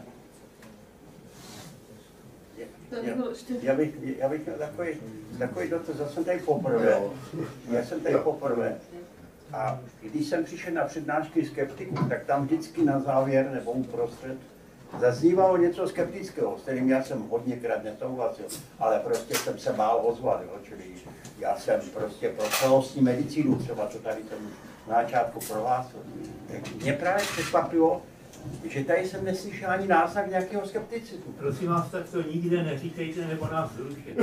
Já bych měl takový dotaz, já jsem tady poprvé. A když jsem přišel na přednášky skeptiků, tak tam vždycky na závěr nebo uprostřed zaznívalo něco skeptického, s kterým já jsem hodněkrát nesouhlasil, ale prostě jsem se bál ozvat, jo, čili já jsem prostě pro celostní medicínu, třeba to tady jsem na začátku prohlásil. Mě právě překvapilo, že tady jsem neslyšel ani náznak nějakého skepticismu. Prosím vás, tak to nikde neříkejte, nebo nás zrušit.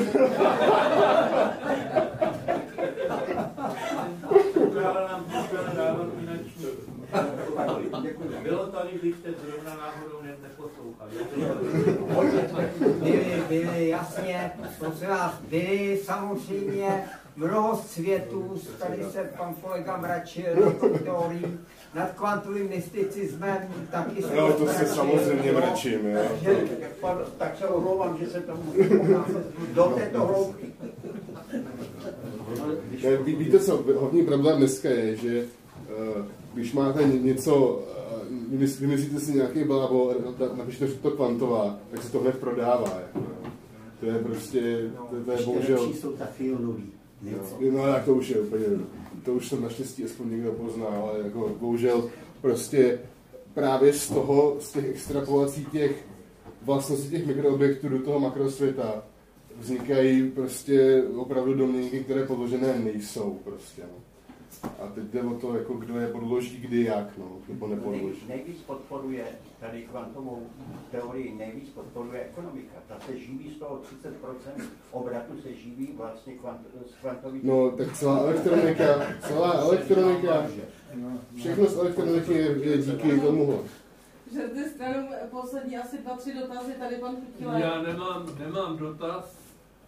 Bylo tady, když jste zrovna náhodou neposlouchali. Byli jasně, prosím vás, byli samozřejmě mnoho světů, tady se pan kolega mračil teorií, nad kvantovým mysticismem taky se... No, to se samozřejmě mračím, jo. Tak se omlouvám, že se tomu do této hloubky. Víte co, hlavní problém dneska je, že když máte něco, vymyslíte si nějaký blábol, napište, že to kvantová, tak se to hned prodává. To je prostě, to je bohužel... jsou ta fionový. No tak to už je úplně, to už jsem naštěstí aspoň někdo pozná, ale jako bohužel prostě právě z těch extrapolací těch vlastností těch mikroobjektů do toho makrosvěta vznikají prostě opravdu domněnky, které podložené nejsou prostě, no. A teď jde o to, jako kdo je podloží, kdy jak, no, nebo nepodloží. Nejvíc podporuje tady kvantovou teorii, nejvíc podporuje ekonomika. Ta se živí z toho 30% obratu se živí vlastně z kvantových... No, tak celá elektronika, všechno z elektroniky je díky tomuhle. Žerte stranu poslední asi 2-3 dotazy, tady pan Kutíla. Já nemám dotaz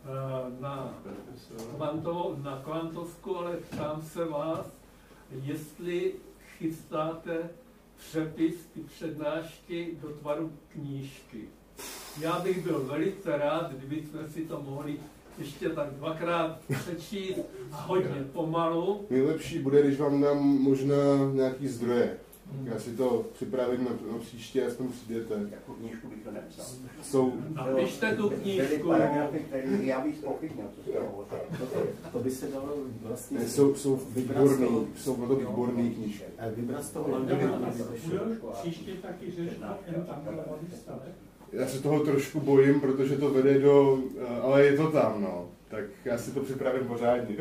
na kvantovku, ale ptám se vás, jestli chystáte přepis ty přednášky do tvaru knížky. Já bych byl velice rád, kdybychom si to mohli ještě tak 2krát přečíst a hodně pomalu. Nejlepší bude, když vám dám možná nějaký zdroje. Já si to připravím na příště, aspoň přijdete. Jako knížku bych to nepsal. Napište tu knížku. Paragrafy, který já bych spochybnil, co jste hovořil. To by se dalo vlastně... Jsou výborný knížky. Vybrat z toho Příště taky řešit entanglování stavek. Já se toho trošku bojím, protože to vede do... Ale je to tam, no. Tak já si to připravím pořádně.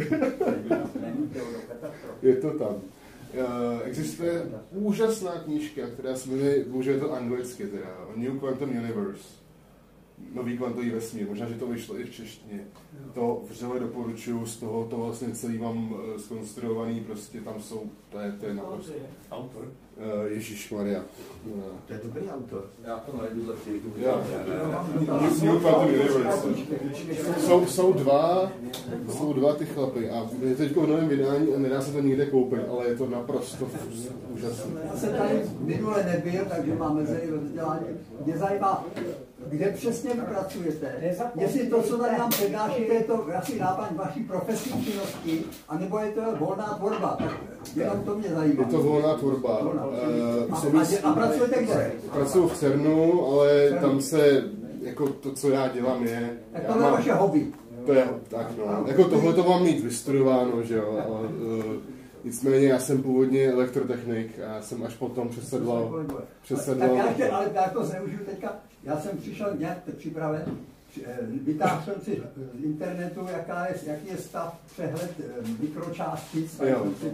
Je to tam. Existuje úžasná knížka, která se jmenuje, bohužel je to anglicky teda, New Quantum Universe. Nový kvantový vesmír, možná, že to vyšlo i v češtině. To vřele doporučuju, z toho to vlastně celý mám zkonstruovaný, prostě tam jsou, to je naprosto. Autor? Ježišmarja. To je dobrý autor. Já to najdu za chvíli. New Quantum Universe. Jsou dva ty chlapy a je teď v novém vydání a nedá se to nikde koupit, ale je to naprosto úžasné. Já jsem tady minule nebyl, takže mám mezery ve vzdělání. Mě zajímá, kde přesně vy pracujete? Jestli to, co tady nám přednášíte, je to asi náplň vaší profesní činnosti, anebo je to volná tvorba? Jenom to mě zajímá. Je to volná tvorba. A pracujete kde? Pracuji v CERNu, ale tam se, jako to, co já dělám, je... Tak to je vaše hobby. To je, tak no. Jako tohle to mám mít vystudováno, že jo, ale nicméně já jsem původně elektrotechnik a já jsem až potom přesedlal. Tak já ještě, ale já to zneužiju teďka, já jsem přišel nějak připraven, vytáhl jsem si z internetu, jaký je stav přehled mikročástic.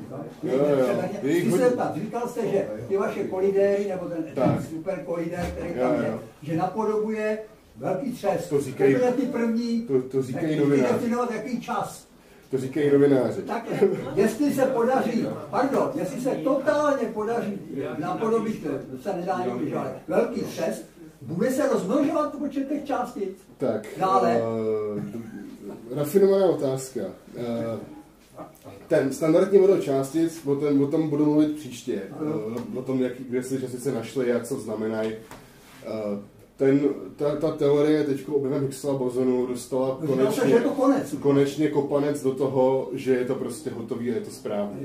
Říkal jste, že ty vaše kolidéry, nebo ten super kolidér, který tam je, že napodobuje velký třes. To říkají, ty první, to říkají novináři. Definovat jaký čas. To říkají novináři. Tak jestli se podaří, jestli se totálně podaří napodobit, to se nedá nikdy žádat, velký třes, bude se rozmnožovat počet těch částic? Tak, dále. Rafinovaná otázka. ten standardní model částic, o tom budu mluvit příště. O tom, kde se částice našly a co znamenají. Ta teorie teď objevem Higgsova bozonu dostala konečně kopanec do toho, že je to prostě hotový a je to správně.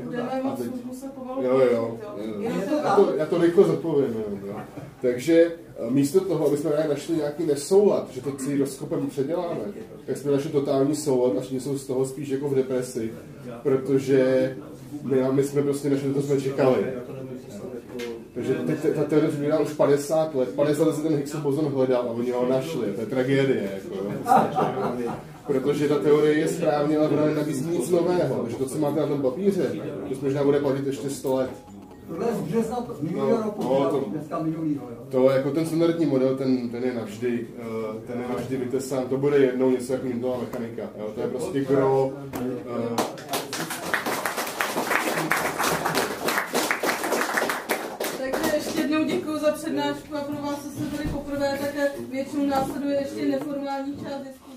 Já to rychle zodpovím. Takže místo toho, aby jsme našli nějaký nesoulad, že to celý rozkopem předěláme, tak jsme našli totální soulad a všichni jsou z toho spíš jako v depresi, protože my jsme prostě našli, to jsme čekali. Takže ta teorie vzbírá už 50 let. 50 let se ten Higgsův bozon hledal a oni ho našli. To je tragédie. Protože ta teorie je správně, ale právě nabízí nic nového. Takže to, co máte na tom papíře, to možná bude platit ještě 100 let. Tohle je z března minulého roku, dneska minulýho. To jako ten standardní model, ten je navždy vytesán. To bude jednou něco jako Newtonova mechanika. Jo? To je prostě gro. Děkuji za přednášku a pro vás, co jste byli poprvé, tak většinou následuje ještě neformální část diskuse.